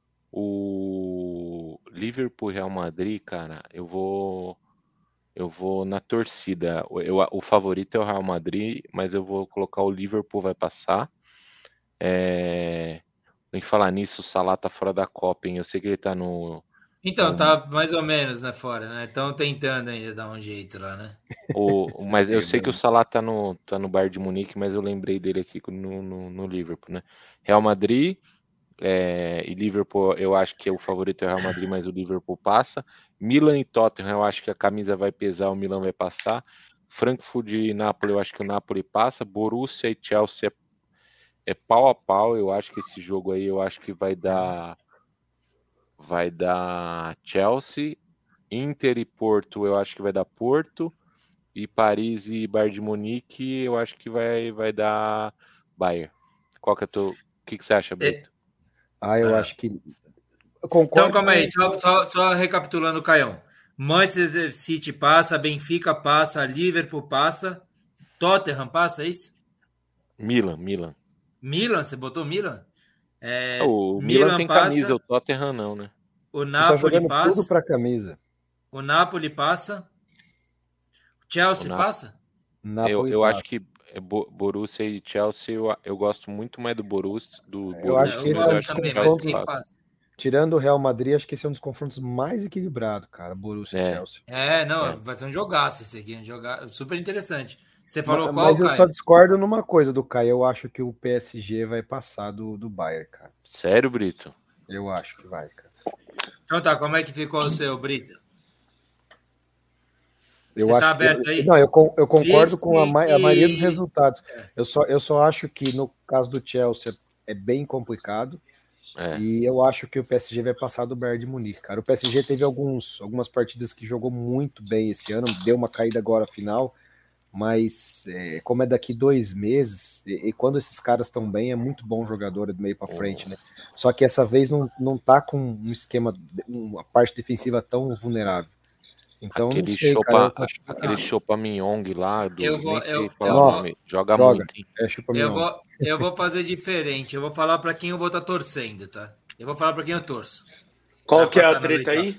o Liverpool e Real Madrid, cara. Eu vou, eu vou na torcida. O- Eu, o favorito é o Real Madrid, mas eu vou colocar o Liverpool vai passar. É, em falar nisso, o Salah tá fora da Copa, hein? Eu sei que ele tá no, Então, no tá mais ou menos, né, fora, né? Estão tentando ainda dar um jeito lá, né? o, mas eu sei que o Bem. Salah tá no, tá no Bayern de Munique, mas eu lembrei dele aqui no, no, no Liverpool, né? Real Madrid é, e Liverpool, eu acho que é o favorito é o Real Madrid, mas o Liverpool passa. Milan e Tottenham, eu acho que a camisa vai pesar, o Milan vai passar. Frankfurt e Napoli, eu acho que o Napoli passa. Borussia e Chelsea é, é pau a pau, eu acho que esse jogo aí, eu acho que vai dar vai dar Chelsea. Inter e Porto, eu acho que vai dar Porto. E Paris e Bayern de Munique, eu acho que vai, vai dar Bayern. Qual que é teu, o que, que você acha, Brito? Ah, eu Ah. acho que. Eu concordo. Então, calma aí, com- só, só, só recapitulando, Caião. Manchester City passa, Benfica passa, Liverpool passa, Tottenham passa, é isso? Milan, Milan. Milan, você botou Milan? É, O Milan, Milan tem passa, camisa, o Tottenham não, né? o Você tá Napoli jogando tudo passa, pra camisa. o Napoli passa, o Chelsea O Nap- passa. Eu, Napoli eu passa. acho que é Bo- Borussia e Chelsea, eu, eu gosto muito mais do Borussia. Do Eu acho Borussia, que eu esse mas é um eu gosto acho que o também, mas Chelsea confronto- quem passa. passa? Tirando o Real Madrid, acho que esse é um dos confrontos mais equilibrados, cara. Borussia e É. Chelsea. É, não, É. vai ser um jogaço esse aqui, um joga... super interessante. Você falou Ma- qual, Mas eu Caio? só discordo numa coisa do Caio. Eu acho que o P S G vai passar do, do Bayern, cara. Sério, Brito? Eu acho que vai, cara. Então tá, como é que ficou o seu, Brito? Eu Você acho tá que- aberto aí? Não, eu, con- eu concordo Leeds com a, ma- a maioria dos e- resultados. É. Eu só, eu só acho que no caso do Chelsea é bem complicado. É. E eu acho que o P S G vai passar do Bayern de Munique, cara. O P S G teve alguns, algumas partidas que jogou muito bem esse ano, deu uma caída agora final, mas é, como é daqui dois meses, e, e quando esses caras estão bem, é muito bom jogador do meio para frente, né? Só que essa vez não, não tá com um esquema, uma parte defensiva tão vulnerável. Então, Aquele não sei, Chopa, cara. Eu acho- aquele Ah. Chopamyong lá, do, Eu vou- nem sei eu- falar eu o vou- nome. Joga, joga. muito, hein? É, chupa Eu minha vou, eu vou fazer diferente. Eu vou falar pra quem eu vou estar torcendo, tá? Eu vou falar pra quem eu torço. Qual Vai que é passar a nas treta aí?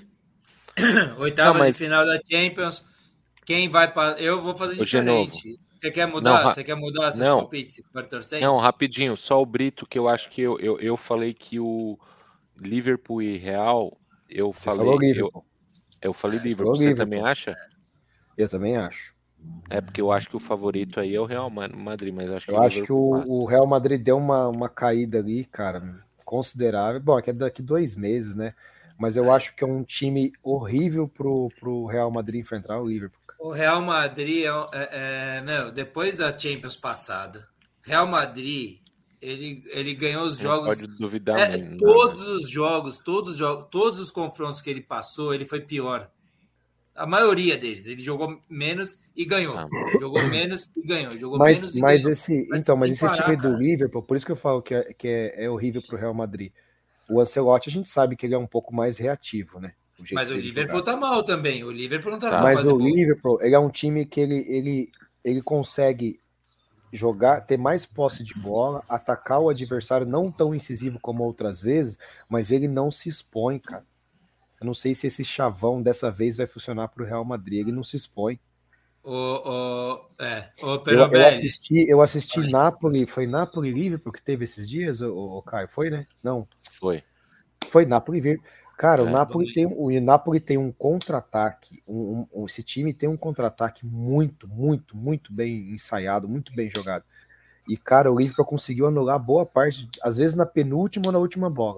Oitavas Não, mas- de final da Champions. Quem vai para. Eu vou fazer Ô, Genovo. diferente. Você quer mudar? Não, ra- Você quer mudar seus não. palpites se for torcendo? Não, rapidinho, só o Brito, que eu acho que eu, eu, eu falei que o Liverpool e Real, eu Você falei. falou eu, Liverpool. eu falei Você Liverpool, falou você Liverpool. também acha? Eu também acho. É porque eu acho que o favorito aí é o Real Ma- Madrid, mas eu acho que Eu o acho que Liverpool passa. o, o Real Madrid deu uma, uma caída ali, cara, considerável. Bom, é que é daqui dois meses, né? Mas eu acho que é um time horrível pro, pro Real Madrid enfrentar o Liverpool. O Real Madrid, é, é, é, meu, depois da Champions passada, Real Madrid, ele, ele ganhou os Não jogos. pode duvidar É, muito. todos os jogos, todos os jogos, todos os confrontos que ele passou, ele foi pior. A maioria deles, ele jogou menos e ganhou. Ah. Jogou menos e ganhou. Jogou Mas, menos e mas ganhou. esse, Mas então, mas sem esse parar, time cara. do Liverpool, por isso que eu falo que é, que é, é horrível pro Real Madrid. O Ancelotti, a gente sabe que ele é um pouco mais reativo, né? jeito Mas o dele Liverpool jogar. tá mal também. O Liverpool não tá Tá. na Mas fase o boa. Liverpool, ele é um time que ele, ele, ele consegue jogar, ter mais posse de bola, atacar o adversário não tão incisivo como outras vezes, mas ele não se expõe, cara. Eu não sei se esse chavão dessa vez vai funcionar pro Real Madrid, ele não se expõe. O, o, é, o Eu, eu Perobelli, assisti, eu assisti Vai. Napoli, foi Napoli e Liverpool que teve esses dias, o, o Caio, foi, né? Não, Foi. foi Napoli e Liverpool. Cara, É, o Napoli vamos tem, o Napoli tem um contra-ataque, um, um- esse time tem um contra-ataque muito, muito, muito bem ensaiado, muito bem jogado. E, cara, o Liverpool conseguiu anular boa parte, às vezes na penúltima ou na última bola.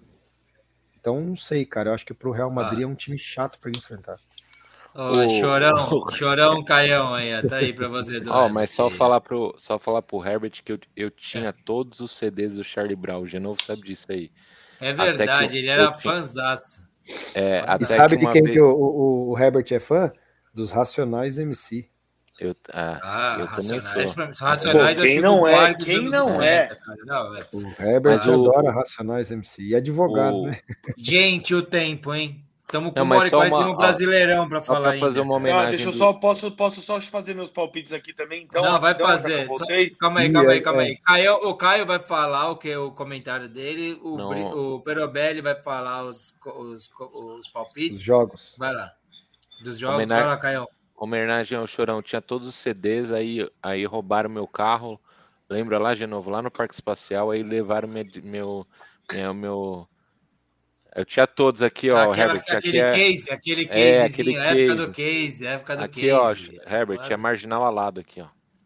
Então, não sei, cara, eu acho que pro Real Madrid Ah. é um time chato para enfrentar. Ô, O- chorão, o- chorão Caião aí, ó, tá aí pra você. do Ó, Herbert. mas só falar pro, só falar pro Herbert que eu, eu tinha todos os C Ds do Charlie Brown. O Genovo sabe disso aí. É verdade, que ele era eu tinha- fãzaço. É, E até sabe que de uma quem vez que o, o, o Herbert é fã? Dos Racionais M C. eu, ah, Ah, eu também Racionais, sou. pra- Racionais Pô, é o quem Chico não é? Buarque dos Quem anos não noventa, é? cara. Não, é- O Herbert Mas o- adora Racionais M C. E advogado, O- né? Gente, o tempo, hein? Estamos com Não, uma mas hora e só quarenta uma- no ó, Brasileirão para só falar pra fazer ainda. uma cara. Ah, homenagem deixa eu do- só, posso, posso só fazer meus palpites aqui também? Então, Não, vai rapidão, já que fazer. eu Só- voltei. calma aí, Ih, calma aí, é- calma é. aí. Caio, o Caio vai falar o que o comentário dele, o, Não. Bri- o Perobelli vai falar os, os, os Os palpites. jogos. Vai lá. Dos jogos, Homenagem- vai lá, Caio. homenagem ao Chorão. Tinha todos os C Ds, aí, aí roubaram meu carro. Lembra lá, de novo, lá no Parque Espacial, aí levaram meu. meu, meu, meu... Eu tinha todos aqui, ó, Aquela- Herbert. aquele aqui é, case, aquele É, casezinho, aquele a época case. do case, a época do aqui, ó, case. Herbert, é marginal alado aqui, ó.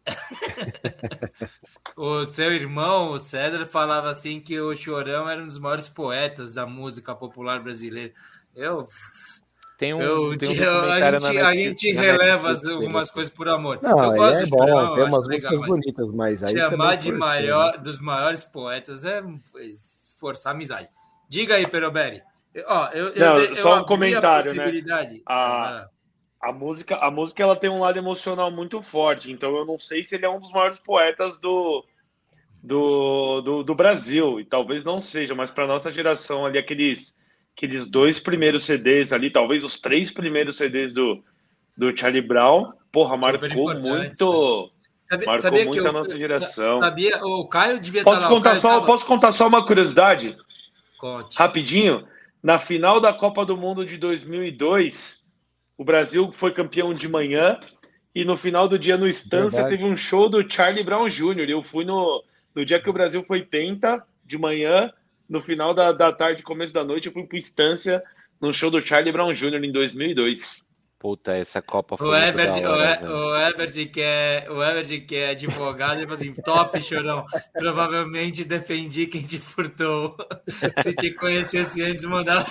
O seu irmão, o César, falava assim que o Chorão era um dos maiores poetas da música popular brasileira. Eu, Tem um, eu, tem um te- a documentário gente, na a Netflix- gente na releva Netflix algumas dele. coisas por amor. Não, eu aí gosto é do bom, Chorão, tem acho umas legal, músicas mas bonitas, mas aí chamar também de forçou, maior, né? dos maiores poetas é forçar a amizade. Diga aí, Peroberi. Ó, eu, eu, Não, eu só um abri comentário, a né? possibilidade. A- Vai lá. A música, a música ela tem um lado emocional muito forte, então eu não sei se ele é um dos maiores poetas do, do, do, do Brasil, e talvez não seja, mas para nossa geração ali, aqueles, aqueles dois primeiros C Ds ali, talvez os três primeiros C Ds do, do Charlie Brown, porra, marcou importante, muito, Sabia, marcou sabia muito que a eu, nossa geração. Sabia, o Caio devia Posso estar lá. o contar, Caio só, tava- posso contar só uma curiosidade? Conte. Rapidinho, na final da Copa do Mundo de dois mil e dois, o Brasil foi campeão de manhã e no final do dia no Estância Verdade. teve um show do Charlie Brown Júnior Eu fui no, no dia que o Brasil foi penta, de manhã, no final da, da tarde, começo da noite, eu fui pro Estância no show do Charlie Brown Júnior em dois mil e dois. Puta, essa Copa foi O muito Herbert, da o, hora, E- velho. o Herbert que é, o Herbert que é advogado, ele fala assim, top, Chorão. Provavelmente defendi quem te furtou. Se te conhecesse antes, mandava.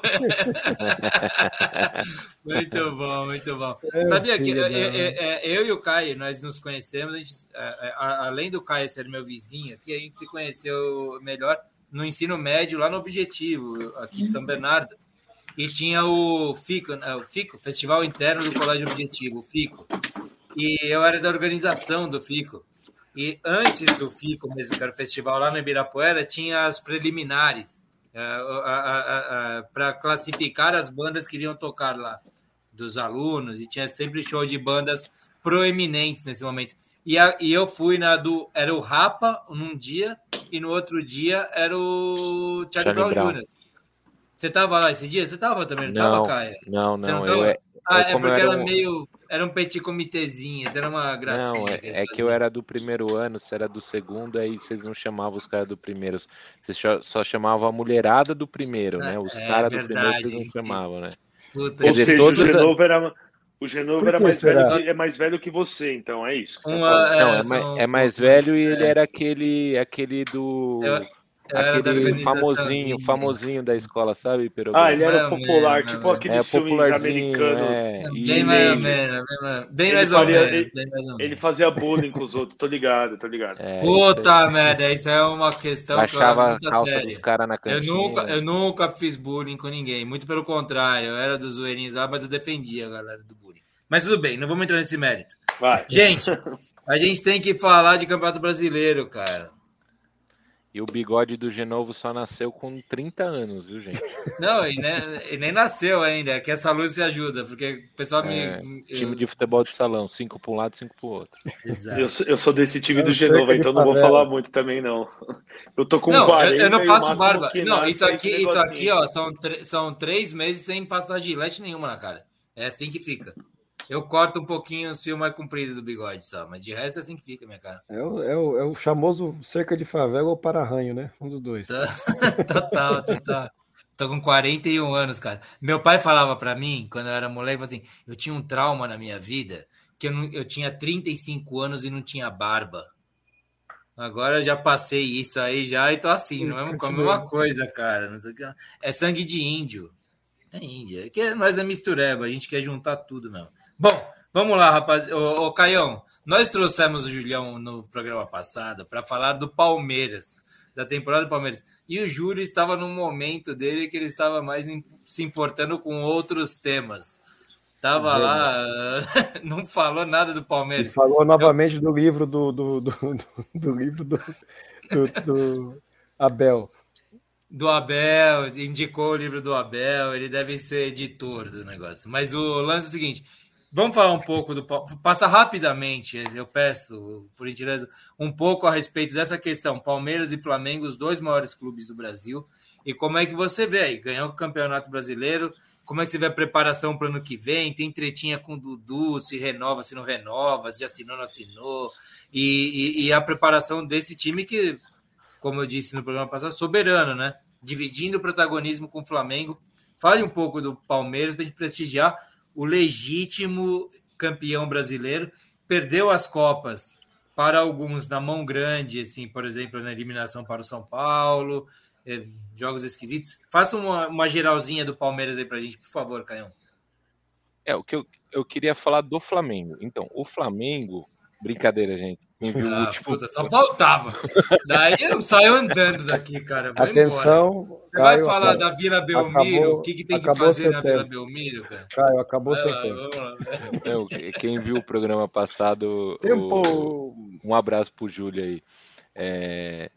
Muito bom, muito bom. É, Sabia que filho é, da- é, é, eu e o Caio, nós nos conhecemos, a gente, é, é, a- além do Caio ser meu vizinho aqui, a gente se conheceu melhor no ensino médio, lá no Objetivo, aqui de São Bernardo. E tinha o FICO, né, o FICO, Festival Interno do Colégio Objetivo, o FICO. E eu era da organização do FICO. E antes do FICO, mesmo que era o festival lá no Ibirapuera, tinha as preliminares para classificar as bandas que iriam tocar lá, dos alunos, e tinha sempre show de bandas proeminentes nesse momento. E, a, e eu fui na do. Era o Rapa num dia, e no outro dia era o Charlie, Charlie Brown Brown. Júnior Você tava lá esse dia? Você tava também? Não, Não, tava, Caia? não, Você não. não eu, tava? é, Ah, é é como eu porque era era um- meio. Era um petit comitezinhas, era uma gracinha. Não, é, eles é que eu faziam. era do primeiro ano, você era do segundo, aí vocês não chamavam os caras do primeiro. Vocês só- só chamavam a mulherada do primeiro, né? Os É caras do primeiro verdade, vocês não gente. chamavam, né? Puta, Quer Ou dizer, seja, todas o as- Genovo era, o Genovo Por era que mais será? velho que, é mais velho que você, então é isso. que você tá Uma- falando. Não, É, é, mais, são- é mais velho e ele era aquele, aquele do. Eu- eu era da aquele organizaçãozinha. famosinho, famosinho da escola, sabe, Pero? Ah, ele era Mais ou popular, menos, tipo mais ou aqueles É filmes popularzinho, americanos. é. Bem E mais ou ele- menos, bem mais- bem ele mais ou faria- menos. ele- bem mais ou Ele menos. fazia bullying com os outros, tô ligado, tô ligado. é, isso aí. Puta merda, isso é uma questão que eu Baixava levo a muito a calça sério. dos caras na Eu cantina. nunca, eu nunca fiz bullying com ninguém, muito pelo contrário, eu era dos zoeirinhos lá, mas eu defendia a galera do bullying. Mas tudo bem, não vamos entrar nesse mérito. Vai. Gente, a gente tem que falar de Campeonato Brasileiro, cara. E o bigode do Genovo só nasceu com trinta anos, viu, gente? Não, e nem, e nem nasceu ainda, que essa luz se ajuda, porque o pessoal me... É, eu- time de futebol de salão, cinco para um lado, cinco para o outro. Exato. Eu, sou- eu sou desse time É do um Genova, cerca de então não vou favela. falar muito também, não. Eu tô com Não, eu, quarenta eu não e o faço máximo barba. que Não, nasce isso é aqui, esse isso negocinho. aqui, ó, são, tr- são três meses sem passar gilete nenhuma na cara. É assim que fica. Eu corto um pouquinho os fios mais compridos do bigode só, mas de resto é assim que fica, minha cara. É o, é, o, é o famoso cerca de favela ou para-arranho, né? Um dos dois. Total, total. Tô com quarenta e um anos, cara. Meu pai falava pra mim, quando eu era moleque, falava assim, eu tinha um trauma na minha vida, que eu, não, eu tinha trinta e cinco anos e não tinha barba. Agora eu já passei isso aí já e tô assim, não é com a mesma coisa, cara. Não sei o que. É sangue de índio. É índia. É que nós é mistureba, a gente quer juntar tudo mesmo. Bom, vamos lá, rapaz. Ô, ô Caião, nós trouxemos o Julião no programa passado para falar do Palmeiras. da temporada do Palmeiras. E o Júlio estava num momento dele que ele estava mais em, se importando com outros temas. Tava lá, não falou nada do Palmeiras. E falou novamente Eu... do livro do, do, do, do, do livro do, do, do Abel. Do Abel, indicou o livro do Abel, ele deve ser editor do negócio. Mas o lance é o seguinte, vamos falar um pouco do... Passa rapidamente, eu peço, por gentileza, um pouco a respeito dessa questão. Palmeiras e Flamengo, os dois maiores clubes do Brasil. E como é que você vê aí? Ganhou o Campeonato Brasileiro, como é que você vê a preparação para o ano que vem? Tem tretinha com o Dudu, se renova, se não renova, se assinou, não assinou. E, e, e a preparação desse time que... como eu disse no programa passado, soberano, né? Dividindo o protagonismo com o Flamengo. Fale um pouco do Palmeiras para a gente prestigiar o legítimo campeão brasileiro. Perdeu as Copas para alguns na mão grande, assim, por exemplo, na eliminação para o São Paulo, eh, jogos esquisitos. Faça uma, uma geralzinha do Palmeiras aí para a gente, por favor, Caião. É, o que eu, eu queria falar do Flamengo. Então, o Flamengo... Brincadeira, gente. Quem viu ah, o último... puta, só faltava. Daí eu saio andando daqui, cara. Vou Atenção, embora. Você Caio, vai falar Caio, da Vila Belmiro, acabou, o que, que tem que fazer na tempo. Vila Belmiro, cara? Caio, acabou vai seu lá, tempo. Não, quem viu o programa passado, Tempo. O... um abraço pro Júlio aí. É...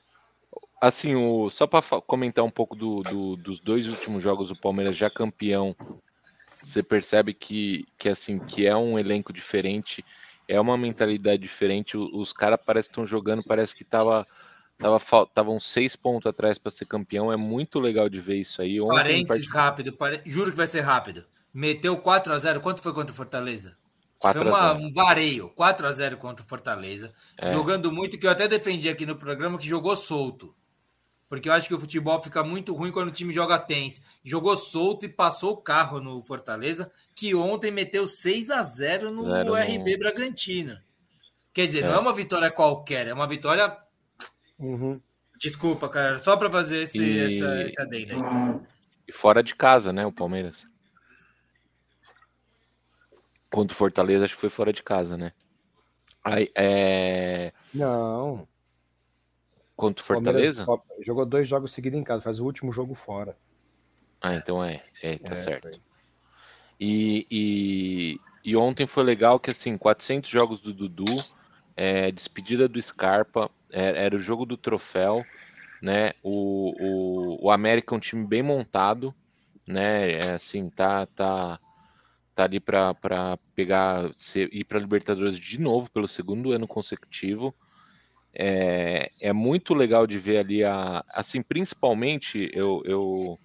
Assim, o... só para comentar um pouco do, do, dos dois últimos jogos do Palmeiras já campeão, você percebe que, que, assim, que é um elenco diferente. É uma mentalidade diferente. Os caras parecem que estão jogando, parece que tava, tava, estavam seis pontos atrás para ser campeão. É muito legal de ver isso aí. Ontem, Parênteses part... rápido, pare... juro que vai ser rápido. Meteu quatro a zero. Quanto foi contra o Fortaleza? Foi uma, um vareio. quatro a zero contra o Fortaleza. É. Jogando muito, que eu até defendi aqui no programa, que jogou solto. Porque eu acho que o futebol fica muito ruim quando o time joga tenso. Jogou solto e passou o carro no Fortaleza, que ontem meteu seis a zero no Zero R B no... Bragantino. Quer dizer, é. não é uma vitória qualquer, é uma vitória... Uhum. Desculpa, cara, só para fazer esse, e... essa, esse adendo aí. E fora de casa, né, o Palmeiras. Contra o Fortaleza, acho que foi fora de casa, né? Aí, é... Não... Contra o Fortaleza? Palmeiras jogou dois jogos seguidos em casa, faz o último jogo fora. Ah, então é, é tá é, certo. E, e, e ontem foi legal que, assim, quatrocentos jogos do Dudu, é, despedida do Scarpa, é, era o jogo do troféu, né? O, o, o América é um time bem montado, né? É, assim, tá, tá, tá ali para pegar, ser, ir para Libertadores de novo pelo segundo ano consecutivo. É, é muito legal de ver ali a, assim, principalmente eu eu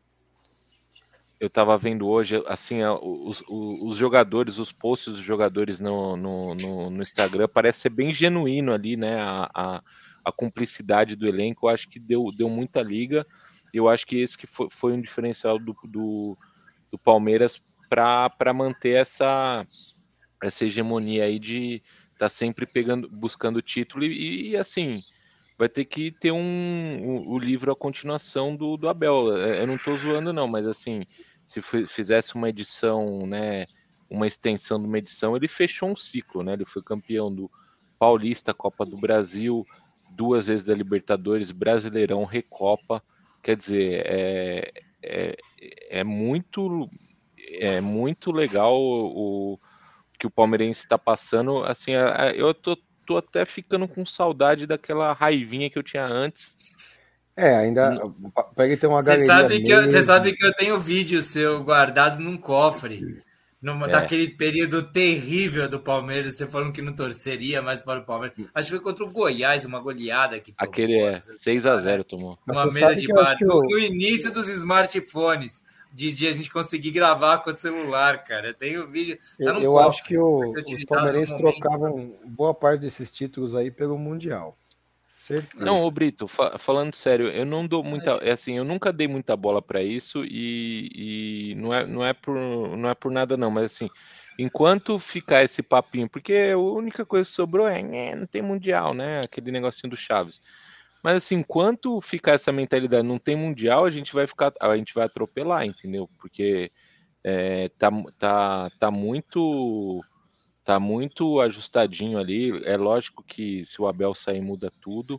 eu tava vendo hoje assim a, os, os jogadores, os posts dos jogadores no, no, no, no Instagram, parece ser bem genuíno ali, né? A, a, a cumplicidade do elenco, eu acho que deu, deu muita liga. Eu acho que esse que foi, foi um diferencial do, do, do Palmeiras para manter essa, essa hegemonia aí de tá sempre pegando, buscando título e, e assim, vai ter que ter um, o, o livro a continuação do, do Abel. Eu não tô zoando não, mas assim, se fizesse uma edição, né, uma extensão de uma edição, ele fechou um ciclo, né? Ele foi campeão do Paulista, Copa do Brasil, duas vezes da Libertadores, Brasileirão, Recopa. Quer dizer, é, é, é muito é muito legal o que o palmeirense está passando, assim, eu tô, tô até ficando com saudade daquela raivinha que eu tinha antes. É, ainda pega e tem uma galeria. Você sabe, que eu, você sabe que eu tenho vídeo seu guardado num cofre, numa, é. daquele período terrível do Palmeiras, você falando que não torceria mais para o Palmeiras. Acho que foi contra o Goiás, uma goleada que tomou. Aquele é, seis a zero tomou. Uma mesa de bar, no, no início dos smartphones. De, de a gente conseguir gravar com o celular, cara. Eu tenho vídeo. Tá eu cofre, acho que o, os palmeirenses trocavam boa parte desses títulos aí pelo Mundial. Certeza. Não, ô Brito, fa falando sério, eu não dou muita. É assim, eu nunca dei muita bola para isso e, e não, é, não, é por, não é por nada, não, mas assim, enquanto ficar esse papinho, porque a única coisa que sobrou é, é não tem Mundial, né? Aquele negocinho do Chaves. Mas assim, enquanto ficar essa mentalidade, não tem mundial, a gente vai ficar, a gente vai atropelar, entendeu? Porque é, tá, tá, tá muito, tá muito ajustadinho ali. É lógico que se o Abel sair muda tudo,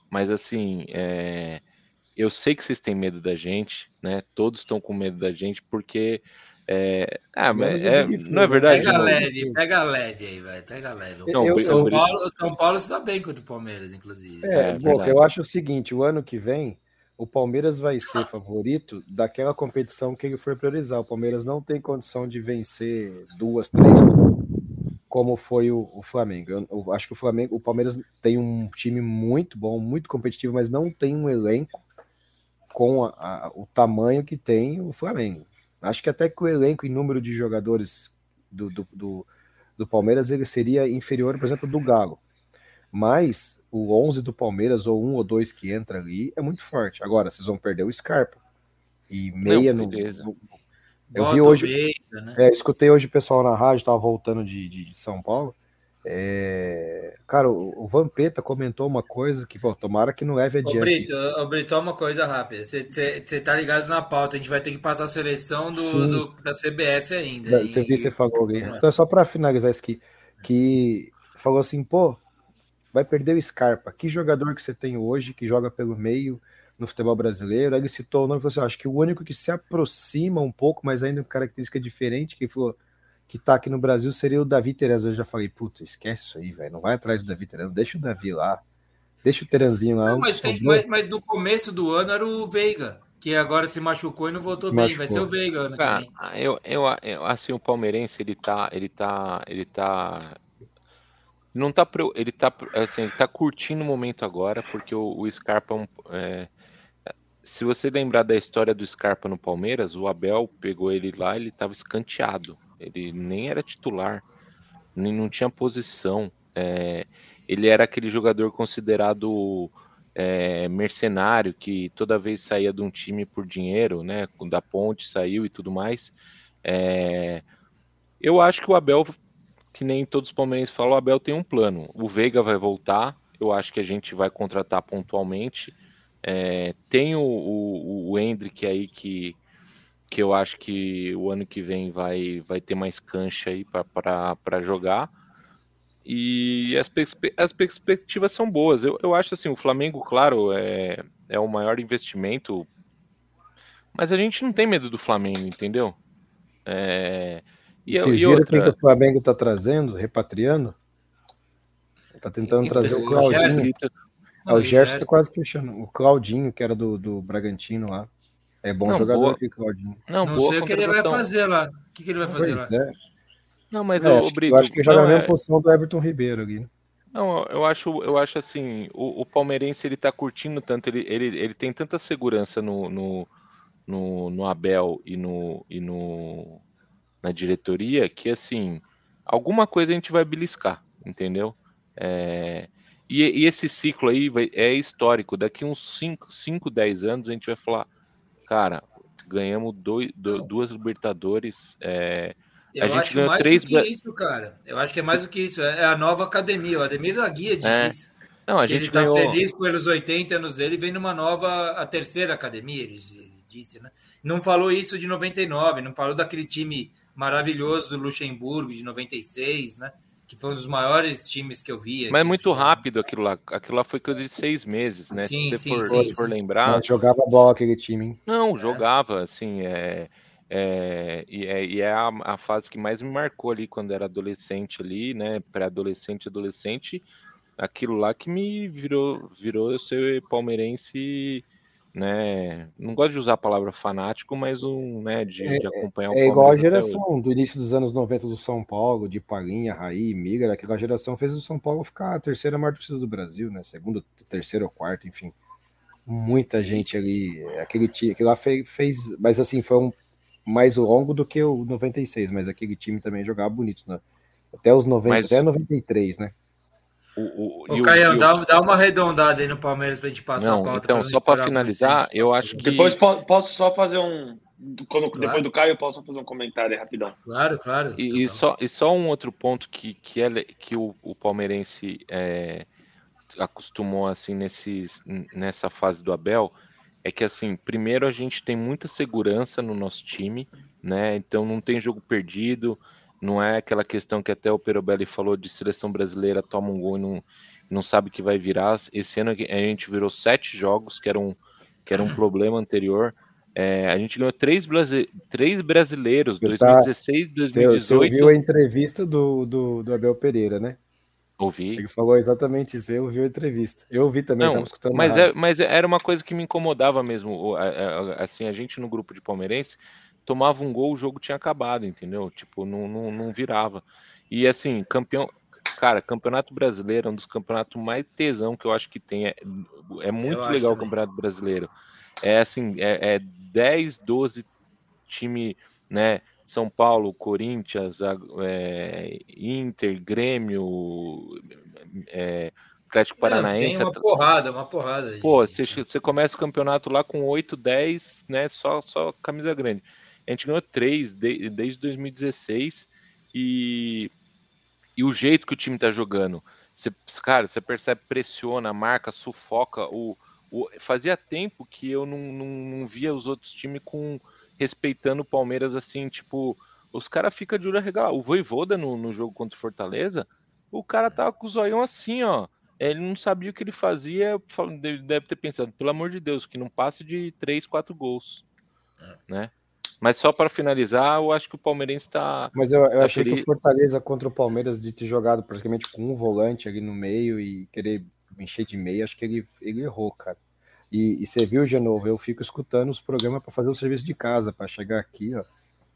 mas assim, é, eu sei que vocês têm medo da gente, né? Todos estão com medo da gente, porque é, ah, Menos o é, Big não é Phil, né? verdade, Pega de novo? leve, pega leve aí, vai. Pega leve. O, Não, Eu, o Bri- o São eu, Bri- Paulo, o São Paulo está bem contra o Palmeiras, inclusive. é, é Boca, eu verdade. acho o seguinte, o ano que vem, o Palmeiras vai ser favorito daquela competição que ele for priorizar. O Palmeiras não tem condição de vencer duas, três, como foi o, o Flamengo. Eu, eu acho que o Flamengo, o Palmeiras tem um time muito bom, muito competitivo, mas não tem um elenco com a, a, o tamanho que tem o Flamengo. Acho que até que o elenco em número de jogadores do, do, do, do Palmeiras ele seria inferior, por exemplo, do Galo. Mas o onze do Palmeiras, ou um ou dois que entra ali, é muito forte. Agora, vocês vão perder o Scarpa. E meia Não, no, beleza. no- Eu Volta vi o hoje, Veiga, né? é, escutei hoje o pessoal na rádio, tava voltando de, de, de São Paulo. É, cara, o, o Vampeta comentou uma coisa que, pô, tomara que não leve Ô, adiante. Brito, ô, Brito, só uma coisa rápida. Você tá ligado na pauta, a gente vai ter que passar a seleção do, Sim. do- da C B F ainda. Da- hein? Você viu, você falou ali. Vamos lá. Então, só para finalizar isso aqui, que falou assim, pô, vai perder o Scarpa. Que jogador que você tem hoje, que joga pelo meio no futebol brasileiro? Aí ele citou o nome e falou assim, acho que o único que se aproxima um pouco, mas ainda com característica diferente, que falou que tá aqui no Brasil, seria o Davi Tereza. Eu já falei, puta, esquece isso aí, velho. Não vai atrás do Davi Tereza, deixa o Davi lá. Deixa o Teranzinho lá. Não, onde mas, tem- sobrou. mas- mas no começo do ano era o Veiga, que agora se machucou e não voltou Se bem. machucou. Vai ser o Veiga ano que Cara, vem. eu, eu, eu- assim, o palmeirense, ele tá, ele tá, ele tá, não tá, preo- ele tá, assim, ele tá curtindo o momento agora, porque o, o Scarpa, é um- é, se você lembrar da história do Scarpa no Palmeiras, o Abel pegou ele lá, ele tava escanteado, ele nem era titular, nem não tinha posição, é, ele era aquele jogador considerado é, mercenário, que toda vez saía de um time por dinheiro, né, da Ponte saiu e tudo mais. É, eu acho que o Abel, que nem todos os palmeirenses falam, o Abel tem um plano. O Veiga vai voltar, eu acho que a gente vai contratar pontualmente. É, tem o, o, o Endrick aí que, que eu acho que o ano que vem vai, vai ter mais cancha aí para jogar. E as, perspe- as perspectivas são boas. Eu, eu acho assim, o Flamengo, claro, é, é o maior investimento, mas a gente não tem medo do Flamengo, entendeu? É, e, Vocês e viram quem que outra, o Flamengo tá trazendo, repatriando? Tá tentando trazer o O Claudinho. Gerson. Cita- Ah, o Não, e Gerson tá Gerson. quase fechando. O Claudinho, que era do, do Bragantino lá. É bom Não, jogador boa- aqui, Claudinho. não, Não boa sei o que ele vai contratação. fazer lá. O que, que ele vai fazer lá? Pois é. Não, mas É, o acho que- Brito, eu acho que joga não, a mesma é- posição do Everton Ribeiro ali. não, eu acho, eu acho assim, o, o palmeirense ele tá curtindo tanto, ele, ele, ele tem tanta segurança no, no, no, no Abel e no, e no na diretoria que assim, alguma coisa a gente vai beliscar, entendeu? É, e, e esse ciclo aí vai- é histórico. Daqui uns cinco, dez anos a gente vai falar, cara, ganhamos dois, do- duas Libertadores. é, Eu a gente acho ganhou mais três do que bra- isso, cara. Eu acho que é mais do que isso. É a nova academia. O Ademir da Guia diz É. isso. Não, a Que gente ele tá ganhou. feliz pelos oitenta anos dele, vem numa nova, a terceira academia, ele, ele disse, né? Não falou isso de noventa e nove, não falou daquele time maravilhoso do Luxemburgo de noventa e seis, né? Que foi um dos maiores times que eu vi. Mas é aqui, muito assim. rápido aquilo lá. Aquilo lá foi coisa de seis meses, né? Sim, se você sim, for, sim, se for sim. lembrar. Mas jogava bola aquele time, hein? Não, jogava, assim, é, é, e é, e é a, a fase que mais me marcou ali quando era adolescente ali, né? Pré-adolescente, adolescente, aquilo lá que me virou, virou eu ser palmeirense, né? Não gosto de usar a palavra fanático, mas um, né, de, de acompanhar o É igual a Palmeiras até hoje. geração do início dos anos noventa do São Paulo, de Palinha, Raí, Migra, aquela geração fez o São Paulo ficar a terceira maior torcida do Brasil, né? Segundo, terceiro ou quarto, enfim. Muita gente ali, aquele time, aquilo lá fez, fez, mas assim, foi um mais longo do que o noventa e seis, mas aquele time também jogava bonito, né? Até os noventa, Mas- até noventa e três, né? O, o, Ô, e o- Caião, e o- dá, dá uma arredondada aí no Palmeiras pra gente passar a Não, pauta. então, não só para estourar muito finalizar, tempo. eu acho que. Depois po- posso só fazer um. Quando, Claro. Depois do Caio, eu posso fazer um comentário aí, rapidão. Claro, claro. E, e só, e só um outro ponto que, que, é, le- que o, o palmeirense é, acostumou assim nesses, nessa fase do Abel é que assim, primeiro a gente tem muita segurança no nosso time, né? Então não tem jogo perdido, não é aquela questão que até o Perobelli falou de seleção brasileira, toma um gol e não, não sabe o que vai virar. Esse ano a gente virou sete jogos, que era um, que era um problema anterior. É, a gente ganhou três, brasi três brasileiros, Você dois mil e dezesseis, tá, dois mil e dezoito. Você ouviu a entrevista do, do, do Abel Pereira, né? Ouvi. Ele falou exatamente isso, eu ouvi a entrevista. Eu ouvi também, Não, escutando mas, é, mas era uma coisa que me incomodava mesmo. Assim, a gente no grupo de palmeirense tomava um gol, o jogo tinha acabado, entendeu? Tipo, não, não, não virava. E assim, campeão... Cara, Campeonato Brasileiro é um dos campeonatos mais tesão que eu acho que tem. É, é muito Eu legal o também. Campeonato Brasileiro. É assim, é, é dez, doze time, né? São Paulo, Corinthians, é, Inter, Grêmio, é, Atlético Paranaense. Tem uma porrada, uma porrada. Pô, você, você começa o campeonato lá com oito, dez, né? Só, só camisa grande. A gente ganhou três de, desde dois mil e dezesseis e, e o jeito que o time tá jogando. Você, cara, você percebe, pressiona, marca, sufoca. O, o, fazia tempo que eu não, não, não via os outros times com respeitando o Palmeiras assim, tipo, os caras ficam de olho arregalado. O Voivoda no, no jogo contra o Fortaleza, o cara tava com o zoião assim, ó. Ele não sabia o que ele fazia, deve ter pensado, pelo amor de Deus, que não passe de três, quatro gols, né? Mas só para finalizar, eu acho que o palmeirense está... Mas eu, eu tá achei feliz. que o Fortaleza contra o Palmeiras, de ter jogado praticamente com um volante ali no meio e querer encher de meio, acho que ele, ele errou, cara. E, e você viu, Genovo, eu fico escutando os programas para fazer o serviço de casa, para chegar aqui, ó.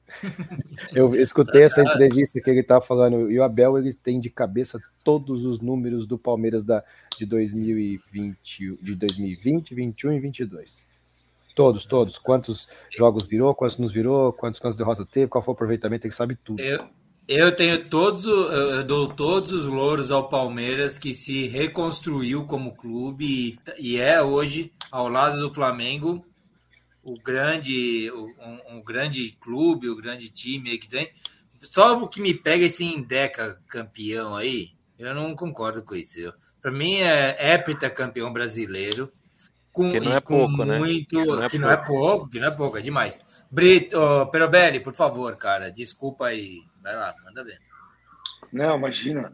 Eu escutei essa entrevista que ele tá falando, e o Abel, ele tem de cabeça todos os números do Palmeiras da, de dois mil e vinte, de dois mil e vinte, vinte e um e vinte e dois. Todos, todos. Quantos jogos virou, quantos nos virou, quantos, quantos derrotas teve, qual foi o aproveitamento, ele sabe tudo. Eu, eu tenho todos, eu dou todos os louros ao Palmeiras, que se reconstruiu como clube e, e é hoje, ao lado do Flamengo, o grande, um, um grande clube, o grande time que tem. Só o que me pega esse Indeca campeão aí, eu não concordo com isso. Para mim é hepta campeão brasileiro. Com, que não é com pouco, muito, né? Que não é, que pouco. não é pouco, que não é pouco, é demais. Brito, oh, Perobelli, por favor, cara, desculpa aí. Vai lá, manda ver. Não, imagina.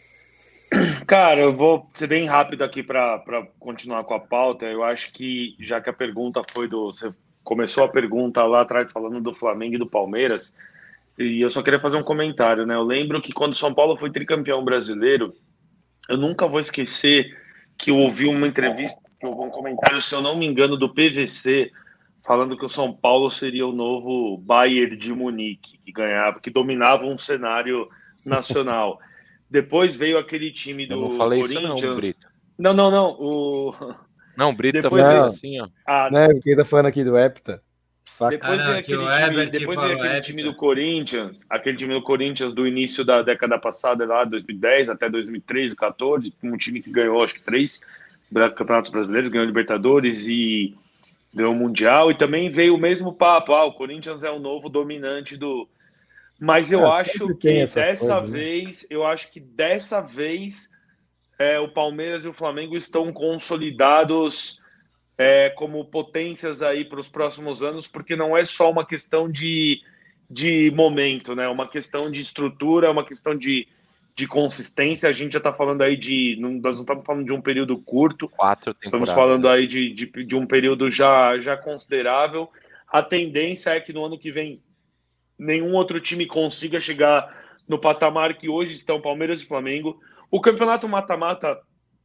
Cara, eu vou ser bem rápido aqui para continuar com a pauta. Eu acho que, já que a pergunta foi do... Você começou a pergunta lá atrás falando do Flamengo e do Palmeiras, e eu só queria fazer um comentário, né? Eu lembro que quando o São Paulo foi tricampeão brasileiro, eu nunca vou esquecer que eu ouvi uma entrevista, um comentário, se eu não me engano, do P V C, falando que o São Paulo seria o novo Bayern de Munique, que ganhava, que dominava um cenário nacional. Depois veio aquele time do eu não falei Corinthians. Isso não, Brito. Não, não, não. O... Não, o Brito depois tá veio assim, ó. Ah, né, quem tá falando aqui do Hepta? Depois ah, veio aquele, time, depois veio aquele time do Corinthians, aquele time do Corinthians do início da década passada, lá dois mil e dez até dois mil e treze, dois mil e quatorze, um time que ganhou, acho que três campeonatos brasileiros, ganhou Libertadores e ganhou o Mundial, e também veio o mesmo papo, ah, o Corinthians é o novo dominante do... Mas eu Ah, acho que dessa coisas, vez, né? eu acho que dessa vez é, o Palmeiras e o Flamengo estão consolidados é, como potências aí para os próximos anos, porque não é só uma questão de, de momento, né? É uma questão de estrutura, é uma questão de, de consistência. A gente já está falando aí de... Não, nós não estamos falando de um período curto, Quatro estamos falando aí de, de, de um período já, já considerável. A tendência é que no ano que vem nenhum outro time consiga chegar no patamar que hoje estão Palmeiras e Flamengo. O campeonato mata-mata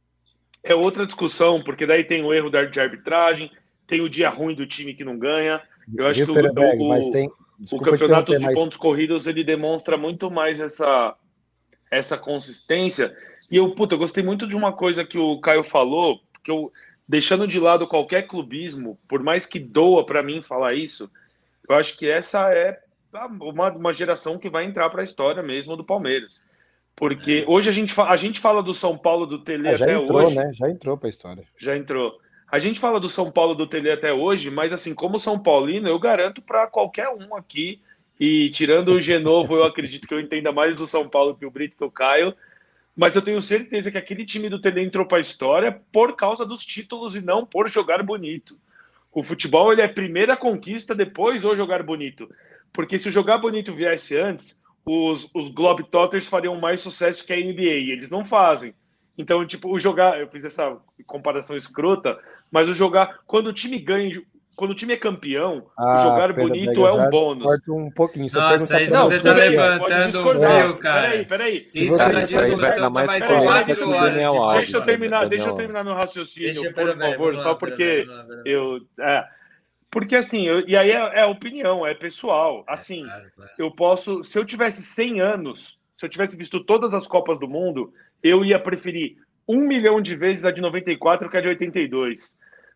é outra discussão, porque daí tem o erro da de arbitragem, tem o dia ruim do time que não ganha. Eu acho que o, o, mas tem... o campeonato de pontos corridos ele demonstra muito mais essa, essa consistência. E eu, puta, eu gostei muito de uma coisa que o Caio falou, que eu, deixando de lado qualquer clubismo, por mais que doa para mim falar isso, eu acho que essa é Uma, uma geração que vai entrar para a história mesmo do Palmeiras. Porque hoje a gente, a gente fala do São Paulo do Tele ah, já até entrou, hoje. Né? Já entrou para a história. Já entrou. A gente fala do São Paulo do Tele até hoje, mas assim, como São Paulino, eu garanto para qualquer um aqui, e tirando o Genovo, eu acredito que eu entenda mais do São Paulo que o Brito, que o Caio, mas eu tenho certeza que aquele time do Tele entrou para a história por causa dos títulos e não por jogar bonito. O futebol ele é primeira conquista, depois ou jogar bonito. Porque se o jogar bonito viesse antes, os, os Globetrotters fariam mais sucesso que a N B A. E eles não fazem. Então, tipo, o jogar, eu fiz essa comparação escrota, mas o jogar, quando o time ganha, quando o time é campeão, Ah, o jogar Pedro bonito Bega, é um já bônus. discordo um pouquinho. Se eu Nossa, perguntar aí pra você você, tá peraí, levantando pode um discordar. fio, cara. Peraí, peraí. Isso você- é uma Peraí, vai discussão dar que mais mais polêmica quatro que o horas. Daniel de Alves. Deixa eu podcast. terminar, Daniel deixa eu Alves. terminar meu raciocínio, Deixa, por pera, pera, favor, vamos lá, só pera, porque pera, vamos lá, pera, pera. eu, é, porque assim, eu- e aí é, é opinião, é pessoal. Assim, Claro, claro. eu posso, se eu tivesse cem anos, se eu tivesse visto todas as Copas do Mundo, eu ia preferir um milhão de vezes a de noventa e quatro que a de oitenta e dois.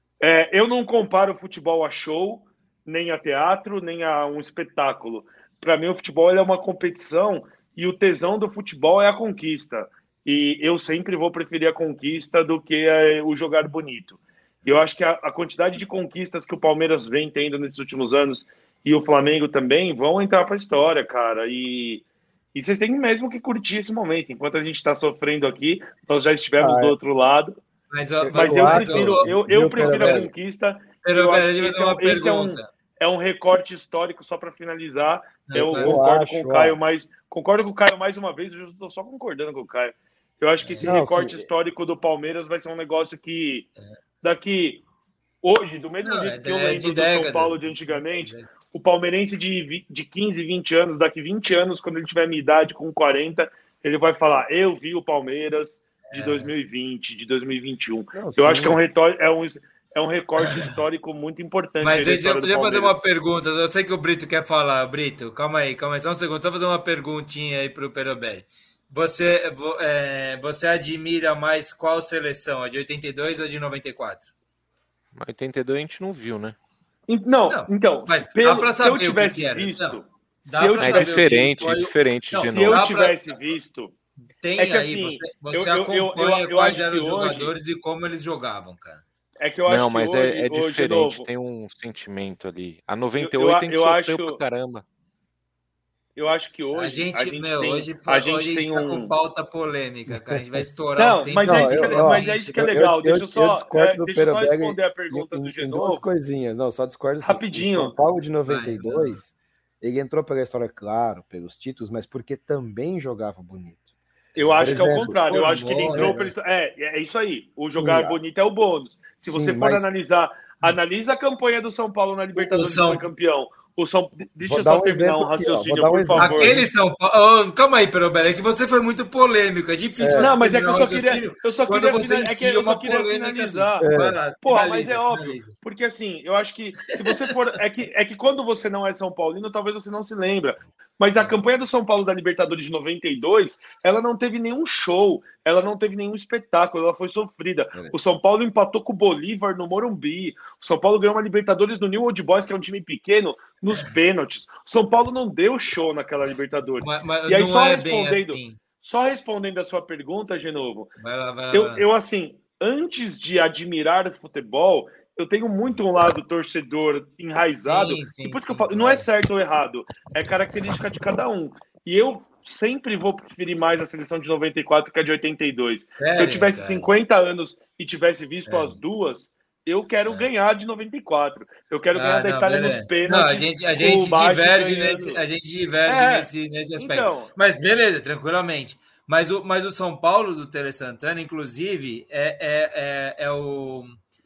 É, eu não comparo o futebol a show, nem a teatro, nem a um espetáculo. Para mim, o futebol ele é uma competição e o tesão do futebol é a conquista. E eu sempre vou preferir a conquista do que é, o jogar bonito. E eu acho que a, a quantidade de conquistas que o Palmeiras vem tendo nesses últimos anos e o Flamengo também vão entrar para a história, cara. E, e vocês têm mesmo que curtir esse momento. Enquanto a gente está sofrendo aqui, nós já estivemos Ah, do é. outro lado. Mas, ó, Mas eu eu acho- prefiro, eu, viu, eu prefiro a Perobelli? conquista. Pera, Eu pera, acho deixa que eu esse, fazer é um, uma esse é, um, pergunta. é um recorte histórico só para finalizar. Não, Eu claro. concordo Eu com o acho, Caio, ó. mas concordo com o Caio mais uma vez. Eu estou só concordando com o Caio. Eu acho que esse Não, recorte sim. histórico do Palmeiras vai ser um negócio que daqui hoje, do mesmo Não, jeito é- que eu é lembro de do São décadas. Paulo de antigamente, o palmeirense de, vi- de quinze, vinte anos, daqui vinte anos, quando ele tiver minha idade com quarenta, ele vai falar: eu vi o Palmeiras de dois mil e vinte, de dois mil e vinte e um. Não, Eu sim. acho que é um, retor- é um, é um recorte histórico muito importante. Mas aí na deixa, história do deixa eu fazer Palmeiras. uma pergunta. Eu sei que o Brito quer falar. Brito, calma aí, calma aí. Só um segundo. Só fazer uma perguntinha aí pro Perobelli. Você, vo- é, você admira mais qual seleção? A de oitenta e dois ou a de noventa e quatro? Mas oitenta e dois a gente não viu, né? En- Não, Não, então, mas dá pelo- pra se saber eu o que tivesse que era. visto, Não, se dá eu pra É saber o que diferente, foi o- diferente, Não, de se novo. eu dá pra- tivesse visto, Tem É que aí, assim, você, você eu- eu- eu- acompanha eu- eu quais acho eram que os hoje- jogadores e como eles jogavam, cara. é que eu acho Não, que mas hoje, é, é hoje, diferente, novo, tem um sentimento ali. A noventa e Eu- eu- oito a gente eu sofreu acho- pra caramba. eu acho que hoje a gente, meu, tem, hoje, foi, a gente hoje a gente tem tá um... com pauta polêmica, cara. A gente vai estourar Não, o tempo. mas é isso que é- eu- mas ó, é isso que é eu- legal. eu- Deixa eu eu só, discordo é, do deixa eu só Perobelli responder a pergunta em, do em duas Genovo. coisinhas. Não, só discordo assim. Rapidinho. O São Paulo de noventa e Vai, dois, ele entrou pela história, claro, pelos títulos, mas porque também jogava bonito. Eu acho que é o exemplo, contrário. Eu formou, acho que ele entrou né? pelo... É, é isso aí. O jogar Sim, bonito é o bônus. Se sim, você for mas- analisar, analisa a campanha do São Paulo na Libertadores, O São- que foi campeão. O São... Deixa Vou eu dar só um terminar exemplo um aqui, ó. raciocínio, Vou dar um por exemplo. favor. Aquele São Paulo. Oh, calma aí, Perobelli, é que você foi muito polêmico. É difícil. Não, você mas é que eu terminar só o queria, raciocínio eu só quando queria, você final- é que enfia eu só uma queria polêmica finalizar. assim. Vai lá, Pô, finaliza, mas é óbvio, finaliza. porque assim, eu acho que se você for. É que, é que quando você não é São Paulino, talvez você não se lembra. Mas a campanha do São Paulo da Libertadores de noventa e dois, ela não teve nenhum show, ela não teve nenhum espetáculo, ela foi sofrida. É. O São Paulo empatou com o Bolívar no Morumbi. O São Paulo ganhou uma Libertadores do New Old Boys, que é um time pequeno, nos pênaltis. O São Paulo não deu show naquela Libertadores. Mas, mas E aí, não só é bem respondendo, assim. só respondendo a sua pergunta, Genovo, Vai lá, vai lá. eu, vai lá. eu, assim, antes de admirar o futebol, eu tenho muito um lado torcedor enraizado. Sim, sim, e por isso que eu sim, falo, não claro. é certo ou errado, é característica de cada um. E eu sempre vou preferir mais a seleção de noventa e quatro que a de oitenta e dois. Se eu Sério, tivesse cara? cinquenta anos e tivesse visto Sério? as duas, eu quero ganhar de noventa e quatro. Eu quero ganhar Ah, da não, Itália beleza. nos pênaltis. Não, a gente, a com gente o Baggio diverge ganhando. nesse, a gente diverge É, nesse, nesse aspecto. então. Mas beleza, tranquilamente. Mas o, mas o São Paulo do Tele Santana, inclusive, é, é, é, é o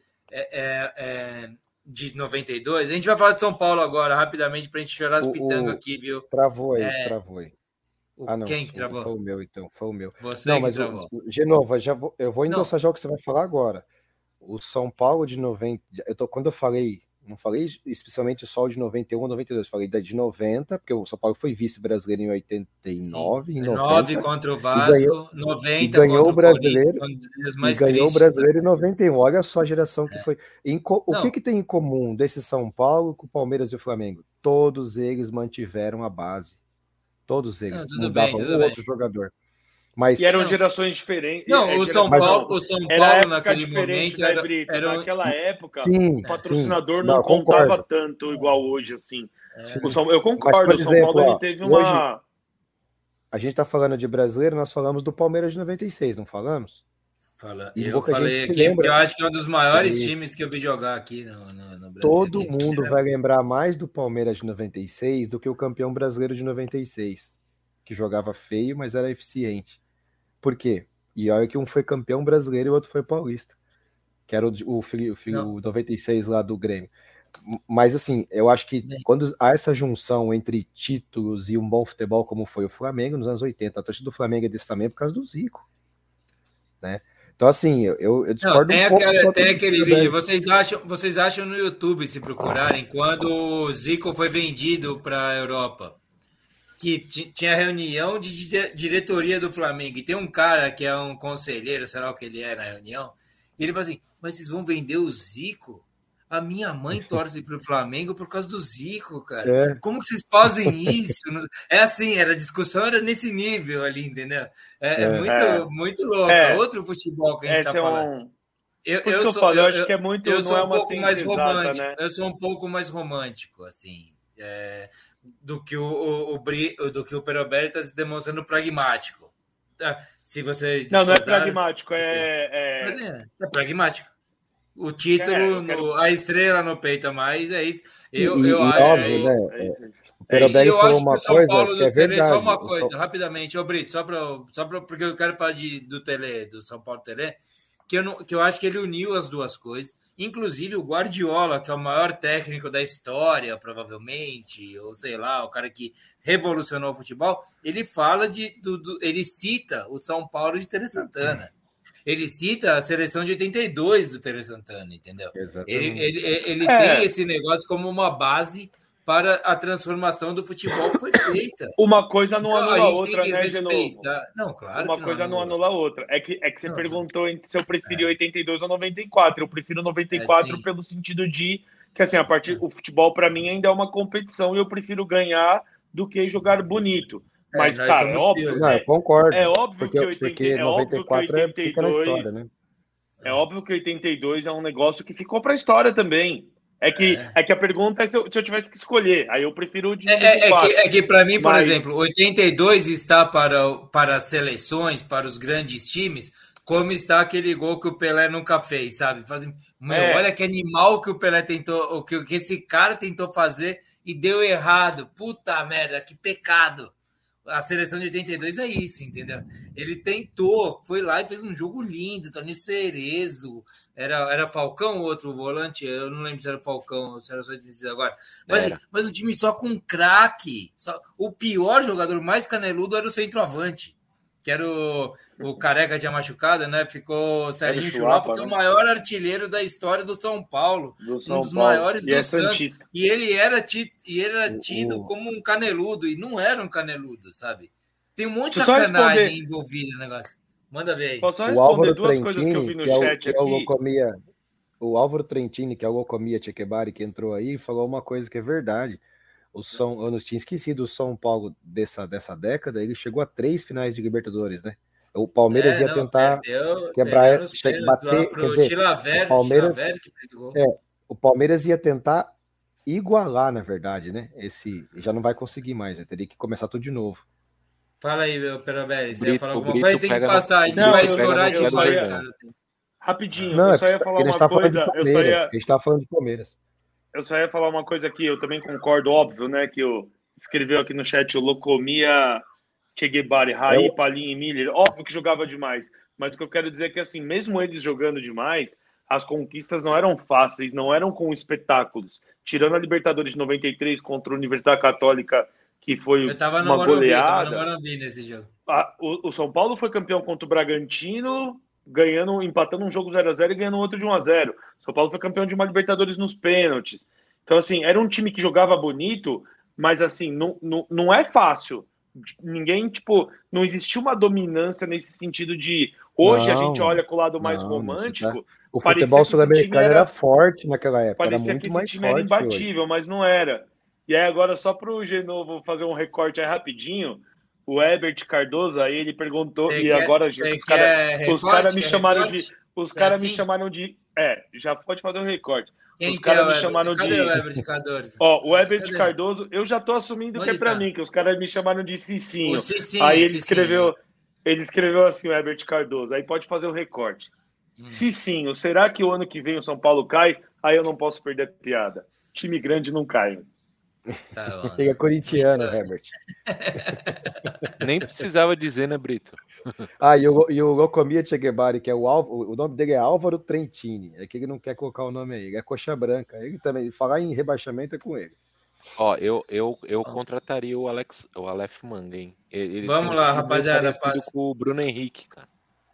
é, é, é de noventa e dois. A gente vai falar de São Paulo agora, rapidamente, para a gente chorar as O- pitangas o- aqui, viu? Travou aí, É. travou aí. O- Ah, não. Quem que Foi travou? o meu, então. Foi o meu. Você Não, que mas, travou. o, o- Genova, já vou, eu vou Não. endossar já o que você vai falar agora. O São Paulo de noventa. Eu tô, quando eu falei, não falei especialmente só o de noventa e um ou noventa e dois, falei da de noventa, porque o São Paulo foi vice-brasileiro em oitenta e nove, em nove noventa. contra o e Vasco, ganhou- noventa e ganhou contra o brasileiro, Corinthians, um dos dias E mais ganhou o tristes. brasileiro em noventa e um. Olha só a geração que É. foi. Em co- o Não. que, que tem em comum desse São Paulo com o Palmeiras e o Flamengo? Todos eles mantiveram a base. Todos eles. Não, tudo Mudavam bem, um tudo ou bem. outro jogador. Mas E eram Não. gerações diferentes. Não, é, o geração- São mas- Paulo, o São Era Paulo época naquele diferente, momento né, era, Brito? era um- Naquela época, sim, o patrocinador sim. não, Não, contava concordo. tanto igual hoje, assim. é, O São, eu Mas, concordo, por o São exemplo, Paulo ele ó, teve hoje- uma... a gente tá falando de brasileiro, nós falamos do Palmeiras de noventa e seis, não falamos? Fala. E Eu pouca falei gente se aqui lembra. porque eu acho que é um dos maiores Isso. times que eu vi jogar aqui no, no, no Brasil. Todo Aqui, mundo né? vai lembrar mais do Palmeiras de noventa e seis do que o campeão brasileiro de noventa e seis, que jogava feio, mas era eficiente. Por quê? E olha que um foi campeão brasileiro e o outro foi paulista, que era o, o, o, o noventa e seis lá do Grêmio. Mas assim, eu acho que Bem. quando há essa junção entre títulos e um bom futebol como foi o Flamengo nos anos oitenta, a torcida do Flamengo é desse tamanho por causa do Zico, né? Então assim, eu, eu discordo Não, tem um pouco. Aquela, tem aquele vídeo, vocês acham, vocês acham no YouTube, se procurarem, quando o Zico foi vendido para a Europa, que tinha reunião de diretoria do Flamengo, e tem um cara que é um conselheiro, sei lá o que ele é na reunião, e ele fala assim, mas vocês vão vender o Zico? A minha mãe torce para o Flamengo por causa do Zico, cara. É. Como que vocês fazem isso? É assim, era, a discussão era nesse nível ali, entendeu? É, é. é muito, é. muito louco. É. Outro futebol que a gente está é falando. Um... Eu, eu, eu, sou, eu acho que é muito, eu não sou é um uma pouco mais romântico. Exata, né? Eu sou um pouco mais romântico, assim, é, do que o, o, o, do que o Perobelli está demonstrando pragmático. Se você não, não é pragmático, é, é... Mas é, é pragmático. O título, é, quero... no, a estrela no peito a mais, é isso. Eu, e, eu e acho. Óbvio, né? É, o Perobelli eu falou acho uma que o São coisa Paulo que é do Tele, verdade. só uma coisa, São... rapidamente, ô Brito, só para só pra, porque eu quero falar de, do Tele, do São Paulo Tele, que eu, não, que eu acho que ele uniu as duas coisas. Inclusive o Guardiola, que é o maior técnico da história, provavelmente, ou sei lá, o cara que revolucionou o futebol, ele fala de. Do, do, ele cita o São Paulo de Tele Santana. Ele cita a seleção de oitenta e dois do Tele Santana, entendeu? Ele, ele, ele é. tem esse negócio como uma base para a transformação do futebol que foi feita. Uma coisa não anula a outra, né, Genovo? Não, claro Uma que coisa não anula a outra. É que, é que você não, perguntou sim. se eu preferi é. oitenta e dois ou noventa e quatro. Eu prefiro noventa e quatro é, pelo sentido de que, assim, a partir, o futebol, para mim, ainda é uma competição e eu prefiro ganhar do que jogar bonito. Mas, é, cara, é óbvio. Não, eu concordo. É óbvio porque, que oitenta, porque é noventa e quatro óbvio que oitenta e dois, fica na história, né? É óbvio que oitenta e dois é um negócio que ficou para a história também. É que, é. é que a pergunta é se eu, se eu tivesse que escolher. Aí eu prefiro o de noventa e quatro. É, é que, é que para mim, por Mas... exemplo, oitenta e dois está para, para as seleções, para os grandes times, como está aquele gol que o Pelé nunca fez, sabe? Faz... Meu, é. Olha que animal que o Pelé tentou, o que, que esse cara tentou fazer e deu errado. Puta merda, que pecado. A seleção de oitenta e dois é isso, entendeu? Ele tentou, foi lá e fez um jogo lindo, Toninho Cerezo, era, era Falcão ou outro volante? Eu não lembro se era Falcão ou se era só de agora. Mas, mas um time só com craque. Só, o pior jogador, mais caneludo, era o centroavante, que era o, o careca de machucada, né? Ficou o Serginho Chulapa, que é o maior artilheiro da história do São Paulo, do São um dos Paulo. maiores e do é Santos. Santista. E ele era tido, e ele era tido uh. como um caneludo, e não era um caneludo, sabe? Tem um monte de Deixa sacanagem responder... envolvida no negócio. Manda ver aí. Posso só o responder Álvaro duas Trentini, coisas que eu vi no que é o, chat que aqui? É o, Locomia, o Álvaro Trentini, que é o Locomia Tchekebari, que entrou aí, falou uma coisa que é verdade. O São, eu não tinha esquecido, o São Paulo dessa, dessa década, ele chegou a três finais de Libertadores, né? O Palmeiras é, ia não, tentar perdeu, quebrar, perdeu bater, quer dizer, Chilaver, o Palmeiras, Chilaver que fez o gol. É, o Palmeiras ia tentar igualar, na verdade, né? Esse já não vai conseguir mais, né? Teria que começar tudo de novo. Fala aí, meu Perobelli, você ia falar alguma Brito coisa, tem que passar, no... a gente não, vai estourar de demais, ia... cara. Rapidinho, não, eu só ia falar uma tá coisa, eu só ia... A gente tá falando de Palmeiras. Eu só ia falar uma coisa aqui, eu também concordo, óbvio, né, que eu escreveu aqui no chat o Locomia Tchekebari, Raí, eu... Palim e Miller, óbvio que jogava demais, mas o que eu quero dizer é que, assim, mesmo eles jogando demais, as conquistas não eram fáceis, não eram com espetáculos. Tirando a Libertadores de noventa e três contra a Universidade Católica, que foi eu tava uma no Morumbi, goleada. Eu tava no Morumbi nesse jogo. A, o, o São Paulo foi campeão contra o Bragantino, ganhando, empatando um jogo zero a zero e ganhando outro de um a zero. O São Paulo foi campeão de uma Libertadores nos pênaltis. Então, assim, era um time que jogava bonito, mas, assim, não, não, não é fácil. Ninguém, tipo, não existiu uma dominância nesse sentido de... Hoje não, a gente olha com o lado mais não, romântico... Tá... O futebol sul-americano era... era forte naquela época, parecia era muito que esse mais time forte era imbatível, mas não era. E aí agora, só para o Genovo fazer um recorte aí rapidinho, o Herbert Cardoso, aí ele perguntou, você e quer, agora os caras cara me chamaram recorte? de... Os caras assim? me chamaram de... É, já pode fazer um recorte. Quem os caras é me chamaram Cadê de... o Herbert Cardoso? Ó, o Herbert Cadê? Cardoso, eu já tô assumindo Onde que é pra tá? mim, que os caras me chamaram de Cicinho. O Cicinho aí ele Cicinho. escreveu, ele escreveu assim, o Herbert Cardoso, aí pode fazer o recorte. Hum. Cicinho, será que o ano que vem o São Paulo cai? Aí eu não posso perder a piada. Time grande não cai. Tá bom. Ele é corintiano, Herbert. Nem precisava dizer, né, Brito? Ah, e o, e o Locomia Cheguebari, que é o Álvaro, o nome dele é Álvaro Trentini. É que ele não quer colocar o nome aí. Ele é coxa branca. Ele também, falar em rebaixamento é com ele. Ó, eu, eu, eu contrataria o Alex, o Aleph Manga, hein? Ele, ele Vamos tem um lá, estilo meio rapaziada, parecido passa. com o Bruno Henrique, cara.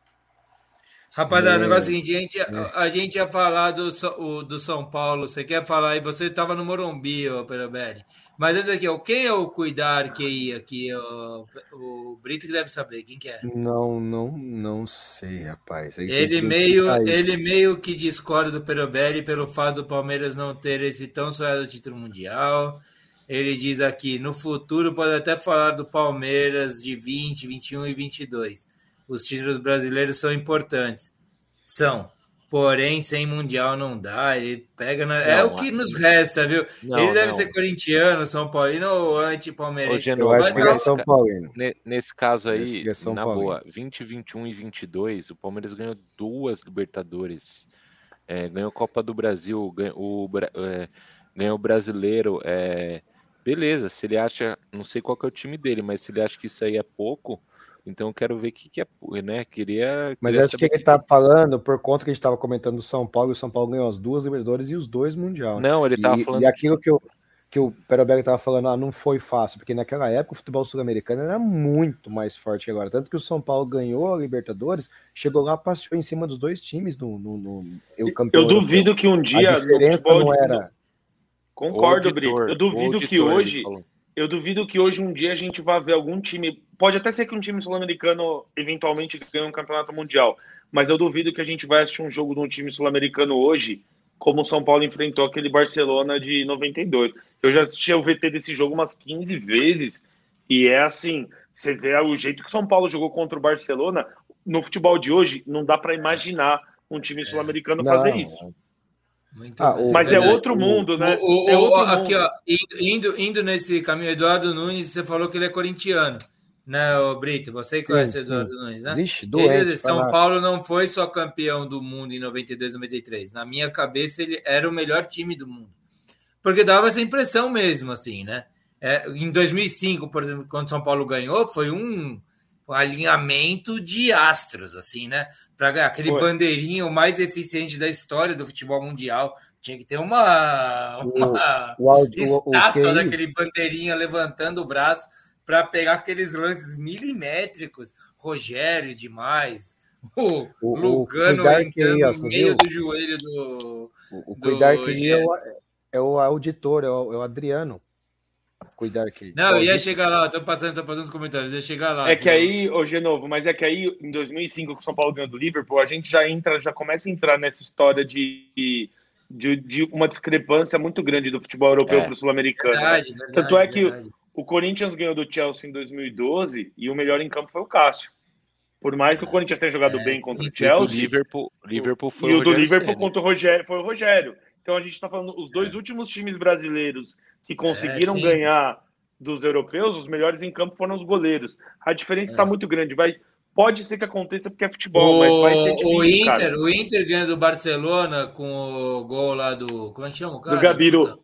Rapaziada, o É, negócio é o seguinte, a gente, é. a, a gente ia falar do, Sa- o- do São Paulo, você quer falar aí, você estava no Morumbi, ô Perobelli. Mas antes aqui, ó, quem é o Cuidar que ia aqui? ó, o Brito que deve saber, quem que é? Não, não, não sei, rapaz. Aí tem Ele que meio, identificar isso. ele meio que discorda do Perobelli pelo fato do Palmeiras não ter esse tão sonhado título mundial. Ele diz aqui, no futuro pode até falar do Palmeiras de vinte, vinte e um e vinte e dois. Os títulos brasileiros são importantes. São. Porém, sem Mundial não dá. Ele pega na... É Não, o que aí- nos resta, viu? Não, ele deve não. ser corintiano, São Paulino ou Ô, anti-palmeirense. Genô, Eu acho Vai que ele é dar- São Paulino. Ne- Nesse caso Esse aí, que é São na Paulino. boa, vinte, vinte e um e vinte e dois, o Palmeiras ganhou duas Libertadores, é, ganhou Copa do Brasil, ganhou o, Bra- é, ganhou o Brasileiro. é, beleza, se ele acha, não sei qual que é o time dele, mas se ele acha que isso aí é pouco, então eu quero ver o que, que é, né? Queria, Mas queria acho que saber ele tá falando por conta que a gente estava comentando do São Paulo, e o São Paulo ganhou as duas Libertadores e os dois Mundial. Não, ele tava E, falando e aquilo que, eu, que o Perobelli estava falando, ah, não foi fácil, porque naquela época o futebol sul-americano era muito mais forte que agora. Tanto que o São Paulo ganhou a Libertadores, chegou lá, passou em cima dos dois times no, no, no, no campeão Eu duvido que um dia A no diferença futebol não de- era... Concordo, O Brito. auditor, Eu o duvido que auditor, ele hoje, falou. eu duvido que hoje um dia a gente vá ver algum time. Pode até ser que um time sul-americano eventualmente ganhe um campeonato mundial, mas eu duvido que a gente vai assistir um jogo de um time sul-americano hoje, como o São Paulo enfrentou aquele Barcelona de noventa e dois. Eu já assisti o V T desse jogo umas quinze vezes e é assim, você vê o jeito que o São Paulo jogou contra o Barcelona, no futebol de hoje não dá para imaginar um time sul-americano Não, fazer isso. Muito Ah, bem, o- Mas é verdade. outro mundo, né? O- o- É o- outro aqui, mundo. ó, indo, indo nesse caminho, Eduardo Nunes, você falou que ele é corintiano, né, ô Brito? Você que conhece o Sim, Eduardo sim. Nunes, né? Vixe, Ele doente, diz, São fanático. Paulo não foi só campeão do mundo em noventa e dois, noventa e três. Na minha cabeça, ele era o melhor time do mundo. Porque dava essa impressão mesmo, assim, né? É, em dois mil e cinco, por exemplo, quando São Paulo ganhou, foi um, um alinhamento de astros, assim, né? Para ganhar aquele Foi. bandeirinho mais eficiente da história do futebol mundial. Tinha que ter uma, uma O, áudio- o, o estátua Q I, daquele bandeirinha levantando o braço para pegar aqueles lances milimétricos. Rogério demais. O, O- o Lugano Cuidar Q I, entrando ó, no você meio viu? do joelho do. o, o do Cuidar que Gé. é o, é o auditor, é o, é o Adriano. Cuidar que Não, eu ia chegar lá, tô passando, tô passando os comentários, eu ia chegar lá. É que aí, ô Genovo, mas é que aí, em dois mil e cinco, que o São Paulo ganhou do Liverpool, a gente já entra, já começa a entrar nessa história de, de, de uma discrepância muito grande do futebol europeu É. para o sul-americano. né? Verdade, verdade, Tanto é que verdade. o Corinthians ganhou do Chelsea em dois mil e doze e o melhor em campo foi o Cássio. Por mais que o Corinthians tenha jogado É, bem sim, contra o sim, O Chelsea, Liverpool, Liverpool foi e o do Rogério Liverpool Ceni. contra o Rogério foi o Rogério. Então a gente está falando os dois últimos times brasileiros que conseguiram sim. ganhar dos europeus, os melhores em campo foram os goleiros. A diferença está É. muito grande. Vai, pode ser que aconteça porque é futebol, mas vai ser O, difícil, o Inter, cara. o Inter ganha do Barcelona com o gol lá do. Como é que chama o cara? Do Gabiru. Puta,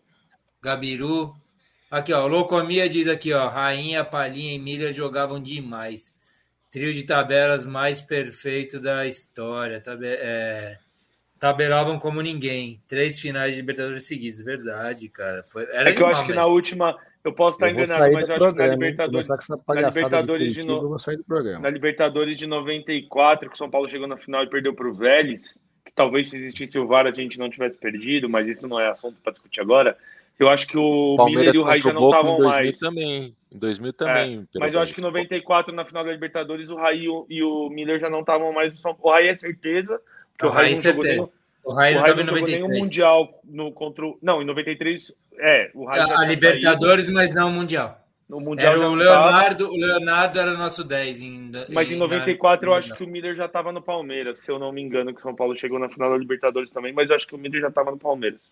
Gabiru. Aqui, ó. O Locomia diz aqui, ó. Rainha, Palhinha e Miller jogavam demais. Trio de tabelas mais perfeito da história. Tabe, é, tabelavam como ninguém. Três finais de Libertadores seguidos. Verdade, cara. Foi, era É que eu animal acho que mesmo. na última, eu posso estar eu vou enganado, sair mas do eu acho que na programa, hein? Libertadores, Começar com essa na palhaçada do Libertadores de Curitiba, no- eu vou sair do programa. na Libertadores de noventa e quatro, que o São Paulo chegou na final e perdeu para o Vélez, que talvez se existisse o V A R a gente não tivesse perdido, mas isso não é assunto para discutir agora. Eu acho que o Miller Palmeiras e o Raí contra já o não Boca em estavam dois mil mais. também. Em dois mil também. É, mas eu acho que em noventa e quatro, na final da Libertadores, o Raí e o- e o Miller já não estavam mais no São Paulo. O Raí é certeza, porque O o Raí Raí, não jogou certeza. nenhum, O Raí o não Raí estava em não jogou noventa e nenhum três. Mundial no, contra o... Não, em noventa e três, é, o Raí já A, a tinha Libertadores, mas não o Mundial. saído. No Mundial Era já o não tava. Leonardo, o Leonardo era nosso dez. Em, Mas em noventa e quatro eu acho que o Miller já estava no Palmeiras, se eu não me engano, que o São Paulo chegou na final da Libertadores também, mas eu acho que o Miller já estava no Palmeiras.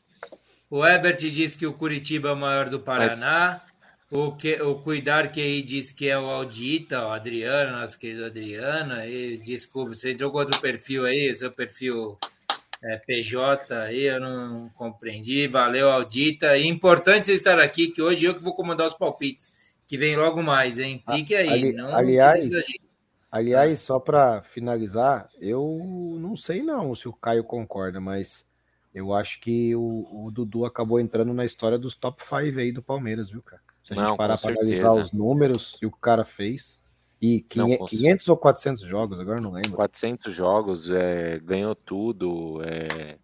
O Herbert diz que o Curitiba é o maior do Paraná. O, que, o Cuidar que aí diz que é o Audita, o Adriano, nosso querido Adriano. E, desculpa, você entrou com outro perfil aí, o seu perfil É, P J aí, eu não compreendi. Valeu, Aldita. E importante você estar aqui, que hoje eu que vou comandar os palpites, que vem logo mais, hein? Fique aí. Ali, não aliás, de... aliás, só para finalizar, eu não sei não se o Caio concorda, mas eu acho que o, o Dudu acabou entrando na história dos top cinco aí do Palmeiras, viu, cara? Se a Não, gente parar com para analisar certeza. os números e o que o cara fez, e Não, quinhentos, com quinhentos ou quatrocentos jogos, agora eu não lembro. quatrocentos jogos, é, ganhou tudo. É,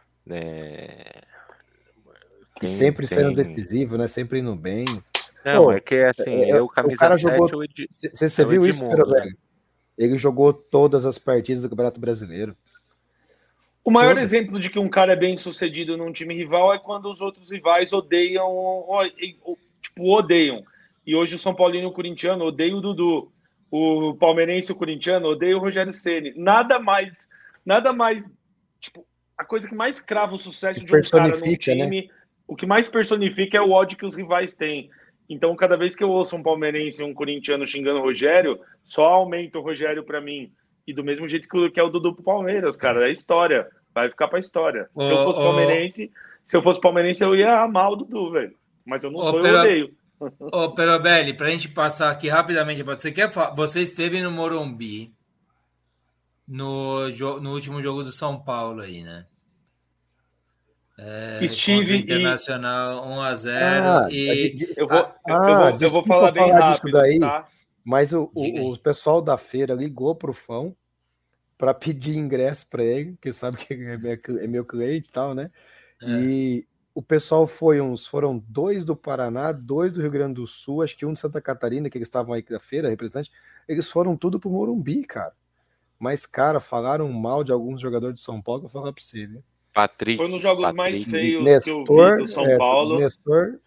é, E tem, sempre sendo tem... decisivo, né? Sempre indo bem. Não, Pô, é que assim, é, é, eu o camisa cara sete, jogou. eu edi- Você é o viu isso, Edmundo, né? Perobelli? Ele jogou todas as partidas do Campeonato Brasileiro. O maior Todas. exemplo de que um cara é bem sucedido num time rival é quando os outros rivais odeiam, ó, e- ó, tipo, odeiam. E hoje o São Paulino e o corintiano odeiam o Dudu. O palmeirense e o corintiano odeiam o Rogério Ceni. Nada mais, nada mais, tipo, a coisa que mais crava o sucesso Que de um cara num personifica, né? time, o que mais personifica é o ódio que os rivais têm. Então, cada vez que eu ouço um palmeirense e um corintiano xingando o Rogério, só aumenta o Rogério pra mim. E do mesmo jeito que o- que é o Dudu pro Palmeiras, cara. É história. Vai ficar pra história. Ô, Se eu fosse ô, palmeirense, se eu fosse palmeirense, eu ia amar o Dudu, velho. Mas eu não ô, sou, eu Pera- odeio. Ô, Perobelli, pra gente passar aqui rapidamente, você quer fa- você esteve no Morumbi no, jo- no último jogo do São Paulo aí, né? É, contra o Estive e Internacional um a zero Ah, e de- de- eu vou, ah, eu, eu vou, eu vou desculpa falar bem falar disso rápido, daí, tá? mas o, Diga o, aí. o pessoal da feira ligou pro Fão para pedir ingresso para ele, que sabe que é meu, é meu cliente e tal, né? É. E o pessoal foi uns, foram dois do Paraná, dois do Rio Grande do Sul, acho que um de Santa Catarina, que eles estavam aí na feira, representante, eles foram tudo pro Morumbi, cara. Mas, cara, falaram mal de alguns jogadores de São Paulo, que eu vou falar pra você, né? Patrick, Foi um dos jogos mais Patrick, feios que eu vi Nestor, do São é, Paulo. Nestor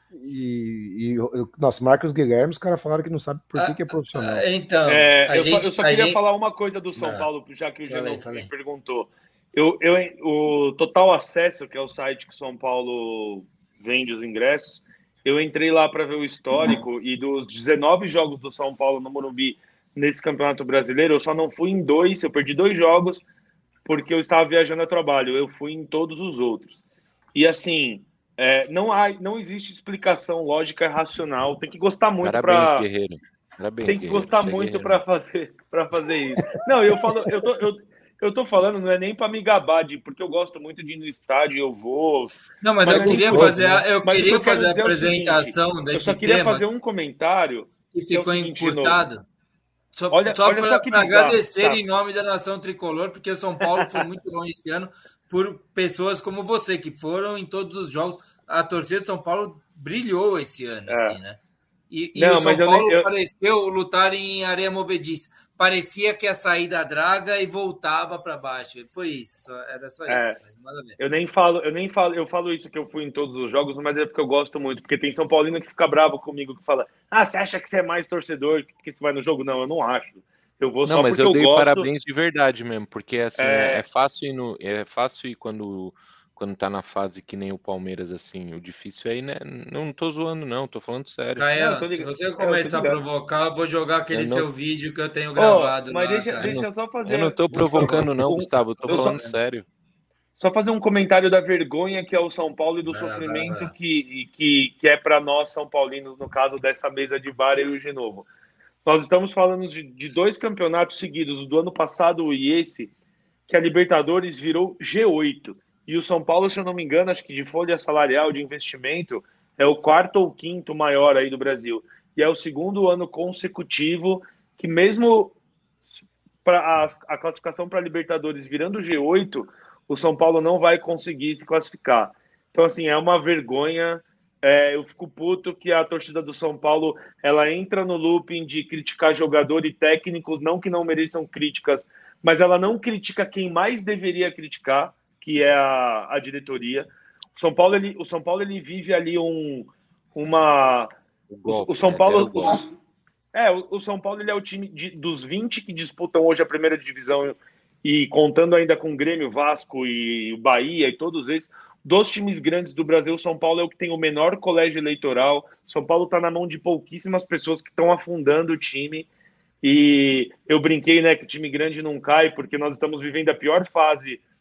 e, e nossa, Marcos Guilherme, os caras falaram que não sabem por que, que é profissional. Ah, Então, É, a eu, gente, só, eu só a queria gente- falar uma coisa do São Ah, Paulo, já que o falei, Genovo falei. me perguntou. Eu, eu, o Total Acesso, que é o site que o São Paulo vende os ingressos, eu entrei lá para ver o histórico e dos dezenove jogos do São Paulo no Morumbi nesse Campeonato Brasileiro, eu só não fui em dois, eu perdi dois jogos porque eu estava viajando a trabalho, eu fui em todos os outros. E assim, é, não, há, não existe explicação lógica e racional, tem que gostar muito Parabéns, para... guerreiro. Parabéns, Tem que guerreiro. gostar Você é muito guerreiro. para fazer, para fazer isso. Não, eu falo, eu tô, eu, eu tô falando, não é nem para me gabar, de, porque eu gosto muito de ir no estádio, eu vou. Não, mas, Mas eu é queria muito fazer, a- eu Mas o que queria eu quero fazer a dizer é o seguinte, apresentação eu desse só queria tema fazer um comentário que que é o ficou seguinte, encurtado. Só, Olha- só olha só para que bizarro, agradecer tá? em nome da nação tricolor, porque o São Paulo foi muito longe esse ano por pessoas como você, que foram em todos os jogos. A torcida de São Paulo brilhou esse ano, É. assim, né? E, e Não, o São mas eu Paulo nem- eu- pareceu lutar em areia movediça. Parecia que ia sair da draga e voltava para baixo. Foi isso, só- era só É. isso. Mas manda ver. Eu nem falo, eu nem falo, eu falo isso que eu fui em todos os jogos, mas é porque eu gosto muito, porque tem São Paulino que fica bravo comigo, que fala: "Ah, você acha que você é mais torcedor que você vai no jogo?" Não, eu não acho. Eu vou só Não, mas porque eu eu dei gosto. parabéns de verdade mesmo, porque assim, É. é, é fácil ir no, é fácil ir quando, quando tá na fase que nem o Palmeiras, assim. O difícil aí, né? Não tô zoando, não, tô falando sério. Caian, Não, tô se ligado. você É, eu tô começar a ligado. provocar, eu vou jogar aquele Eu não- seu vídeo que eu tenho Ó, gravado mas lá, deixa, cara. deixa eu só fazer. Eu não tô provocando, não, um- Gustavo, eu tô eu só- falando sério. Só fazer um comentário da vergonha que é o São Paulo e do Vai lá, sofrimento vai lá, vai lá. que, que, que é para nós, São Paulinos, no caso dessa mesa de bar, eu e o Genovo. Nós estamos falando de, de dois campeonatos seguidos, o do ano passado e esse, que a Libertadores virou G oito. E o São Paulo, se eu não me engano, acho que de folha salarial de investimento, é o quarto ou quinto maior aí do Brasil. E é o segundo ano consecutivo que mesmo para a, a classificação para a Libertadores virando G oito, o São Paulo não vai conseguir se classificar. Então, assim, é uma vergonha. É, eu fico puto que a torcida do São Paulo ela entra no looping de criticar jogador e técnicos, não que não mereçam críticas, mas ela não critica quem mais deveria criticar, que é a, a diretoria. O São Paulo, ele, o São Paulo ele vive ali um, uma... O golpe, o, o São né? Paulo... Deram o golpe. É, o, o São Paulo ele é o time de, dos vinte que disputam hoje a primeira divisão e contando ainda com o Grêmio, Vasco e o Bahia e todos esses, dos times grandes do Brasil, o São Paulo é o que tem o menor colégio eleitoral. São Paulo está na mão de pouquíssimas pessoas que estão afundando o time. E eu brinquei, né, que o time grande não cai, porque nós estamos vivendo a pior fase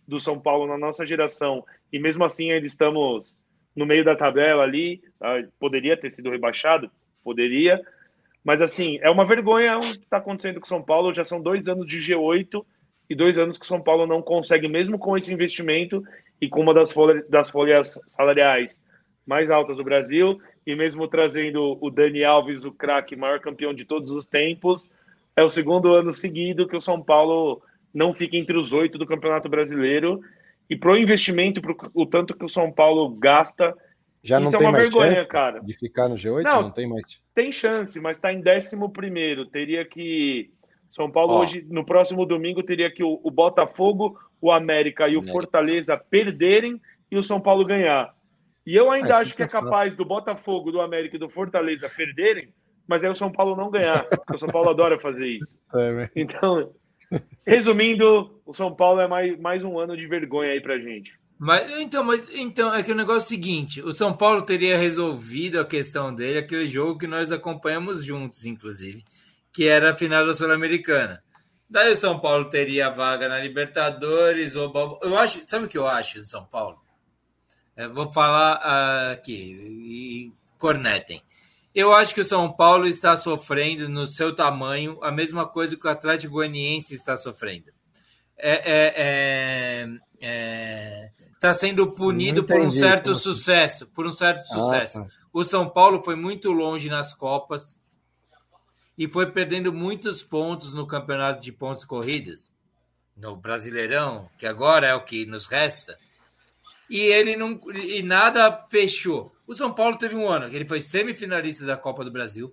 do São Paulo na nossa geração, e mesmo assim ainda estamos no meio da tabela ali, poderia ter sido rebaixado, poderia, mas assim, é uma vergonha o que está acontecendo com o São Paulo, já são dois anos de G oito e dois anos que o São Paulo não consegue, mesmo com esse investimento e com uma das folhas, das folhas salariais mais altas do Brasil, e mesmo trazendo o Dani Alves, o craque, maior campeão de todos os tempos, é o segundo ano seguido que o São Paulo não fica entre os oito do Campeonato Brasileiro, e pro investimento, pro o tanto que o São Paulo gasta, Já não isso tem é uma mais vergonha, chance cara. de ficar no G oito? Não, Não tem mais. Tem chance, mas está em décimo primeiro. Teria que... São Paulo Ó. hoje, no próximo domingo, teria que o, o Botafogo, o América e o América. Fortaleza perderem e o São Paulo ganhar. E eu ainda Ah, acho que é fica capaz do Botafogo, do América e do Fortaleza perderem, mas aí o São Paulo não ganhar, porque o São Paulo adora fazer isso. É, Então, resumindo, o São Paulo é mais, mais um ano de vergonha aí pra gente. Mas então, mas então é que o negócio é o seguinte: o São Paulo teria resolvido a questão dele, aquele jogo que nós acompanhamos juntos, inclusive, que era a final da Sul-Americana. Daí o São Paulo teria a vaga na Libertadores. Ou... Eu acho, sabe o que eu acho do São Paulo? Eu vou falar uh, aqui e cornetem. Eu acho que o São Paulo está sofrendo no seu tamanho a mesma coisa que o Atlético Goianiense está sofrendo. É, é, é, é... Está sendo punido por um certo sucesso, por um certo sucesso. Ah, tá. O São Paulo foi muito longe nas Copas e foi perdendo muitos pontos no campeonato de pontos corridas, no Brasileirão, que agora é o que nos resta. E ele não, e nada fechou. O São Paulo teve um ano que ele foi semifinalista da Copa do Brasil.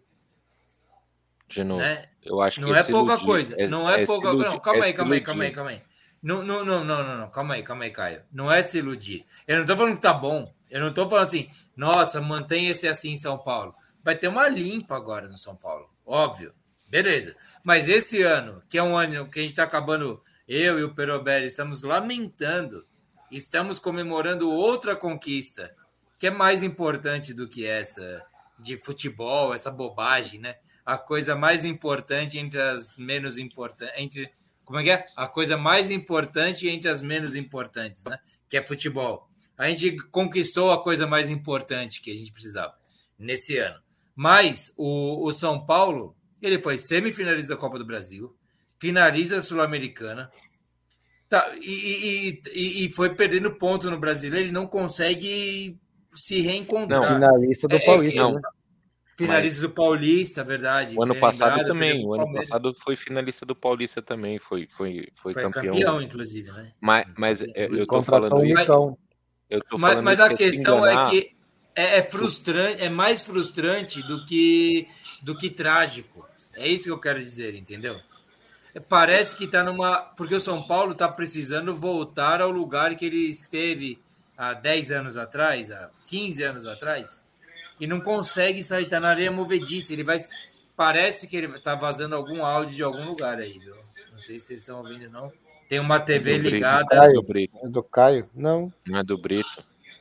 De novo, né? eu acho não que é pouca iludir. coisa. É, não é, é pouca coisa. Não, calma é aí, calma aí, calma aí, calma aí. Não, não, não, não, não, não, calma aí, calma aí, Caio. Não é se iludir. Eu não tô falando que tá bom. Eu não tô falando assim, nossa, mantenha esse assim em São Paulo. Vai ter uma limpa agora no São Paulo, óbvio. Beleza. Mas esse ano, que é um ano que a gente tá acabando, eu e o Perobelli estamos lamentando, estamos comemorando outra conquista, que é mais importante do que essa de futebol, essa bobagem, né? A coisa mais importante entre as menos importantes, entre como é que é? A coisa mais importante entre as menos importantes, né? Que é futebol. A gente conquistou a coisa mais importante que a gente precisava nesse ano. Mas o, o São Paulo, ele foi semifinalista da Copa do Brasil, finalista da Sul-Americana, tá, e, e, e foi perdendo ponto no Brasileiro e não consegue se reencontrar. Não, finalista do é, Paulista, é, né? Finalista Mas... do Paulista, verdade. O ano bem passado lembrado, também. O ano Palmeiras. passado foi finalista do Paulista também. Foi, foi, foi, Foi campeão. campeão, inclusive, né? Mas, mas eu, eu tô Contratou falando um isso. Nicão. Eu tô Mas, falando mas isso a que questão se enganar, é que é, é frustrante, é mais frustrante do que, do que trágico. É isso que eu quero dizer, entendeu? Parece que está numa. Porque o São Paulo está precisando voltar ao lugar que ele esteve há dez anos atrás, há quinze anos atrás. E não consegue sair, está na areia movediça. Ele vai. Parece que ele está vazando algum áudio de algum lugar aí, viu? Não sei se vocês estão ouvindo, não. Tem uma T V do Brito. ligada. É do Brito. É do Caio? Não. Não é do Brito.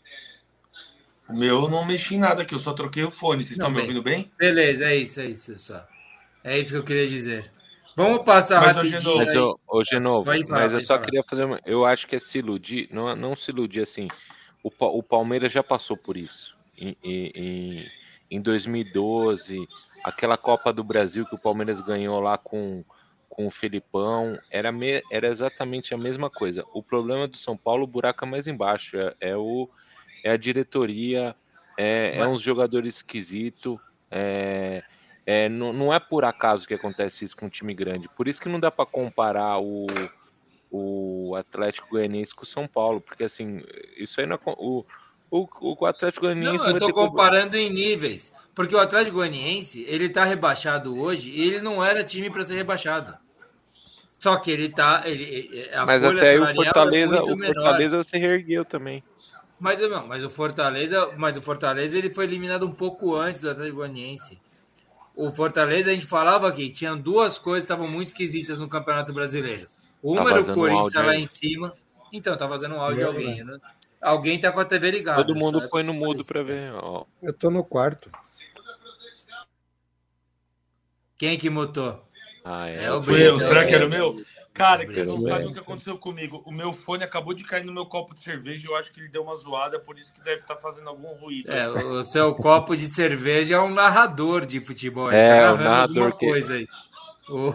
O meu eu não mexi em nada aqui, eu só troquei o fone. Vocês Não, estão me bem. ouvindo bem? Beleza, é isso, é isso só. É isso que eu queria dizer. Vamos passar Mas, ô, rapidinho. Genovo, Mas, aí. ô, ô Genovo, Pode falar, mas eu pode só falar. queria fazer uma. Eu acho que é se iludir, não, não se iludir assim. O, Pa- o Palmeiras já passou por isso. Em, em, em- em dois mil e doze, aquela Copa do Brasil que o Palmeiras ganhou lá com, com o Felipão, era, me- era exatamente a mesma coisa. O problema do São Paulo, o buraco é mais embaixo. É, é, o, é a diretoria, é, é uns jogadores esquisitos. É, é, não, não é por acaso que acontece isso com um time grande. Por isso que não dá para comparar o, o Atlético Goianiense com o São Paulo, porque assim, isso aí não é, co- o, o, o Atlético Goianiense Não, eu vai tô ter que- comparando em níveis. Porque o Atlético Goianiense, ele tá rebaixado hoje e ele não era time para ser rebaixado. Só que ele tá. Ele, a Mas folha até aí o salarial Fortaleza, é muito o menor. Fortaleza se reergueu também. Mas não, mas o Fortaleza, mas o Fortaleza ele foi eliminado um pouco antes do Atlético Goianiense. O Fortaleza, a gente falava aqui, tinha duas coisas que estavam muito esquisitas no Campeonato Brasileiro. Uma Tá era o vazando um Corinthians áudio lá aí. em cima. Então, tá fazendo um áudio de É, alguém. Né? Alguém tá com a T V ligada. Todo mundo só é foi no por mudo isso. pra ver. Ó. Eu tô no quarto. Quem que mutou? Ah, é. É o Foi eu, Brito, será é. que era o meu? Cara, que vocês não Brito. sabem o que aconteceu comigo. O meu fone acabou de cair no meu copo de cerveja e eu acho que ele deu uma zoada, por isso que deve estar fazendo algum ruído. É, o seu copo de cerveja é um narrador de futebol. Ele É, tá o narrando narrador alguma que- coisa aí. O,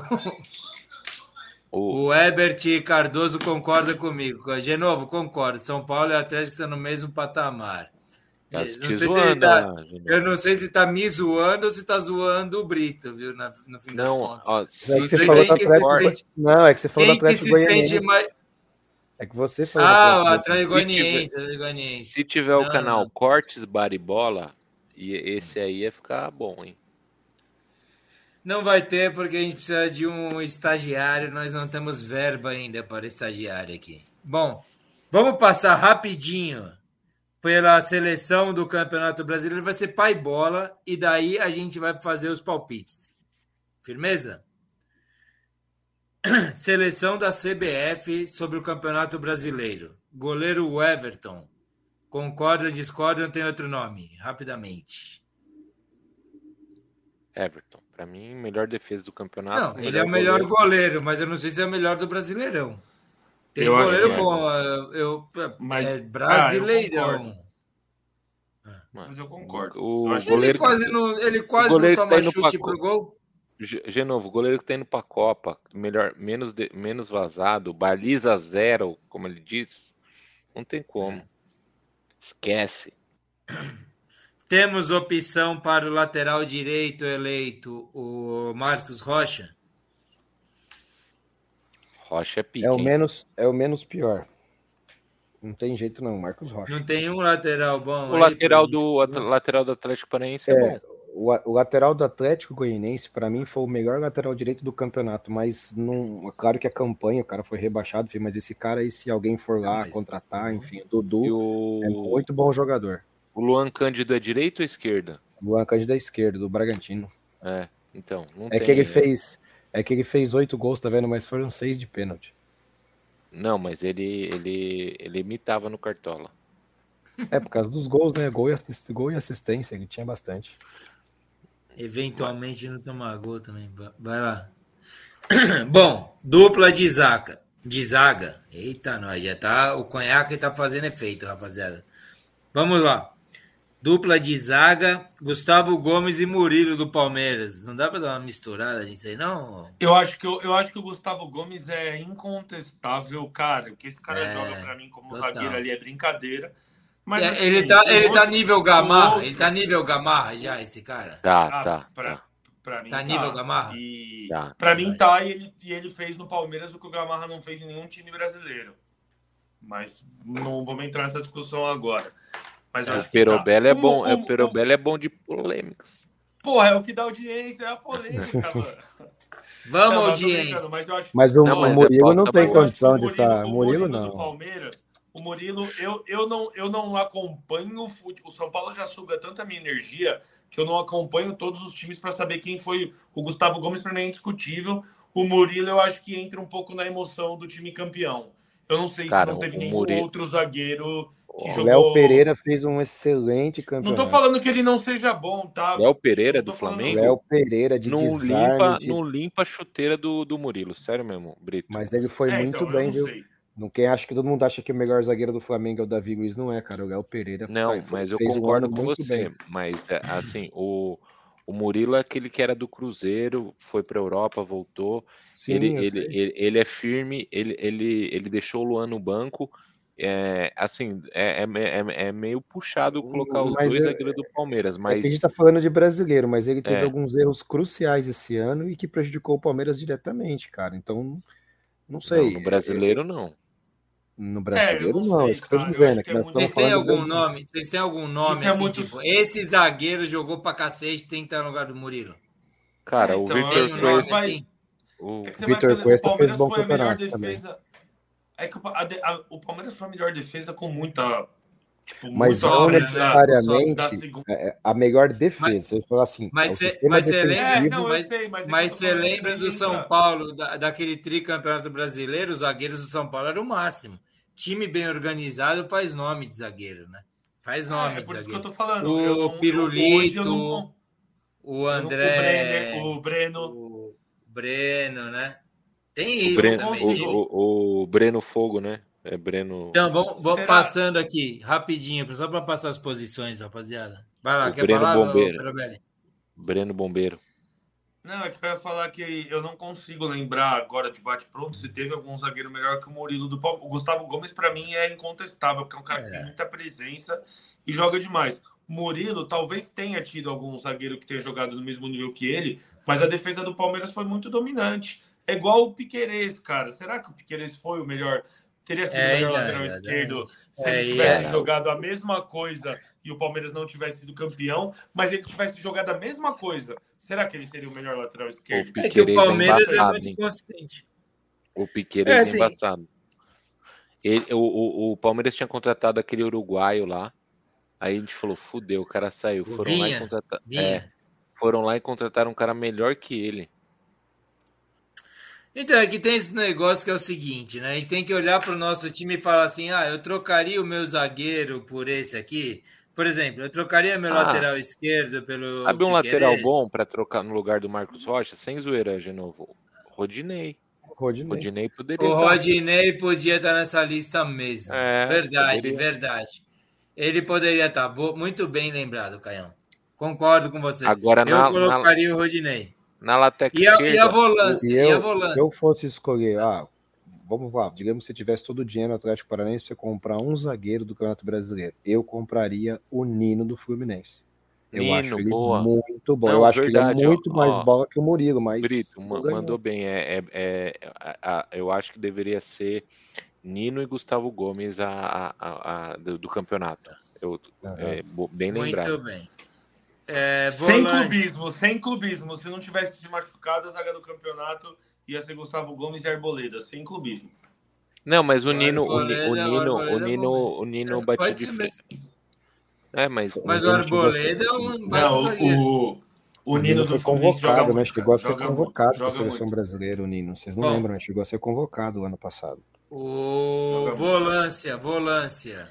O, o Herbert Cardoso concorda comigo. De novo, concordo. São Paulo e Atlético estão no mesmo patamar. tá Eu te não sei se ele zoando tá- lá, Genovo. Eu não sei se tá me zoando ou se tá zoando o Brito, viu? Na- No fim das Não, contas. ó, É se que você sei falou quem do que se Atlético. sente- Não, é que você falou do Quem que Atlético se Goianiense. sente mais. É que você falou do Ah, o Atlético Atlético Goianiense. Goianiense. Atlético Goianiense. se tiver o Não, canal não. Cortes Baribola, e esse aí ia ficar bom, hein? Não vai ter porque a gente precisa de um estagiário. Nós não temos verba ainda para estagiário aqui. Bom, vamos passar rapidinho pela seleção do Campeonato Brasileiro. Vai ser pai bola e daí a gente vai fazer os palpites. Firmeza? Seleção da C B F sobre o Campeonato Brasileiro. Goleiro Everton. Concorda, discorda, não tem outro nome? Rapidamente. Everton, pra mim, melhor defesa do campeonato. Não, ele é o melhor goleiro, mas eu não sei se é o melhor do Brasileirão. Tem Eu acho goleiro que é. bom, eu, eu- Mas, é ah, eu brasileirão. concordo. Mas eu concordo. O Eu acho ele goleiro quase, que, não, ele quase o goleiro não que tá toma indo chute pra pro gol. Ge- de novo, o goleiro que tá indo pra Copa, melhor, menos, de- menos vazado, baliza zero, como ele diz, não tem como. Esquece. Temos opção para o lateral direito eleito, o Marcos Rocha. Rocha é pique, É o hein? menos, é o menos pior. Não tem jeito não, Marcos Rocha. Não tem um lateral bom O aí lateral pra do, at- lateral do Atlético Paranaense é, É, bom. o, o lateral do Atlético Goianiense, para mim, foi o melhor lateral direito do campeonato, mas não, é claro que a campanha, o cara foi rebaixado, enfim, mas esse cara aí, se alguém for lá Mas- contratar, enfim, o Dudu E é o, muito bom jogador. o Luan Cândido é direita ou esquerda? Luan Cândido da esquerda, do Bragantino. É, então, não É tem. que ele fez, é que ele fez oito gols, tá vendo? Mas foram seis de pênalti. Não, mas ele, ele, ele imitava no Cartola. É por causa dos gols, né? Gol e, assist, gol e assistência, ele tinha bastante. Eventualmente não tomar gol também. Vai lá. Bom, dupla de zaga. De zaga. Eita, nós já tá. O conhaque tá fazendo efeito, rapaziada. Vamos lá. Dupla de zaga, Gustavo Gomes e Murilo do Palmeiras. Não dá para dar uma misturada nisso aí, não? Eu acho que, eu, eu acho que o Gustavo Gomes é incontestável, cara. O que esse cara É, joga pra mim como total. zagueiro ali é brincadeira. Mas, É, assim, ele tá, o ele tá outro- nível o Gamarra. outro- Ele tá nível Gamarra já, esse cara. Tá, Ah, tá, pra, tá. pra mim Tá tá. nível Gamarra? E Tá. pra mim tá, e ele, e ele fez no Palmeiras o que o Gamarra não fez em nenhum time brasileiro. Mas não vamos entrar nessa discussão agora. Mas eu É, acho o que tá. Perobello é O- bom, é, o- o Perobello é bom de polêmicas. Porra, é o que dá audiência, é a polêmica, mano. Vamos, Não, mas tô audiência. brincando, mas eu acho Mas o, Não, o mas é Murilo pauta não tem boa. condição de O estar. o Murilo do não. Palmeiras, o Murilo, eu, eu, não, eu não acompanho o futebol. O São Paulo já suga tanta minha energia que eu não acompanho todos os times para saber quem foi o Gustavo Gomes, para mim é indiscutível. O Murilo, eu acho que entra um pouco na emoção do time campeão. Eu não sei Cara, se não teve o nenhum Murilo- outro zagueiro que O jogou. Léo Pereira fez um excelente Não campeonato. tô falando que ele não seja bom, tá? Léo Pereira Não tô do falando- Flamengo? Léo Pereira de Não desarme, limpa, de- não limpa a chuteira do, do Murilo, sério mesmo, Brito. mas ele foi É, muito então, eu bem, não viu? sei. Não quem acha que todo mundo acha que o melhor zagueiro do Flamengo é o Davi Luiz, não é, cara. O Léo Pereira Não, foi- mas eu fez um concordo ano com muito você. bem. Mas, é, assim, o, o Murilo é aquele que era do Cruzeiro, foi pra Europa, voltou. Sim, ele, eu ele, sei. ele, ele é firme, ele, ele, ele deixou o Luan no banco. É, assim, é, é, é, é meio puxado colocar os Mas dois é- zagueiros do Palmeiras, É que mas a gente tá falando de brasileiro, mas ele teve É. alguns erros cruciais esse ano e que prejudicou o Palmeiras diretamente, cara. Então, não não, sei. no brasileiro não. No É, brasileiro, eu não, não é sei, isso que eu tô cara. Eu dizendo. acho É que que é nós muito- estamos Vocês têm falando do algum Brasil. nome? Vocês têm algum nome Isso é assim, muito- tipo, esse zagueiro jogou pra cacete, tem que estar no lugar do Murilo? Cara, É, o então, eu Victor acho Tem um que nome Cuesta, vai- assim? o, É que você Vitor vai pelo- Cuesta o Palmeiras fez bom foi a melhor campeonato também. defesa. É que o, a de- a- o Palmeiras foi a melhor defesa com muita. Tipo, Mas muito não à frente da- necessariamente da segunda. é, é a melhor defesa. Mas- Você fala assim, mas o cê- sistema mas cê defensivo. É, lembra- não, eu mas- sei, mas é que Mas eu tô você falando que lembra daí do São entra- Paulo, da- daquele tricampeonato brasileiro, os zagueiros do São Paulo eram o máximo. Time bem organizado faz nome de zagueiro, né? Faz nome É, é de por isso que eu zagueiro. tô falando. O eu não- Pirulito, hoje eu não- O eu não- André... O Breno. o Breno, né? Tem O isso Breno, também. o, tem- o, o Breno Fogo, né? É Breno. Então, vamos, vamos Será? passando aqui, rapidinho, só para passar as posições, rapaziada. Vai lá, O quer Breno falar, ô, Bombeiro. Perobelli? Breno Bombeiro. Não, é que eu ia falar que eu não consigo lembrar agora de bate-pronto se teve algum zagueiro melhor que o Murilo do Palmeiras. O Gustavo Gomes, para mim, é incontestável, porque é um cara que tem muita presença e joga demais. O Murilo talvez tenha tido algum zagueiro que tenha jogado no mesmo nível que ele, mas a defesa do Palmeiras foi muito dominante. É igual o Piquerez, cara. Será que o Piquerez foi o melhor? Teria sido É, o melhor então, lateral é, esquerdo se é, ele tivesse é. jogado a mesma coisa e o Palmeiras não tivesse sido campeão, mas ele tivesse jogado a mesma coisa. Será que ele seria o melhor lateral O esquerdo? É que o Piquerez é Palmeiras é embaçado, muito hein? consistente. O Piquerez É, é sim. embaçado. Ele, o, o, o Palmeiras tinha contratado aquele uruguaio lá. Aí a gente falou, fudeu, o cara saiu. O Foram lá e Vinha, contrataram. Vinha. É, foram lá e contrataram um cara melhor que ele. Então, é que tem esse negócio que é o seguinte, né? A gente tem que olhar para o nosso time e falar assim, ah, eu trocaria o meu zagueiro por esse aqui. Por exemplo, eu trocaria meu Ah. lateral esquerdo pelo Sabe um lateral Piquerez. bom pra trocar no lugar do Marcos Rocha? Sem zoeira, de novo. Rodinei. Rodinei. Rodinei poderia O estar. Rodinei podia estar nessa lista mesmo. É, verdade, poderia. verdade. Ele poderia estar. Bo- Muito bem lembrado, Caião. Concordo com você. Agora, eu na- colocaria o Rodinei. Na lateral E a, esquerda. e a volância? E E, a eu, volância? se eu fosse escolher, ah, vamos lá, digamos que você tivesse todo o dinheiro no Atlético Paranaense, você comprar um zagueiro do Campeonato Brasileiro. Eu compraria o Nino do Fluminense. Eu Nino, acho ele boa. muito bom. Não, eu acho verdade, que ele é muito ó, mais ó. bola que o Murilo, mas. Brito, não ma- ganhou. mandou bem. É, é, é- a- a- eu acho que deveria ser Nino e Gustavo Gomes a, a- a- a- do, do campeonato. Eu, é, bo- bem lembrado. Muito bem. É, Sem volante. clubismo, sem clubismo. Se não tivesse se machucado, a zaga do campeonato ia ser Gustavo Gomes e Arboleda. Sem clubismo. Não, mas o O Nino, o, Ni- o Arboleda- o Nino, o Arboleda é Nino, bom o Nino mesmo. batia Pode de ser frente. mesmo. É, mas Mas o Ele chegou a Arboleda é um baita Não, zagueiro. o, o Ele Nino do foi Fluminense joga convocado, né? muito. Chegou a cara. ser Joga convocado muito, para a joga seleção muito. brasileira, o Nino. Vocês não Bom. lembram, né? Chegou a ser convocado o ano passado. O Joga volância, volância.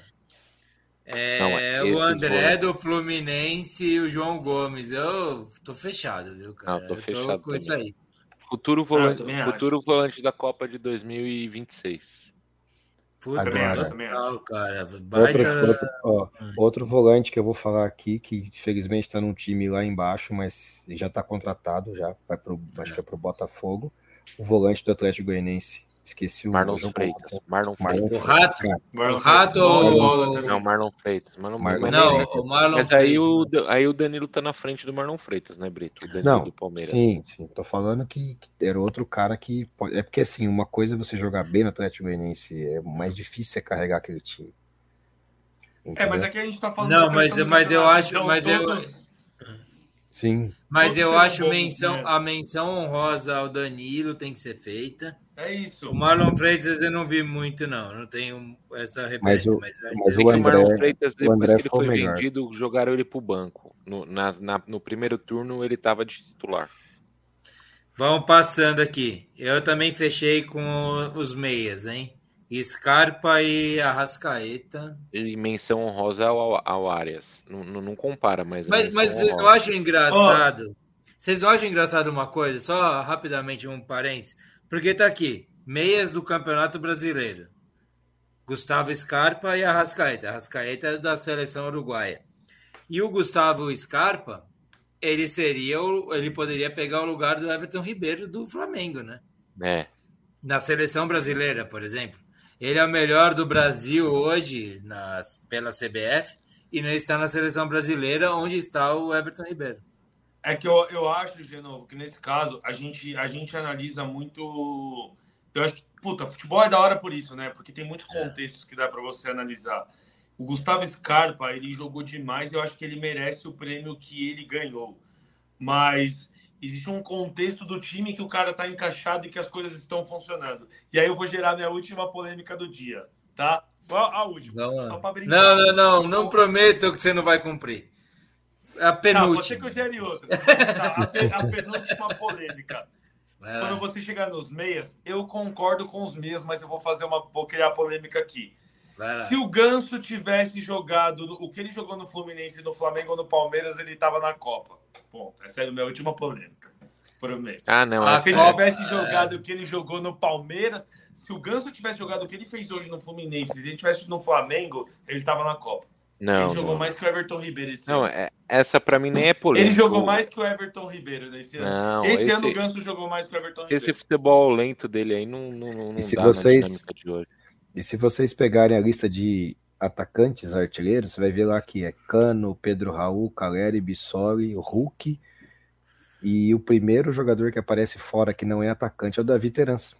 É, Não, o esses André volantes- do Fluminense e o João Gomes. Eu tô fechado, viu, cara? Não, tô Eu fechado com isso também. aí. Futuro volante, também futuro volante da Copa de dois mil e vinte e seis. Puta, Também Agora, acho, também acho. total, cara. Outro, Baita... outro, ó, outro volante que eu vou falar aqui, que infelizmente está num time lá embaixo, mas já está contratado, já vai pro, acho que é pro Botafogo. O volante do Atlético Goianiense. Esqueci o Marlon João Freitas. Paulo. Marlon Marlon Freitas. O Rato? Marlon O Rato Freitas, bola, ou- bola também. Não, Marlon Freitas. Marlon, Marlon mas Não, nem- o Marlon mas aí Freitas. o, Da- aí o Danilo tá na frente do Marlon Freitas, né, Brito? O Danilo Não, do Palmeiras. sim, sim. Tô falando que, que era outro cara que pode... É porque assim, uma coisa é você jogar bem no Atlético Goianiense, é mais difícil você carregar aquele time. É, mas aqui a gente tá falando Não, da mas- seleção do mas eu campeonato, acho- então mas eu- todos- Sim. Mas Todos eu serão acho bons, menção, né? a menção honrosa ao Danilo tem que ser feita. É isso. O Marlon Freitas eu não vi muito, não. Não tenho essa Mas referência. o, Mas eu acho mas que É o que o André, Marlon Freitas, o depois André que ele foi o foi melhor. vendido, jogaram ele pro banco. No, na- na- no primeiro turno, ele tava de titular. Vamos passando aqui. Eu também fechei com os meias, hein? Scarpa e Arrascaeta. E menção honrosa ao, ao Arias. Não, não, não compara, mas é Mas, menção mas eu honrosa. acho engraçado. Vocês acham engraçado uma coisa? Só rapidamente um parênteses. Porque tá aqui. Meias do Campeonato Brasileiro. Gustavo Scarpa e Arrascaeta. Arrascaeta é da seleção uruguaia. E o Gustavo Scarpa, ele seria o, ele poderia pegar o lugar do Everton Ribeiro do Flamengo, né? É. Na seleção brasileira, por exemplo. Ele é o melhor do Brasil hoje nas, pela C B F e não está na seleção brasileira, onde está o Everton Ribeiro. É que eu, eu acho, Genovo, que nesse caso a gente, a gente analisa muito. Eu acho que, puta, futebol é da hora por isso, né? Porque tem muitos contextos que dá para você analisar. O Gustavo Scarpa, ele jogou demais e eu acho que ele merece o prêmio que ele ganhou. Mas existe um contexto do time que o cara tá encaixado e que as coisas estão funcionando. E aí eu vou gerar minha última polêmica do dia, tá? Só a última. Vamos lá. Só pra brincar. Não, não, não. Não prometo que você não vai cumprir. A Tá, pode ser penúltima. que eu gere outra. Tá, a, pe- a penúltima polêmica. Vai lá. Quando você chegar nos meias, eu concordo com os meias, mas eu vou fazer uma. Vou criar polêmica aqui. Vai lá. Se o Ganso tivesse jogado no- o que ele jogou no Fluminense, no Flamengo ou no Palmeiras, ele estava na Copa. Ponto. Essa é a minha última polêmica. Prometo. Ah, não. Ah, essa- se ele Copa- tivesse jogado o que ele jogou no Palmeiras, se o Ganso tivesse jogado o que ele fez hoje no Fluminense, se ele tivesse no Flamengo, ele tava na Copa. Não, ele jogou não. mais que o Everton Ribeiro esse Não, ano. é- essa pra mim nem é polêmica. Ele jogou O- mais que o Everton Ribeiro nesse ano. Não, esse, esse- ano o Ganso jogou mais que o Everton Ribeiro. Esse futebol lento dele aí não, não, não E se dá vocês- na dinâmica de hoje. E se vocês pegarem a lista de atacantes artilheiros, você vai ver lá que é Cano, Pedro Raul, Caleri, Bissoli, Hulk. E o primeiro jogador que aparece fora que não é atacante é o Davi Terans.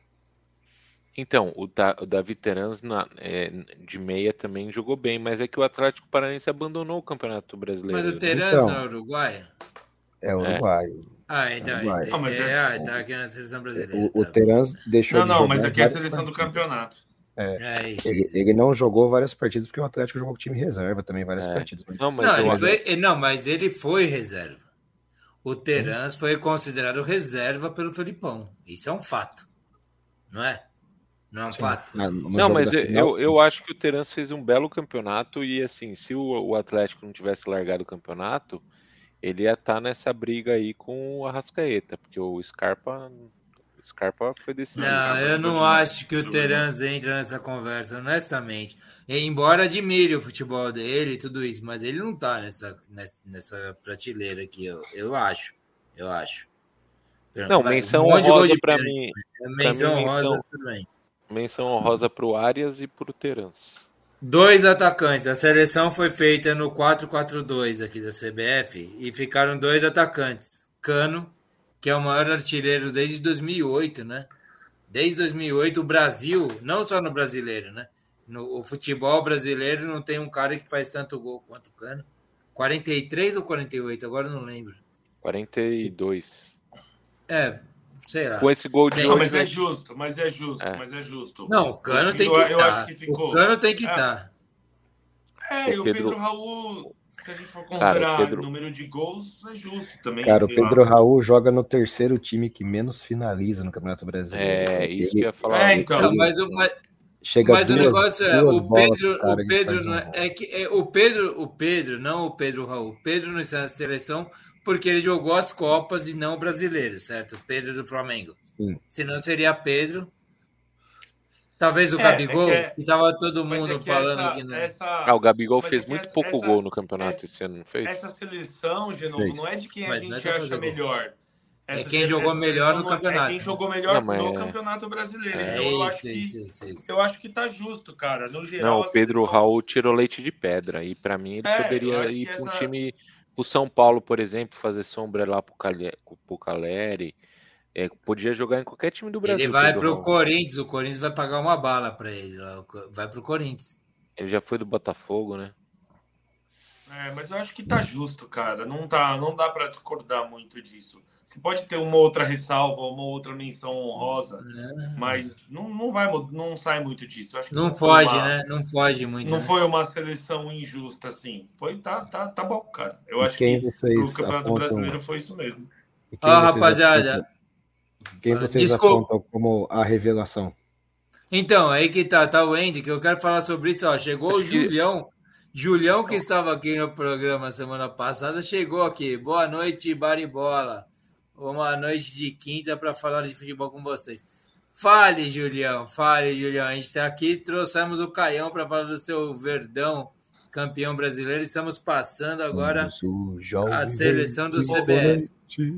Então, o, da, o Davi Terans na- é, de meia também jogou bem, mas é que o Atlético Paranaense abandonou o Campeonato Brasileiro. Mas o Terans Então. não é uruguaio? É uruguai. Ah, então. Uruguai. É, Ah, mas é, é- ah, tá aqui na seleção brasileira. O, o tá. Terans deixou Não, de não, jogar mas aqui é a várias seleção do partidas. campeonato. É isso. Ele, isso, ele isso. não jogou várias partidas porque o Atlético jogou com o time reserva também, várias É. partidas. Não, mas Não, eu ele acho- foi- não, mas ele foi reserva. O Terans foi considerado reserva pelo Felipão. Isso é um fato. Não é? Não é um fato. Na- no Não, jogo mas da eu, final, eu, eu acho que o Terans fez um belo campeonato e, assim, se o, o Atlético não tivesse largado o campeonato, ele ia estar nessa briga aí com o Arrascaeta, porque o Scarpa, o Scarpa foi decisivo. Não, eu não acho que o Terans entra nessa conversa, honestamente. E, embora admire o futebol dele e tudo isso, mas ele não tá nessa, nessa, nessa prateleira aqui, eu, eu acho. Eu acho. Não, Mas menção um monte de gol honrosa de pra pênalti. mim, É menção mim, honrosa, menção- tudo bem. menção honrosa pro Arias e pro Terans. Dois atacantes. A seleção foi feita no quatro quatro dois aqui da C B F e ficaram dois atacantes. Cano, que é o maior artilheiro desde dois mil e oito, né? Desde dois mil e oito, o Brasil, não só no brasileiro, né? No o futebol brasileiro não tem um cara que faz tanto gol quanto o Cano. quarenta e três ou quarenta e oito? Agora eu não lembro. quarenta e dois. É, sei lá. Com esse gol de Não, mas hoje, é justo, mas é justo, É. mas é justo. Não, o Cano Eu- tem que eu, eu acho estar. que ficou. O Cano tem que É. estar. É, e O o Pedro- Pedro Raul, se a gente for Cara, o considerar Pedro- número de gols, é justo também. cara, o sei Pedro lá. Raul joga no terceiro time que menos finaliza no Campeonato Brasileiro. é isso que eu Ele ia falar. É, então. Não, mas, o- mas, chega Mas o duas, negócio é, duas o bolas Pedro, pro cara, o ele Pedro faz um não é, gol. é que é, o Pedro, o Pedro, não o Pedro Raul. O Pedro não está na seleção porque ele jogou as Copas e não o brasileiro, certo? O Pedro do Flamengo. Sim. Senão seria Pedro. Talvez o É, Gabigol, é que é- que tava todo Mas mundo é que falando essa, que não. essa, Ah, o Gabigol mas fez é que muito essa- pouco essa- gol no campeonato essa- esse ano, não fez? essa seleção, Genovo, Fez. não é de quem a Mas não é gente pra acha fazer gol. melhor. É Essa quem sele- jogou essa melhor seleção no não é- campeonato. É quem jogou melhor Não, mas no é- Campeonato Brasileiro. É então eu acho isso, que isso, isso, isso. eu acho que tá justo, cara. No geral, Não, a o Pedro seleção- Raul tirou leite de pedra. E pra mim ele É, eu poderia acho ir que para um essa- time, pro São Paulo, por exemplo, fazer sombra lá pro, Calhe, pro Caleri. É, podia jogar em qualquer time do Brasil. Ele vai Pedro pro Raul. Corinthians, o Corinthians vai pagar uma bala para ele. lá. Vai pro Corinthians. Ele já foi do Botafogo, né? É, mas eu acho que tá justo, cara. Não, tá, não dá pra discordar muito disso. Você pode ter uma outra ressalva, uma outra menção honrosa, mas não, não, vai, mu- não sai muito disso. Eu acho que Não foi foge, uma- né? Não foge muito. Não né? foi uma seleção injusta, assim. Foi, tá, tá, tá bom, cara. Eu E acho quem que vocês pro Campeonato apontam- Brasileiro foi isso mesmo. E quem Ó, vocês rapaziada. apontam- Quem vocês Desculpa. apontam como a revelação? Então, aí que tá, tá o Andy, que eu quero falar sobre isso. Ó, chegou o Acho que- Julião. Julião, que estava aqui no programa semana passada, chegou aqui. Boa noite, Baribola. Uma noite de quinta para falar de futebol com vocês. Fale, Julião. Fale, Julião. A gente está aqui, trouxemos o Caião para falar do seu Verdão, campeão brasileiro. Estamos passando agora a seleção do C B F.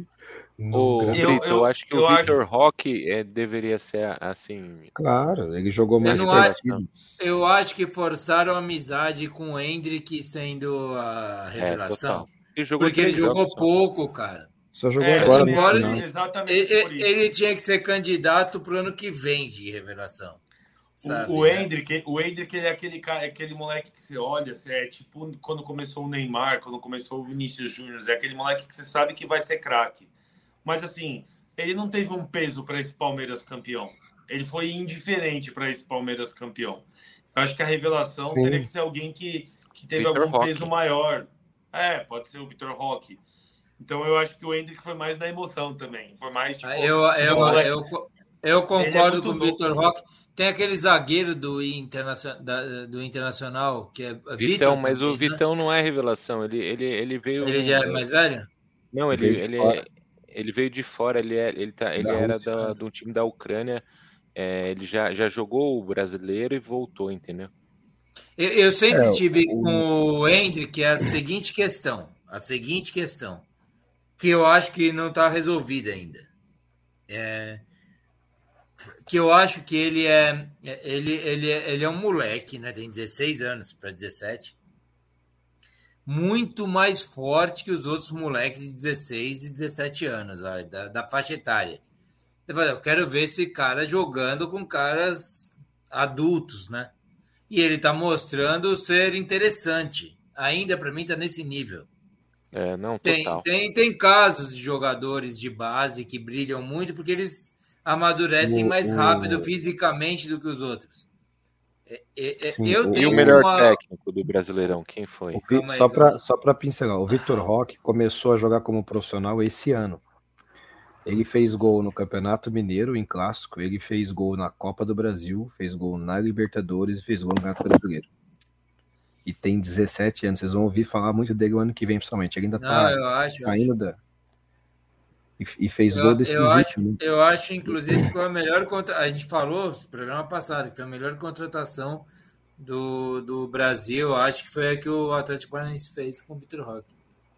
Ô, Eu- Brito, eu, eu- acho que eu o acho- Victor Roque é, deveria ser assim. Claro, ele jogou mais não acho- partidas. Eu acho que forçaram a amizade com o Hendrick sendo a É, revelação. total. Ele jogou Porque ele três jogou jogos só. pouco, cara. Só jogou É, agora também no embora acho final. ele- exatamente Ele, por isso. ele tinha que ser candidato pro ano que vem de revelação. Sabe, O, o né? Hendrick, o Hendrick ele é aquele, cara, aquele moleque que você olha, você é tipo quando começou o Neymar, quando começou o Vinícius Júnior, é aquele moleque que você sabe que vai ser craque. Mas assim, ele não teve um peso para esse Palmeiras campeão. Ele foi indiferente para esse Palmeiras campeão. Eu acho que a revelação Sim. teria que ser alguém que, que teve Vitor algum Roque. peso maior. É, pode ser o Vitor Roque. Então eu acho que o Hendrick foi mais na emoção também. Foi mais tipo. Ah, Eu, tipo, eu, moleque- eu, eu Ele é concordo muito com o novo. Vitor Roque. Tem aquele zagueiro do, internacion... da- do Internacional, que é Vitão, Vitor mas o também, né? Vitão não é revelação. Ele, ele, ele veio. Ele já é mais velho? Não, ele, Veio de ele, fora. ele veio de fora, ele, é, ele, tá, ele Da era Rússia, da, né? de um time da Ucrânia, é, ele já, já jogou o brasileiro e voltou, entendeu? Eu, eu sempre É, tive o- com o Hendrick a seguinte questão, a seguinte questão, que eu acho que não está resolvida ainda. É, que eu acho que ele é ele, ele, é- ele é um moleque, né? Tem dezesseis anos para dezessete. Muito mais forte que os outros moleques de dezesseis e dezessete anos, ó, da, da faixa etária. Eu falei, eu quero ver esse cara jogando com caras adultos, né? E ele tá mostrando ser interessante. Ainda para mim tá nesse nível. É, não, Tem, total. tem, tem casos de jogadores de base que brilham muito porque eles amadurecem O- mais o- rápido fisicamente do que os outros. É, é, é, Sim, eu o- E tenho o melhor uma. técnico do Brasileirão, quem foi? o Vi- Calma aí, só calma para aí. só para pincelar, o Vitor Roque começou a jogar como profissional esse ano. Ele fez gol no Campeonato Mineiro, em Clássico, ele fez gol na Copa do Brasil, fez gol na Libertadores e fez gol no Campeonato Brasileiro. E tem dezessete anos, vocês vão ouvir falar muito dele o ano que vem, principalmente. Ele ainda Não, tá eu acho. saindo da... E, e fez Eu, gol eu decisivo, acho, né? eu acho, inclusive, que foi a melhor contra... A gente falou no programa passado, que foi a melhor contratação do, do Brasil. Acho que foi a que o Atlético Paranaense fez com o Vitor Roque.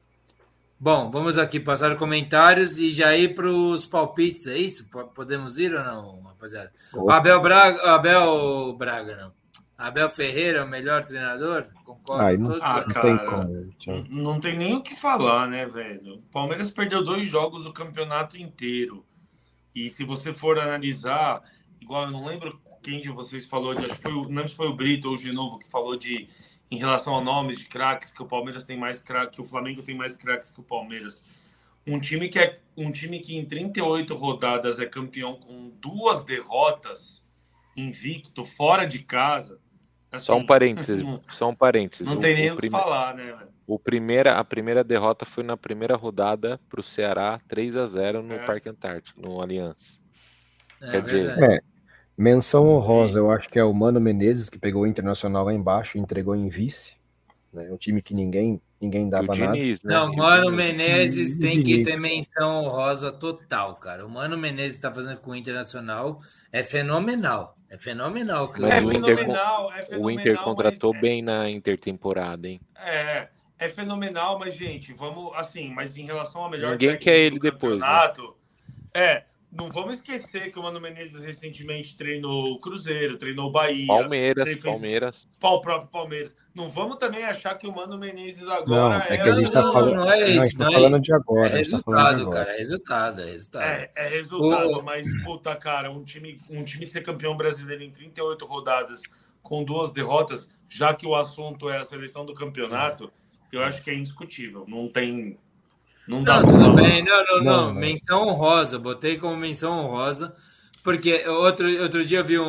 Bom, vamos aqui passar os comentários e já ir para os palpites, é isso? P- Podemos ir ou não, rapaziada? Opa. Abel Braga, Abel Braga, não. Abel Ferreira, o melhor treinador? Concordo. Ai, não, todos Ah, eles. não tem cara, como. Tchau. N- Não tem nem o que falar, né, velho? O Palmeiras perdeu dois jogos do campeonato inteiro. E se você for analisar, igual eu não lembro quem de vocês falou, de, acho que foi, o- não lembro se foi o Brito ou o Genovo que falou de em relação a nomes de craques, que o Palmeiras tem mais craques, que o Flamengo tem mais craques que o Palmeiras. Um time que é um time que em trinta e oito rodadas é campeão com duas derrotas, invicto, fora de casa. Assim, Só um parênteses, não, só um parênteses. não O, tem nem o o que prime- falar, né, velho? o primeira, a primeira derrota foi na primeira rodada para o Ceará, três a zero no É. Parque Antártico, no Allianz. É Quer dizer, verdade. É, menção honrosa, eu acho que é o Mano Menezes, que pegou o Internacional lá embaixo e entregou em vice. Né? Um time que ninguém, ninguém e o dava nada. Diniz, né? Não, E o Mano Diniz. Menezes E o tem que Diniz. ter menção honrosa total, cara. O Mano Menezes está fazendo com o Internacional é fenomenal. É fenomenal. Que Mas É o o- Inter, fenomenal, é o fenomenal, Inter mas contratou é- bem na intertemporada, hein? É, é fenomenal, mas, gente, vamos assim, mas em relação ao melhor Ninguém técnico quer ele do depois, né? campeonato, é, não vamos esquecer que o Mano Menezes recentemente treinou o Cruzeiro, treinou o Bahia, Palmeiras, fez- Palmeiras. o próprio Palmeiras. Não vamos também achar que o Mano Menezes Não, agora é é, que a gente tá Não, falando, não é não, a isso, gente tá não é falando isso. de agora. É a gente tá falando de resultado, agora. cara. É resultado, é resultado. É, é resultado, O- mas, puta, cara, um time, um time ser campeão brasileiro em trinta e oito rodadas com duas derrotas, já que o assunto é a seleção do campeonato, eu acho que é indiscutível. Não tem. Não dá Não, pra tudo falar. bem. Não, não, não. Não, não. Menção honrosa. Botei como menção honrosa. Porque outro, outro dia eu vi um,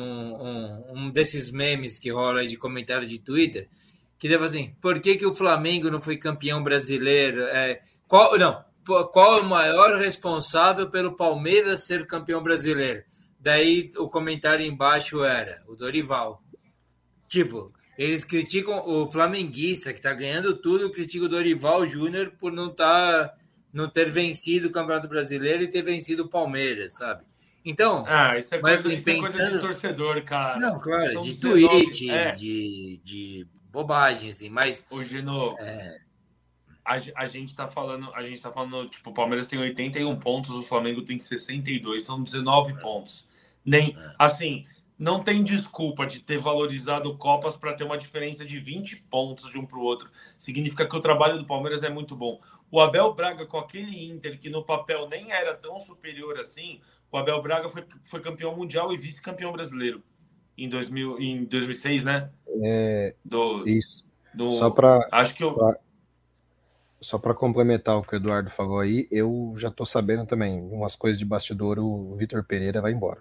um, um desses memes que rola aí de comentário de Twitter, que deve assim, por que, que o Flamengo não foi campeão brasileiro? É, qual, não, pô, qual é o maior responsável pelo Palmeiras ser campeão brasileiro? Daí o comentário embaixo era o Dorival. Tipo, eles criticam o flamenguista que está ganhando tudo, critica o Dorival Júnior por não tá, não ter vencido o Campeonato Brasileiro e ter vencido o Palmeiras, sabe? Então, Ah, isso é, mas coisa, assim, isso é coisa de pensando- torcedor, cara. não, claro, São de dezenove tweet, É, de, de bobagem, assim, mas ô Geno, é, a, ge- a gente tá falando, a gente tá falando, tipo, o Palmeiras tem oitenta e um pontos, o Flamengo tem sessenta e dois, são dezenove pontos. Nem, assim, não tem desculpa de ter valorizado Copas para ter uma diferença de vinte pontos de um para o outro. Significa que o trabalho do Palmeiras é muito bom. O Abel Braga, com aquele Inter, que no papel nem era tão superior assim, o Abel Braga foi, foi campeão mundial e vice-campeão brasileiro em, dois mil, em dois mil e seis, né? É, Do, isso. do, Só para acho que eu, só para complementar o que o Eduardo falou aí, eu já tô sabendo também umas coisas de bastidor, o Vitor Pereira vai embora.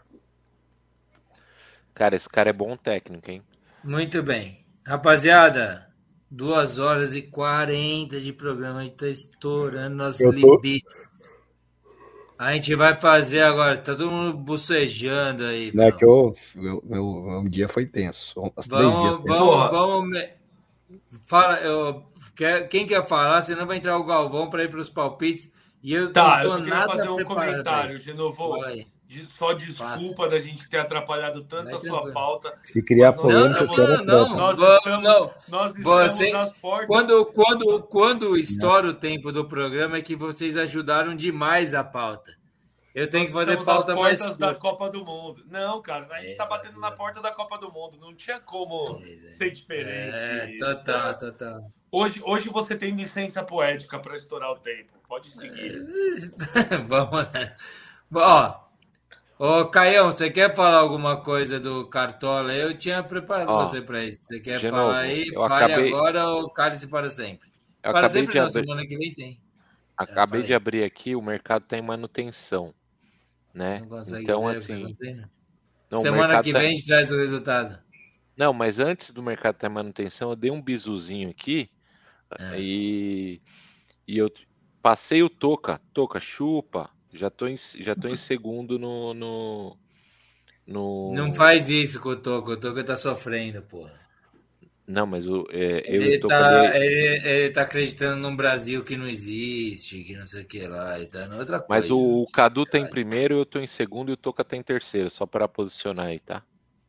Cara, esse cara é bom técnico, hein? muito bem. Rapaziada, duas horas e quarenta de programa, a gente tá estourando nosso Eu tô- limite. A gente vai fazer agora, tá todo mundo bocejando aí. Né, meu. que eu, meu, meu, meu dia foi tenso. Os três dias Vamos, tensos. Porra. vamos, vamos. me- Fala, eu, quer, quem quer falar? Senão vai entrar o Galvão para ir para os palpites E eu Tá, não eu tô só queria nada fazer um preparado pra comentário, isso. Genovo. Fala aí. De- Só desculpa da gente ter atrapalhado tanto Vai a sua tranquilo. pauta. Se criar Mas nós polêmica, eu estamos, quero Não, não, treta. nós vou- estamos, não. nós estamos Você, nas portas. quando, quando, quando estoura o tempo do programa é que vocês ajudaram demais a pauta. Eu tenho Nós que fazer estamos às pauta mais portas da curta. Copa do Mundo. Não, cara, a gente está Exato, batendo na exato. porta da Copa do Mundo. Não tinha como Pois é. ser diferente. É, total, total. Hoje, hoje você tem licença poética para estourar o tempo. Pode seguir. Vamos lá. Ó, ô Caião, você quer falar alguma coisa do Cartola? Eu tinha preparado Ó, você para isso. Você quer de falar novo, aí? eu Fale acabei- agora ou cale-se para sempre? Eu para acabei sempre de não, abrir, semana que vem tem. acabei falei. de abrir aqui, o mercado está em manutenção, né? Não consegue Então, ver o que tá assim, acontecendo? não, o Semana mercado que tá- vem a gente traz o resultado. Não, mas antes do mercado estar em manutenção, eu dei um bisuzinho aqui É. e, e eu passei o Toca, Toca, chupa, já tô em, já tô em segundo no, no, no- Não faz isso com o Toco. O Toco tá sofrendo, pô. Não, mas o, é, eu e Ele o Toca, tá, ele- ele, ele tá acreditando num Brasil que não existe, que não sei o que lá, e tá em outra coisa. mas o, o Cadu tá em primeiro, eu tô em segundo e o Toca tá em terceiro, só para posicionar aí, tá?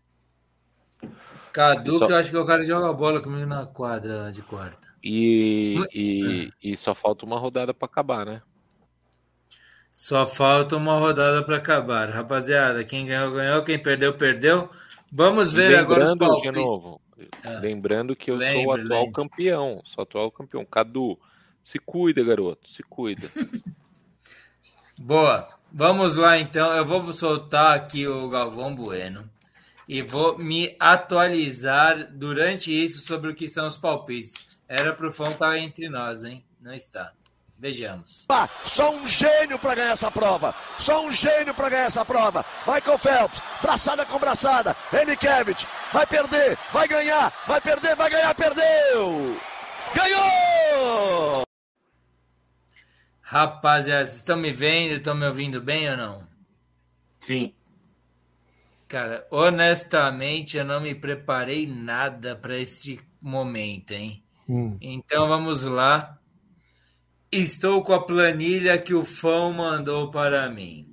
Cadu, Só- que eu acho que é o cara que joga bola comigo na quadra lá de quarta. E, Mas- e, e só falta uma rodada para acabar, né? Só falta uma rodada para acabar. Rapaziada, quem ganhou, ganhou. Quem perdeu, perdeu. Vamos E ver agora os lembrando, de palpites. novo, Ah. lembrando que eu sou o Lembre, atual lembre. campeão, sou o atual campeão. Cadu, se cuida, garoto, se cuida. Boa. Vamos lá, então. Eu vou soltar aqui o Galvão Bueno e vou me atualizar durante isso sobre o que são os palpites. Era pro Fão estar entre nós, hein? Não está. Vejamos. Só um gênio para ganhar essa prova. Só um gênio para ganhar essa prova. Michael Phelps, braçada com braçada. Enikevich, vai perder, vai ganhar, vai perder, vai ganhar, perdeu! Ganhou! Rapaziada, vocês estão me vendo? Estão me ouvindo bem ou não? Sim. Cara, honestamente, eu não me preparei nada para esse momento, hein? Hum. Então vamos lá. Estou com a planilha que o Fão mandou para mim.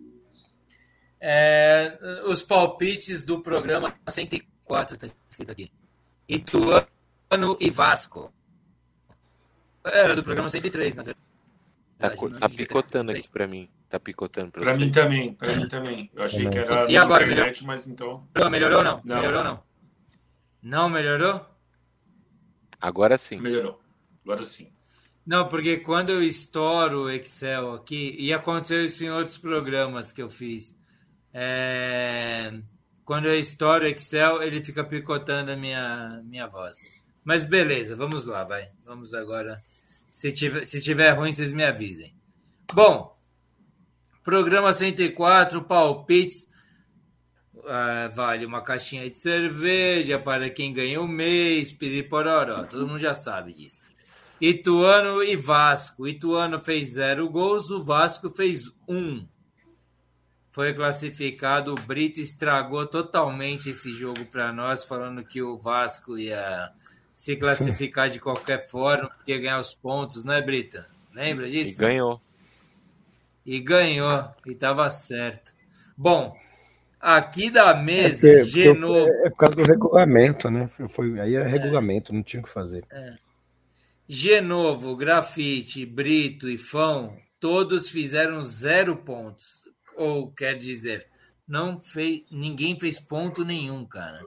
É, os palpites do programa cento e quatro, está escrito aqui. Ituano e Vasco. Era do programa cento e três, na verdade. Tá, co- não tá devia ter picotando cento e aqui três. pra mim. Tá picotando pra, Para você. mim também, para mim também. Eu achei que era E agora, internet, mas então. Melhorou, melhorou ou não? Não. Melhorou não? Não melhorou? Agora sim. Melhorou. Agora sim. Não, porque quando eu estouro o Excel aqui, e aconteceu isso em outros programas que eu fiz, é, quando eu estouro o Excel, ele fica picotando a minha, minha voz. Mas beleza, vamos lá, vai. Vamos agora. Se tiver, se tiver ruim, vocês me avisem. Bom, programa cento e quatro, palpites. Ah, vale uma caixinha de cerveja para quem ganha o mês, piripororó. Todo mundo já sabe disso. Ituano e Vasco. Ituano fez zero gols, o Vasco fez um. Foi classificado, o Brito estragou totalmente esse jogo para nós, falando que o Vasco ia se classificar de qualquer forma, porque ia ganhar os pontos, né, Brita? Lembra E disso? ganhou. E ganhou, e estava certo. Bom, aqui da É, mesa, porque- porque Genovo. é por causa do regulamento, né? Foi, aí era regulamento, não tinha o que fazer. Genovo, Grafite, Brito e Fão, todos fizeram zero pontos. Ou, quer dizer, não fez, ninguém fez ponto nenhum, cara.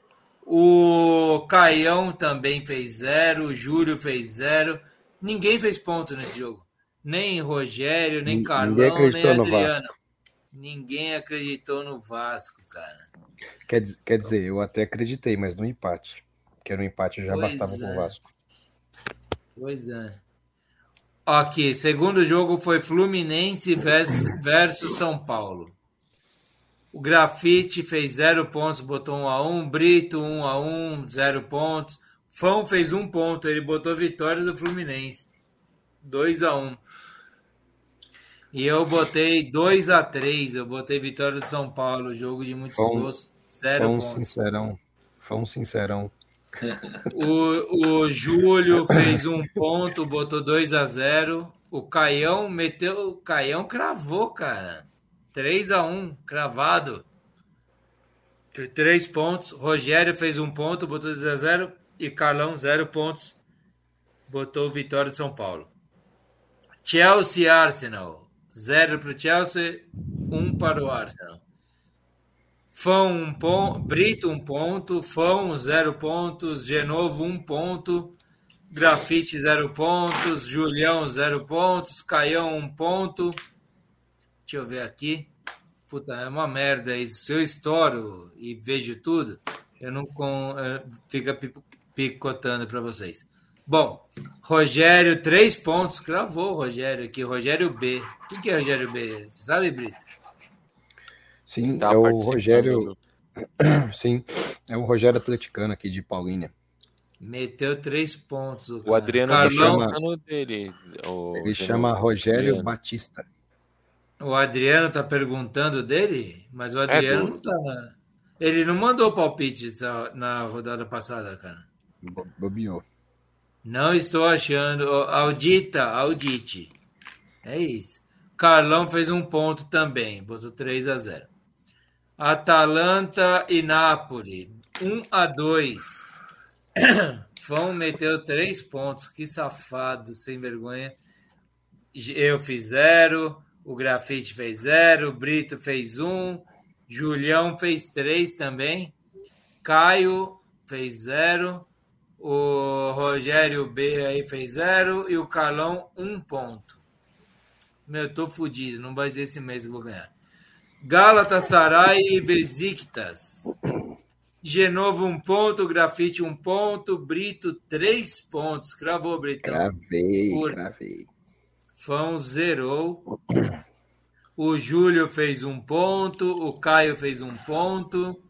O Caião também fez zero, o Júlio fez zero. Ninguém fez ponto nesse jogo. Nem Rogério, nem Ninguém Carlão, nem acreditou no Adriano. Ninguém acreditou no Vasco, cara. Quer, diz- quer dizer, eu até acreditei, mas no empate. Porque no empate já Pois bastava com é. o Vasco. Pois é. Aqui, segundo jogo foi Fluminense versus, versus São Paulo. O Grafite fez zero pontos, botou um a um. Brito, um a um, zero pontos. Fão fez um ponto, ele botou vitória do Fluminense. dois a um. E eu botei dois a três, eu botei vitória do São Paulo, jogo de muitos Fão- gols, zero Foi um pontos. sincerão. Foi um sincerão. O, o Júlio fez um ponto, botou dois a zero. O Caião meteu... O Caião cravou, cara. três a um, cravado. Três pontos. Rogério fez um ponto, botou dois a zero. E Carlão, zero pontos. Botou vitória de São Paulo. Chelsea e Arsenal. Zero para o Chelsea, um para o Arsenal. Fão, um ponto. Brito, um ponto. Fão, zero pontos. Genovo, um ponto. Grafite, zero pontos. Julião, zero pontos. Caião, um ponto. Deixa eu ver aqui. Puta, é uma merda isso. Se eu estouro e vejo tudo, eu não com... fica picotando para vocês. Bom, Rogério, três pontos. Cravou o Rogério aqui. Rogério B. O que, que é Rogério B? Você sabe, Brito? Sim, Tá é o participando Rogério. do- Sim, é o Rogério atleticano aqui de Paulínia. Meteu três pontos. O cara. Adriano Carlão, tá perguntando dele. o Ele Genovo, chama Rogério Adriano. Batista. o Adriano tá perguntando dele, mas o Adriano do- não tá. na- Ele não mandou palpite essa- na rodada passada, cara. Bo- Bobeou. Não estou achando. Ó, Audita, audite. É isso. Carlão fez um ponto também, botou três a zero. Atalanta e Nápoles, um a dois. Fão meteu três pontos, que safado, sem vergonha. Eu fiz zero, o Grafite fez zero, o Brito fez um, Julião fez três também, Caio fez zero, o Rogério B aí fez zero e o Carlão um ponto. Meu, eu tô fudido, não vai ser esse mês que eu vou ganhar. Galatasaray e Besiktas. Genovo um ponto, Grafite um ponto, Brito três pontos. Cravou, Britão. Cravei, Por- cravei. Fão zerou. O Júlio fez um ponto, o Caio fez um ponto.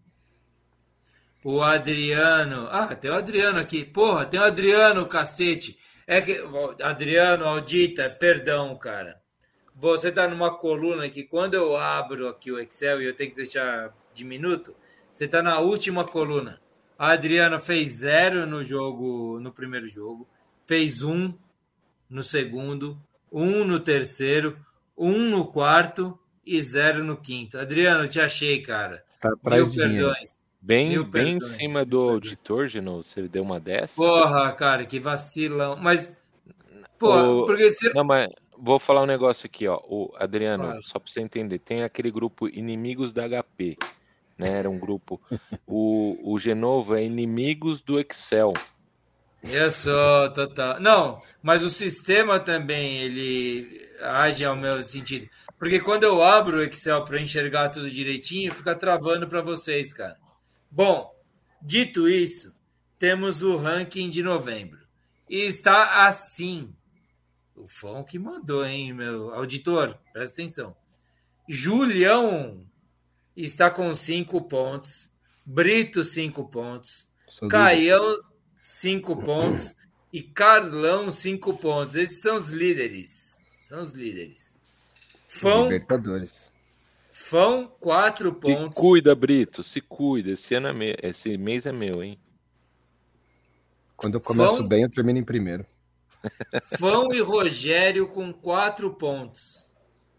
O Adriano. Ah, tem o Adriano aqui. Porra, tem o Adriano, cacete. É que. Adriano, Audita, perdão, cara. Você tá numa coluna que quando eu abro aqui o Excel e eu tenho que deixar diminuto, você tá na última coluna. A Adriano fez zero no jogo, no primeiro jogo, fez um no segundo, um no terceiro, um no quarto e zero no quinto. Adriano, te achei, cara. Tá atrás Mil de mim. perdões. Bem, Mil bem em perdões, cima mil do perdões. auditor, Genovo. Você deu uma dessa? Porra, cara, que vacilão. Mas, porra, O- porque se... Não, mas vou falar um negócio aqui, ó. O Adriano, Claro. só pra você entender, tem aquele grupo Inimigos da H P, né? Era um grupo. O, o Genovo é Inimigos do Excel. Eu sou total. Não, mas o sistema também, ele age ao meu sentido. Porque quando eu abro o Excel para enxergar tudo direitinho, fica travando para vocês, cara. Bom, dito isso, temos o ranking de novembro. E está assim. O Fão que mandou, hein, meu auditor? Presta atenção. Julião está com cinco pontos. Brito, cinco pontos. Sou Caião, cinco pontos. E Carlão, cinco pontos. Esses são os líderes. São os líderes. Fão, Libertadores. Fão quatro Se pontos. cuida, Brito, se cuida. Esse, ano é meu, esse mês é meu, hein? Quando eu começo Fão- bem, eu termino em primeiro. Fão e Rogério com quatro pontos.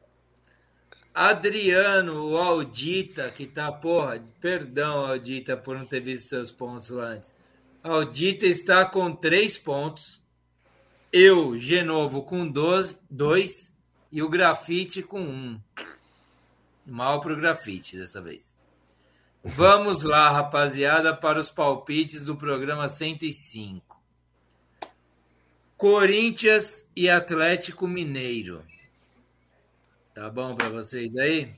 Adriano, o Audita, que tá, porra, perdão, Audita, por não ter visto seus pontos lá antes. Audita está com três pontos. Eu, Genovo, com doze, dois. E o Grafite com um. Mal pro Grafite dessa vez. Vamos lá, rapaziada, para os palpites do programa cento e cinco. Corinthians e Atlético Mineiro. Tá bom para vocês aí?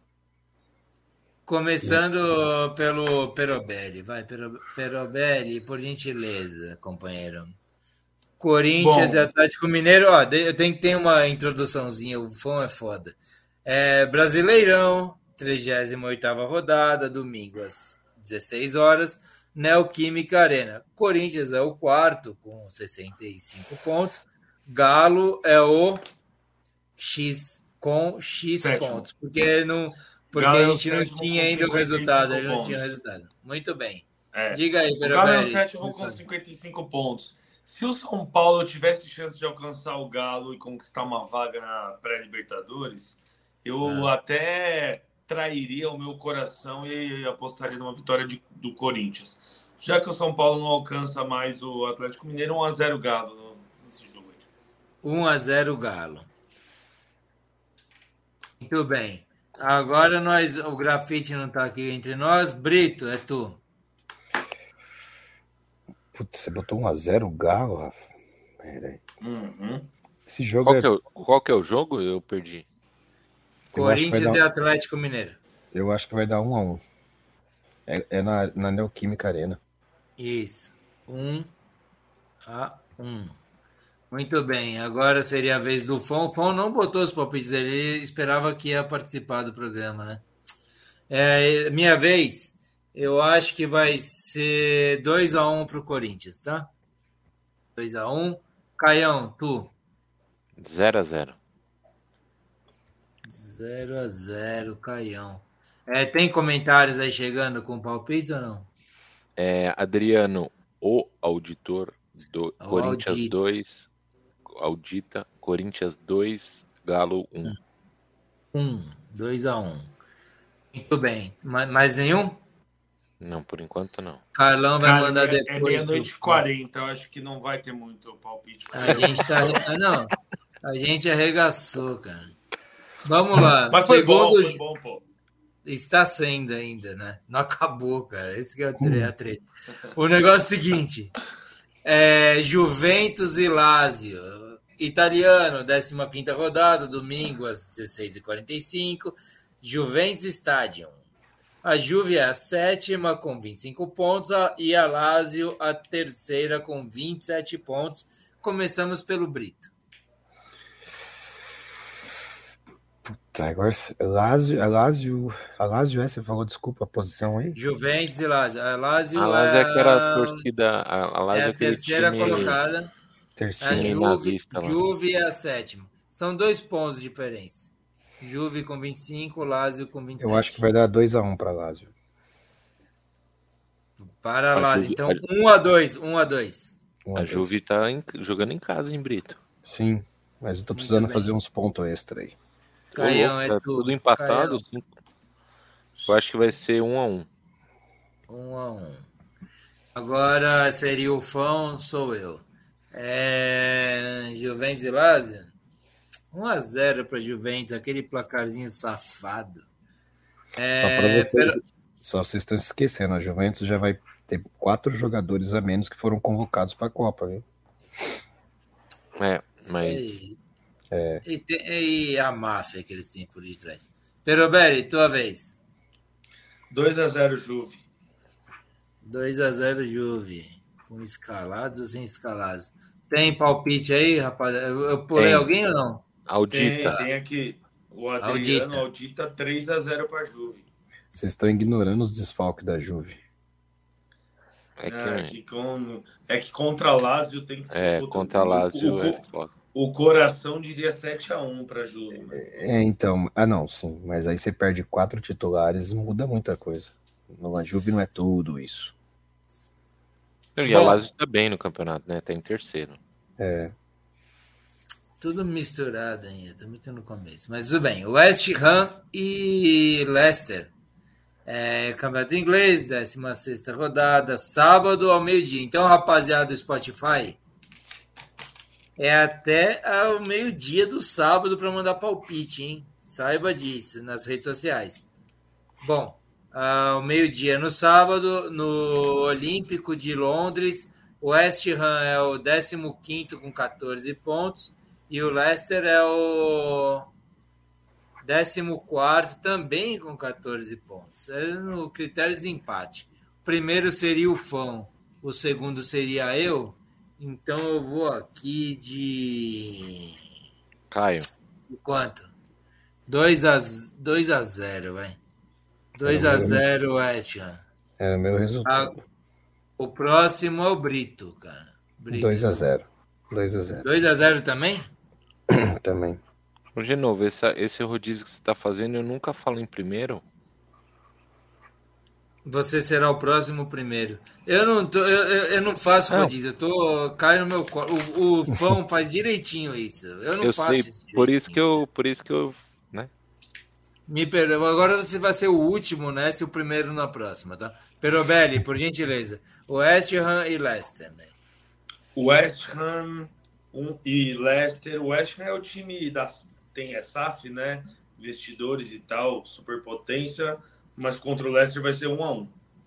Começando pelo Perobelli. Vai, Pero- Perobelli, por gentileza, companheiro. Corinthians Bom. e Atlético Mineiro. Ó, de- eu tenho que ter uma introduçãozinha, o fã é foda. É, Brasileirão, trigésima oitava rodada, domingo às dezesseis horas, Neoquímica Arena. Corinthians é o quarto, com sessenta e cinco pontos. Galo é o X, com X Sétimo. pontos. Porque, não, porque Galo é a o gente não sétimo tinha com ainda o cinquenta e cinco resultado. Ele não pontos. tinha o resultado. Muito bem. É. Diga aí, O Galo é o Perobelli. sétimo com cinquenta e cinco pontos. Se o São Paulo tivesse chance de alcançar o Galo e conquistar uma vaga na pré-Libertadores, eu É. até trairia o meu coração e apostaria numa vitória de, do Corinthians. Já que o São Paulo não alcança mais o Atlético Mineiro, um a zero Galo no- nesse jogo aí. um a zero Galo. Muito bem. Agora nós, o Grafite não tá aqui entre nós. Brito, é tu. Putz, você botou um a zero Galo, Rafa? Pera aí. Uhum. Esse jogo Qual é... que é, o, qual que é o jogo? Eu perdi. Eu acho que vai Corinthians dar- e Atlético Mineiro. Eu acho que vai dar um a um. É, é na, na Neoquímica Arena. Isso. um a um. Muito bem. Agora seria a vez do Fon. O Fon não botou os palpites dele. Ele esperava que ia participar do programa, né? É, minha vez, eu acho que vai ser dois a um pro Corinthians, tá? dois a um. Caião, tu. zero a zero. zero a zero, Caião. É, tem comentários aí chegando com palpites ou não? É, Adriano, o auditor do O Corinthians audita. dois, audita, Corinthians dois, Galo um. um, dois a um. Muito bem. Ma- Mais nenhum? Não, por enquanto não. Carlão vai Cara, mandar é, depois. é meia-noite e do- quarenta. Eu acho que não vai ter muito palpite. A gente tá. Ah, não. A gente arregaçou, cara. Vamos lá. Mas foi bom, Segundo foi bom, pô. Está sendo ainda, né? Não acabou, cara. Esse que é o tre- a treta. O negócio é o seguinte: é, Juventus e Lazio. Italiano, décima quinta rodada, domingo às dezesseis e quarenta e cinco. Juventus Stadium. A Juve é a sétima com vinte e cinco pontos a- e a Lazio a terceira com vinte e sete pontos. Começamos pelo Brito. Tá, agora Lazio, a Lazio, a Lazio é, você falou, desculpa a posição aí? Juventus e Lazio. A Lazio, A Lazio é aquela a- torcida, a, a Lazio é é a aquele terceira time, colocada. A Terceiro. time Juve, nazista lá. Juve é a sétima. São dois pontos de diferença. Juve com vinte e cinco, Lazio com vinte e sete. Eu acho que vai dar dois a um pra Lazio. Para a A Lazio. Juve- Então, a- um a dois, um a dois. Um A dois. Juve tá em- jogando em casa, hein, Brito? Sim, mas eu tô precisando bem. fazer uns pontos extra aí. Ô, Caião, louco, é tá tu. tudo empatado. Caião. cinco- Eu acho que vai ser um a um. Um a um. Agora seria o Fão, sou eu. É... Juventus e Lazio? um a zero para Juventus, aquele placarzinho safado. É... Só pra vocês, pera- só vocês estão esquecendo, a Juventus já vai ter quatro jogadores a menos que foram convocados pra Copa, viu? É, mas E, É. e, tem- e a máfia que eles têm por detrás. Peroberi, tua vez. dois a zero Juve. dois a zero Juve. Com escalados ou sem escalados? Tem palpite aí, rapaziada? Eu, eu pulei Tem. alguém ou não? Audita. Tem, tem aqui o Adriano, Audita. Audita, três a zero para Juve. Vocês estão ignorando os desfalques da Juve. É que, É, que com, é que contra a Lazio tem que ser. é, puta, contra a o- Lazio o, é o, foda. o coração diria sete a um para Juve. Mas... É, então, ah não, sim, mas aí você perde quatro titulares, muda muita coisa. No a Juve não é tudo isso. E a Bom. Lazio tá bem no campeonato, né? Tá em terceiro. É, Tudo misturado ainda, tô muito no começo. Mas tudo bem. West Ham e Leicester. É, campeonato inglês, décima sexta rodada, sábado ao meio-dia. Então, rapaziada do Spotify, é até ao meio-dia do sábado para mandar palpite, hein? Saiba disso nas redes sociais. Bom, ao meio-dia no sábado, no Olímpico de Londres, o West Ham é o décimo quinto com catorze pontos e o Leicester é o décimo quarto também com catorze pontos. É no critério de empate. O primeiro seria o Fão, o segundo seria eu. Então eu vou aqui de... Caio. de quanto? dois a zero, vai. dois a zero West Ham. é o meu resultado. Ah, o próximo é o Brito, cara. Brito. dois a zero. dois a zero dois a zero também? também. Ô, de novo, essa, esse rodízio que você tá fazendo, eu nunca falo em primeiro. Você será o próximo primeiro. Eu não, tô, eu, eu, eu não faço Não. rodízio, eu tô caio no meu colo. O, o Fão faz direitinho isso. Eu não Eu faço sei, isso. por isso que eu, por isso que eu, né? Me perdoa. Agora você vai ser o último, né? Se o primeiro na próxima, tá? Perobelli, por gentileza. West Ham e Leicester, né? West Ham um, e Leicester. O West Ham é o time da tem a S A F, né? Investidores e tal, superpotência, mas contra o Leicester vai ser um a um.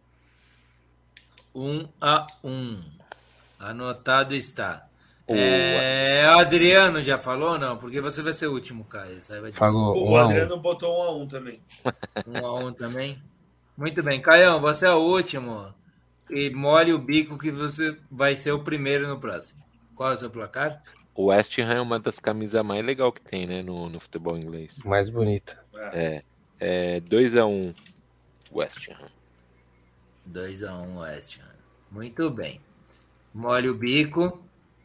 Um a um. Anotado está. O- É, o Adriano já falou, não? Porque você vai ser o último, Caio. Saiba disso. Falou O um a um. Adriano botou um a um também. Um a um também. Muito bem. Caião, você é o último. E molhe o bico que você vai ser o primeiro no próximo. Qual é o seu placar? O West Ham é uma das camisas mais legais que tem, né, no, no futebol inglês. Mais bonita. É, é dois a um West Ham. dois a um West Ham. Muito bem. Molhe o bico.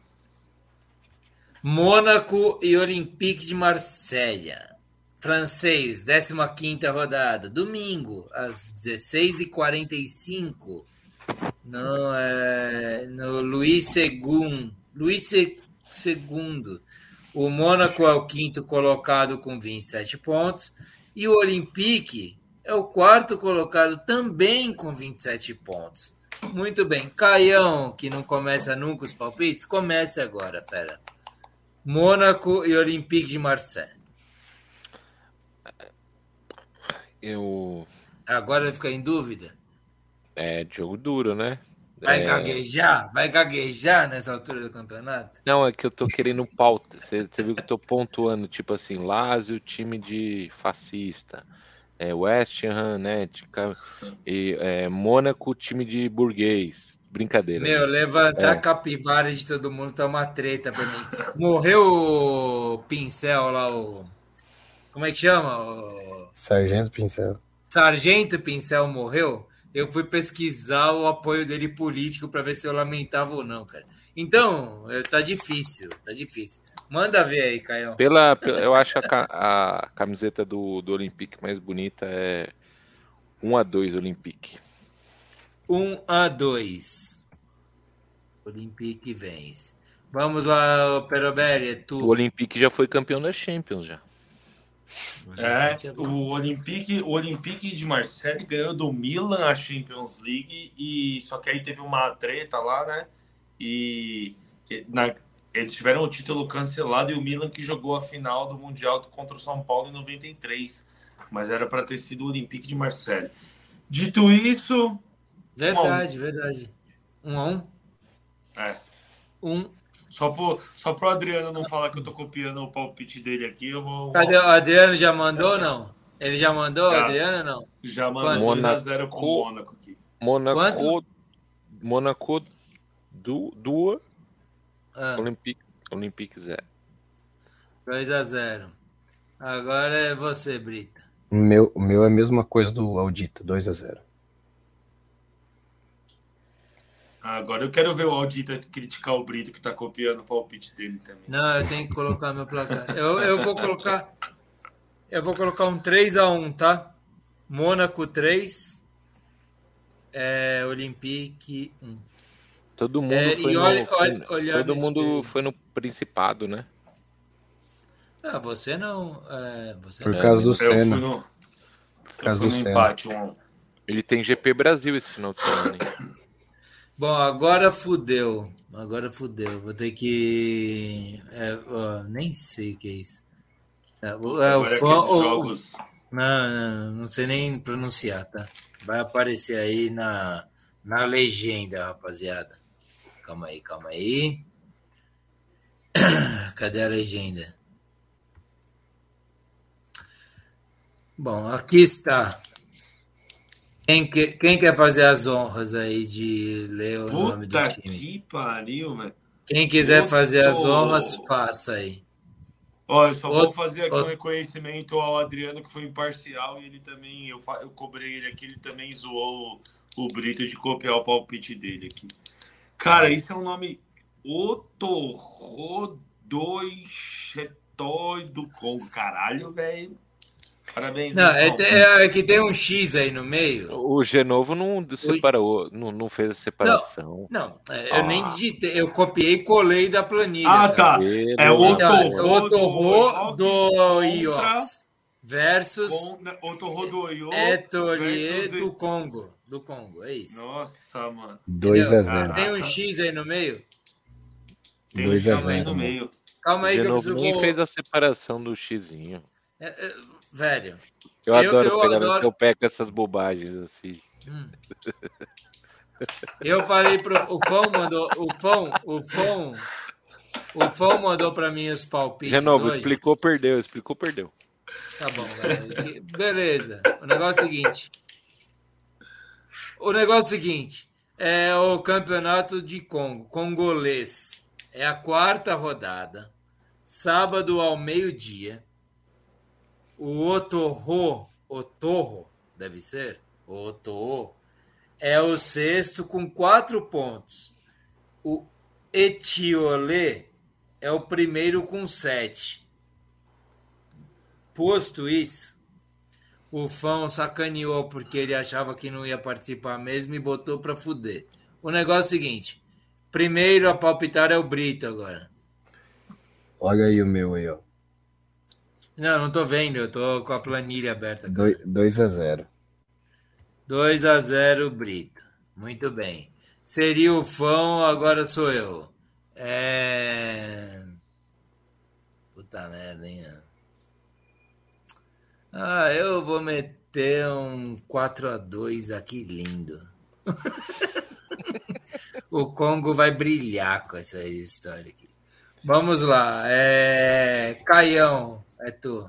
Mônaco e Olympique de Marselha. Francês, décima quinta rodada. Domingo, às dezesseis e quarenta e cinco. No, é, no Luís segundo. Luís segundo. O Mônaco é o quinto colocado com vinte e sete pontos. E o Olympique é o quarto colocado também com vinte e sete pontos. Muito bem. Caião, que não começa nunca os palpites, comece agora, fera. Mônaco e Olympique de Marseille. Eu... Agora fica em dúvida? É jogo duro, né? Vai É... gaguejar? Vai gaguejar nessa altura do campeonato? Não, é que eu tô querendo pauta. Você, você viu que eu tô pontuando, tipo assim, Lazio, time de fascista. É, West Ham, né? Tipo, e é, Mônaco, time de burguês. Brincadeira. Meu, né? levantar É. a capivara de todo mundo tá uma treta pra mim. Morreu o Pincel lá, o... Como é que chama? O... Sargento Pincel. Sargento Pincel morreu? Eu fui pesquisar o apoio dele político para ver se eu lamentava ou não, cara. Então, tá difícil, tá difícil. Manda ver aí, Caio. Pela, pela, eu acho a, a camiseta do, do Olympique mais bonita é um a dois Olympique. um a dois. Olympique vence. Vamos lá, Perobelli, é tu. O Olympique já foi campeão da Champions já. É, o Olympique, o Olympique de Marseille ganhou do Milan a Champions League, e só que aí teve uma treta lá, né? E na, eles tiveram o título cancelado, e o Milan que jogou a final do Mundial contra o São Paulo em noventa e três, mas era para ter sido o Olympique de Marseille. Dito isso, verdade, um verdade. Um a um. É. Um. Só pro, só pro Adriano não falar que eu tô copiando o palpite dele aqui, eu vou... Cadê? O Adriano já mandou ou não? Ele já mandou, Já. Adriano, ou não? Já mandou dois a zero pro Mônaco aqui. Mônaco... Mônaco do, do ah. Olympique, Olympique zero. dois a zero. Agora é você, Brita. O meu, o meu é a mesma coisa do Audita, dois a zero. Agora eu quero ver o Audita criticar o Brito, que tá copiando o palpite dele também. Não, eu tenho que colocar meu placar. Eu, eu vou colocar. Eu vou colocar um três a um, tá? Mônaco três. É, Olympique um. Todo mundo é, foi, e no, olha, foi, olha, todo mundo foi no Principado, né? Ah, você não. É, você Por não. causa do eu Senna. Fui no, Por causa eu fui do no Senna. empate, um. Ele tem G P Brasil esse final de semana, hein? Bom, agora fudeu. Agora fudeu. Vou ter que. É, ó, nem sei o que é isso. É, o, é, o Agora fã, aqueles o, jogos... não, não, não sei nem pronunciar, tá? Vai aparecer aí na, na legenda, rapaziada. Calma aí, calma aí. Cadê a legenda? Bom, aqui está. Quem, que, quem quer fazer as honras aí de ler o Puta nome dos times? que pariu, velho. Quem quiser Outro... fazer as honras, faça aí. Ó, eu só Outro... vou fazer aqui Outro... um reconhecimento ao Adriano, que foi imparcial, e ele também, eu, eu cobrei ele aqui, ele também zoou o, o Brito de copiar o palpite dele aqui. Cara, isso é um nome Otorrodoixetói do Congo. Caralho, velho. Parabéns, Não, é, Wilson. é, é que tem um X aí no meio. O Genovo não separou, não, não fez a separação. Não, não é, eu nem digitei, eu copiei e colei da planilha. Ah, cara. tá. É o Então, Otorro do Iox versus Otorro do Iox Etolier do Congo. Do Congo, é isso. Nossa, mano. dois a zero. Tem um X aí no meio? Tem um X aí no meio. Calma aí o que eu Genovo preciso... nem fez a separação do xizinho. É, é, velho. Eu, eu adoro eu pegar adoro... no seu pé com essas bobagens assim. Hum. Eu falei pro... O Fão mandou... O Fão... O Fão... O Fão mandou pra mim os palpites Genovo, hoje. explicou, perdeu. Explicou, perdeu. Tá bom, velho. Beleza. O negócio é o seguinte... O negócio é o seguinte, é o campeonato de Congo, congolês. É a quarta rodada, sábado ao meio-dia. O Otorro, Otorro, deve ser, o Otorro, é o sexto com quatro pontos. O Etiolé é o primeiro com sete. Posto isso, o Fão sacaneou porque ele achava que não ia participar mesmo e botou pra fuder. O negócio é o seguinte. Primeiro a palpitar é o Brito agora. Olha aí o meu aí, ó. Não, não tô vendo. Eu tô com a planilha aberta. dois a zero. dois a zero Brito. Muito bem. Seria o Fão, agora sou eu. É... Puta merda, hein? Ah, eu vou meter um quatro a dois aqui lindo. O Congo vai brilhar com essa história aqui. Vamos lá. É... Caião, é tu.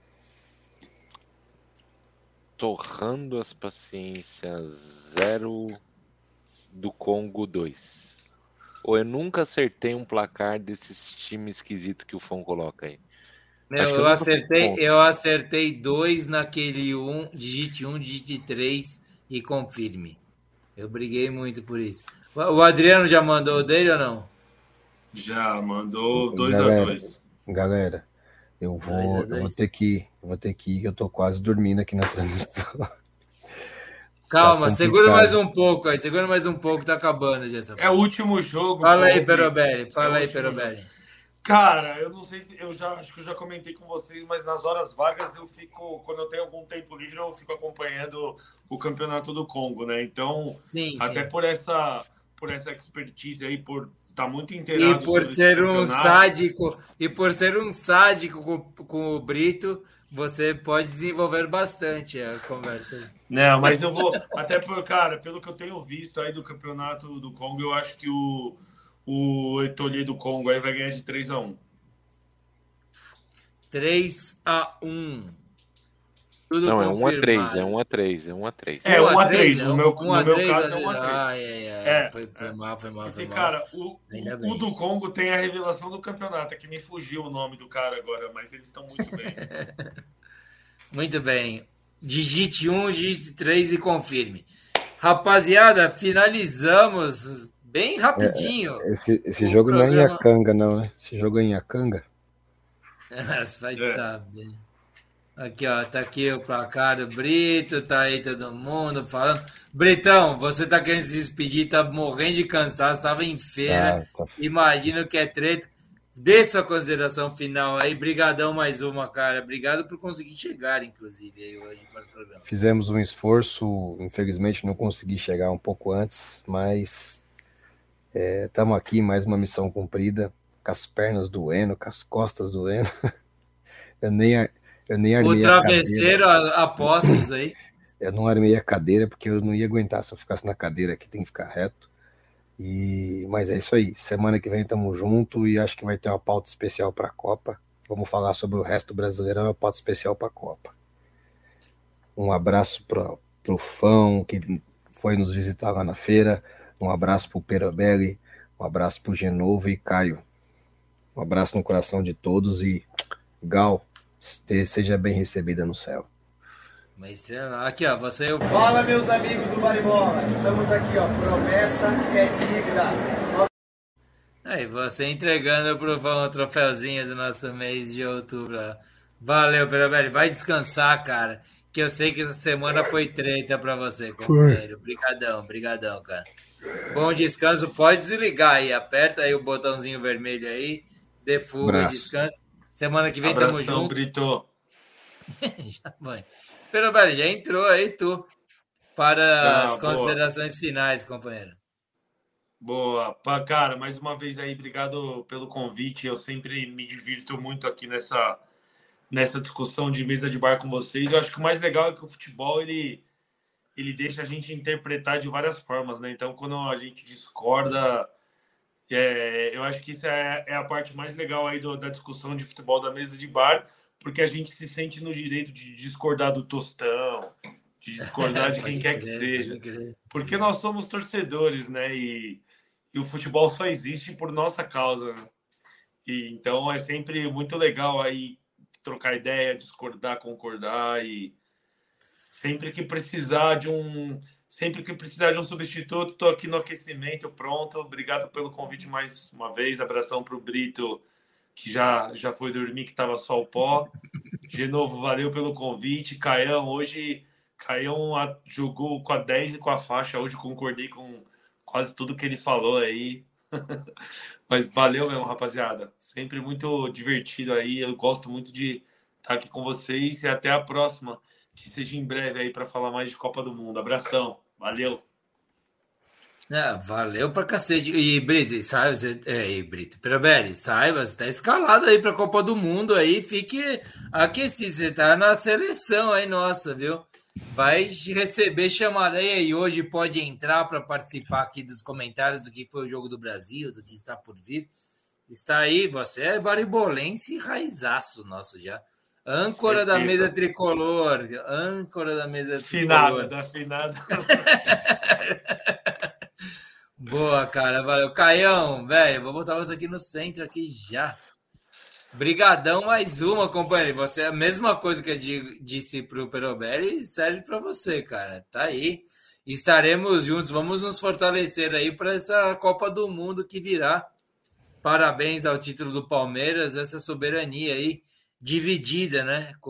Torrando as paciências, zero do Congo dois. Ou eu nunca acertei um placar desses times esquisitos que o Fão coloca aí. Meu, eu, eu acertei, eu acertei dois naquele um, digite um, digite três e confirme. Eu briguei muito por isso. O Adriano já mandou dele ou não? Já mandou dois a dois. Galera, eu vou, eu vou ter que ir, eu vou ter que ir, que eu tô quase dormindo aqui na transmissão. Calma, tá segura mais um pouco aí, segura mais um pouco, tá acabando já essa É o último jogo. Fala aí, Perobelli, fala é aí, Perobelli. Jogo. Cara, eu não sei se eu já acho que eu já comentei com vocês, mas nas horas vagas eu fico, quando eu tenho algum tempo livre, eu fico acompanhando o campeonato do Congo, né? Então, sim, até sim. por essa por essa expertise aí, por estar tá muito inteirado e por ser um sádico e por ser um sádico com, com o Brito, você pode desenvolver bastante a conversa. Não, mas eu vou até por cara, pelo que eu tenho visto aí do campeonato do Congo, eu acho que o O Etolier do Congo aí vai ganhar de três a um. três a um. Tudo não, confirmado. é um a três, é um a três, é um a três. É um a três, no meu, um no meu caso é um a três. Ah, é, é. é, foi, foi é. mal, foi mal, Porque, foi mal. cara, o, o, o do Congo tem a revelação do campeonato, é que me fugiu o nome do cara agora, mas eles estão muito bem. Muito bem. Digite um, digite três e confirme. Rapaziada, finalizamos bem rapidinho. É, esse esse jogo programa... não é em Akanga, não, né? Esse jogo é em Akanga. Vai é. saber. Aqui, ó, tá aqui o placar do Brito, tá aí todo mundo falando. Britão, você tá querendo se despedir, tá morrendo de cansaço, tava em feira. Ah, tá... Imagino que é treta. Dê sua consideração final aí. Brigadão mais uma, cara. Obrigado por conseguir chegar, inclusive, aí hoje para o programa. Fizemos um esforço, infelizmente não consegui chegar um pouco antes, mas estamos é, aqui, mais uma missão cumprida, com as pernas doendo, com as costas doendo. Eu nem, eu nem armei o travesseiro a, a postos aí. Eu não armei a cadeira, porque eu não ia aguentar se eu ficasse na cadeira aqui, tem que ficar reto. E, mas é isso aí, semana que vem estamos juntos e acho que vai ter uma pauta especial para a Copa. Vamos falar sobre o resto do Brasileirão, uma pauta especial para a Copa. Um abraço para o Fão, que foi nos visitar lá na feira. Um abraço para o Perobelli, um abraço para o Genovo e Caio. Um abraço no coração de todos e Gal, seja bem recebida no céu. Uma estrela. Aqui, ó, você eu... Fala, meus amigos do Baribola. Estamos aqui, ó. Promessa é dívida. Nós... Aí, você entregando pro Fão o troféuzinho do nosso mês de outubro. Valeu, Perobelli. Vai descansar, cara. Que eu sei que essa semana foi treta pra você, companheiro. Obrigadão, obrigadão, cara. Bom descanso. Pode desligar aí. Aperta aí o botãozinho vermelho aí. Dê fuga, Abraço. descanso. Semana que vem Abração, tamo junto. Brito. Já vai. Perobelli, já entrou aí, tu. Para Tá, as boa. considerações finais, companheiro. Boa. Pá, cara, mais uma vez aí, obrigado pelo convite. Eu sempre me divirto muito aqui nessa, nessa discussão de mesa de bar com vocês. Eu acho que o mais legal é que o futebol, ele, ele deixa a gente interpretar de várias formas, né? Então, quando a gente discorda, é, eu acho que isso é, é a parte mais legal aí do, da discussão de futebol da mesa de bar, porque a gente se sente no direito de discordar do Tostão, de discordar de quem Pode quer que crer, seja. pode crer. Porque nós somos torcedores, né? E, e o futebol só existe por nossa causa, né? E, então é sempre muito legal aí trocar ideia, discordar, concordar e sempre que precisar de um, sempre que precisar de um substituto, tô aqui no aquecimento, pronto. Obrigado pelo convite mais uma vez. Abração pro Brito, que já já foi dormir, que tava só o pó. De novo, valeu pelo convite, Caião. Hoje Caião a- jogou com a dez e com a faixa. Hoje concordei com quase tudo que ele falou aí. Mas valeu mesmo, rapaziada. Sempre muito divertido aí. Eu gosto muito de estar aqui com vocês e até a próxima. Que seja em breve aí para falar mais de Copa do Mundo. Abração. Valeu. Ah, valeu pra cacete. E, Brito, saiba, você- é, e, Brito, Perobelli, saiba, você tá escalado aí pra Copa do Mundo aí, fique aquecido, você tá na seleção aí, nossa, viu? Vai receber chamada aí e hoje pode entrar para participar aqui dos comentários do que foi o jogo do Brasil, do que está por vir. Está aí, você é baribolense e raizaço nosso já. Âncora da Certeza. mesa tricolor, âncora da mesa Finada, tricolor. da finada. Boa, cara, valeu. Caião, velho, vou botar você aqui no centro aqui já. Brigadão, mais uma, companheiro. Você, a mesma coisa que eu di- disse pro Perobelli serve para você, cara. Tá aí. Estaremos juntos, vamos nos fortalecer aí para essa Copa do Mundo que virá. Parabéns ao título do Palmeiras, essa soberania aí dividida, né?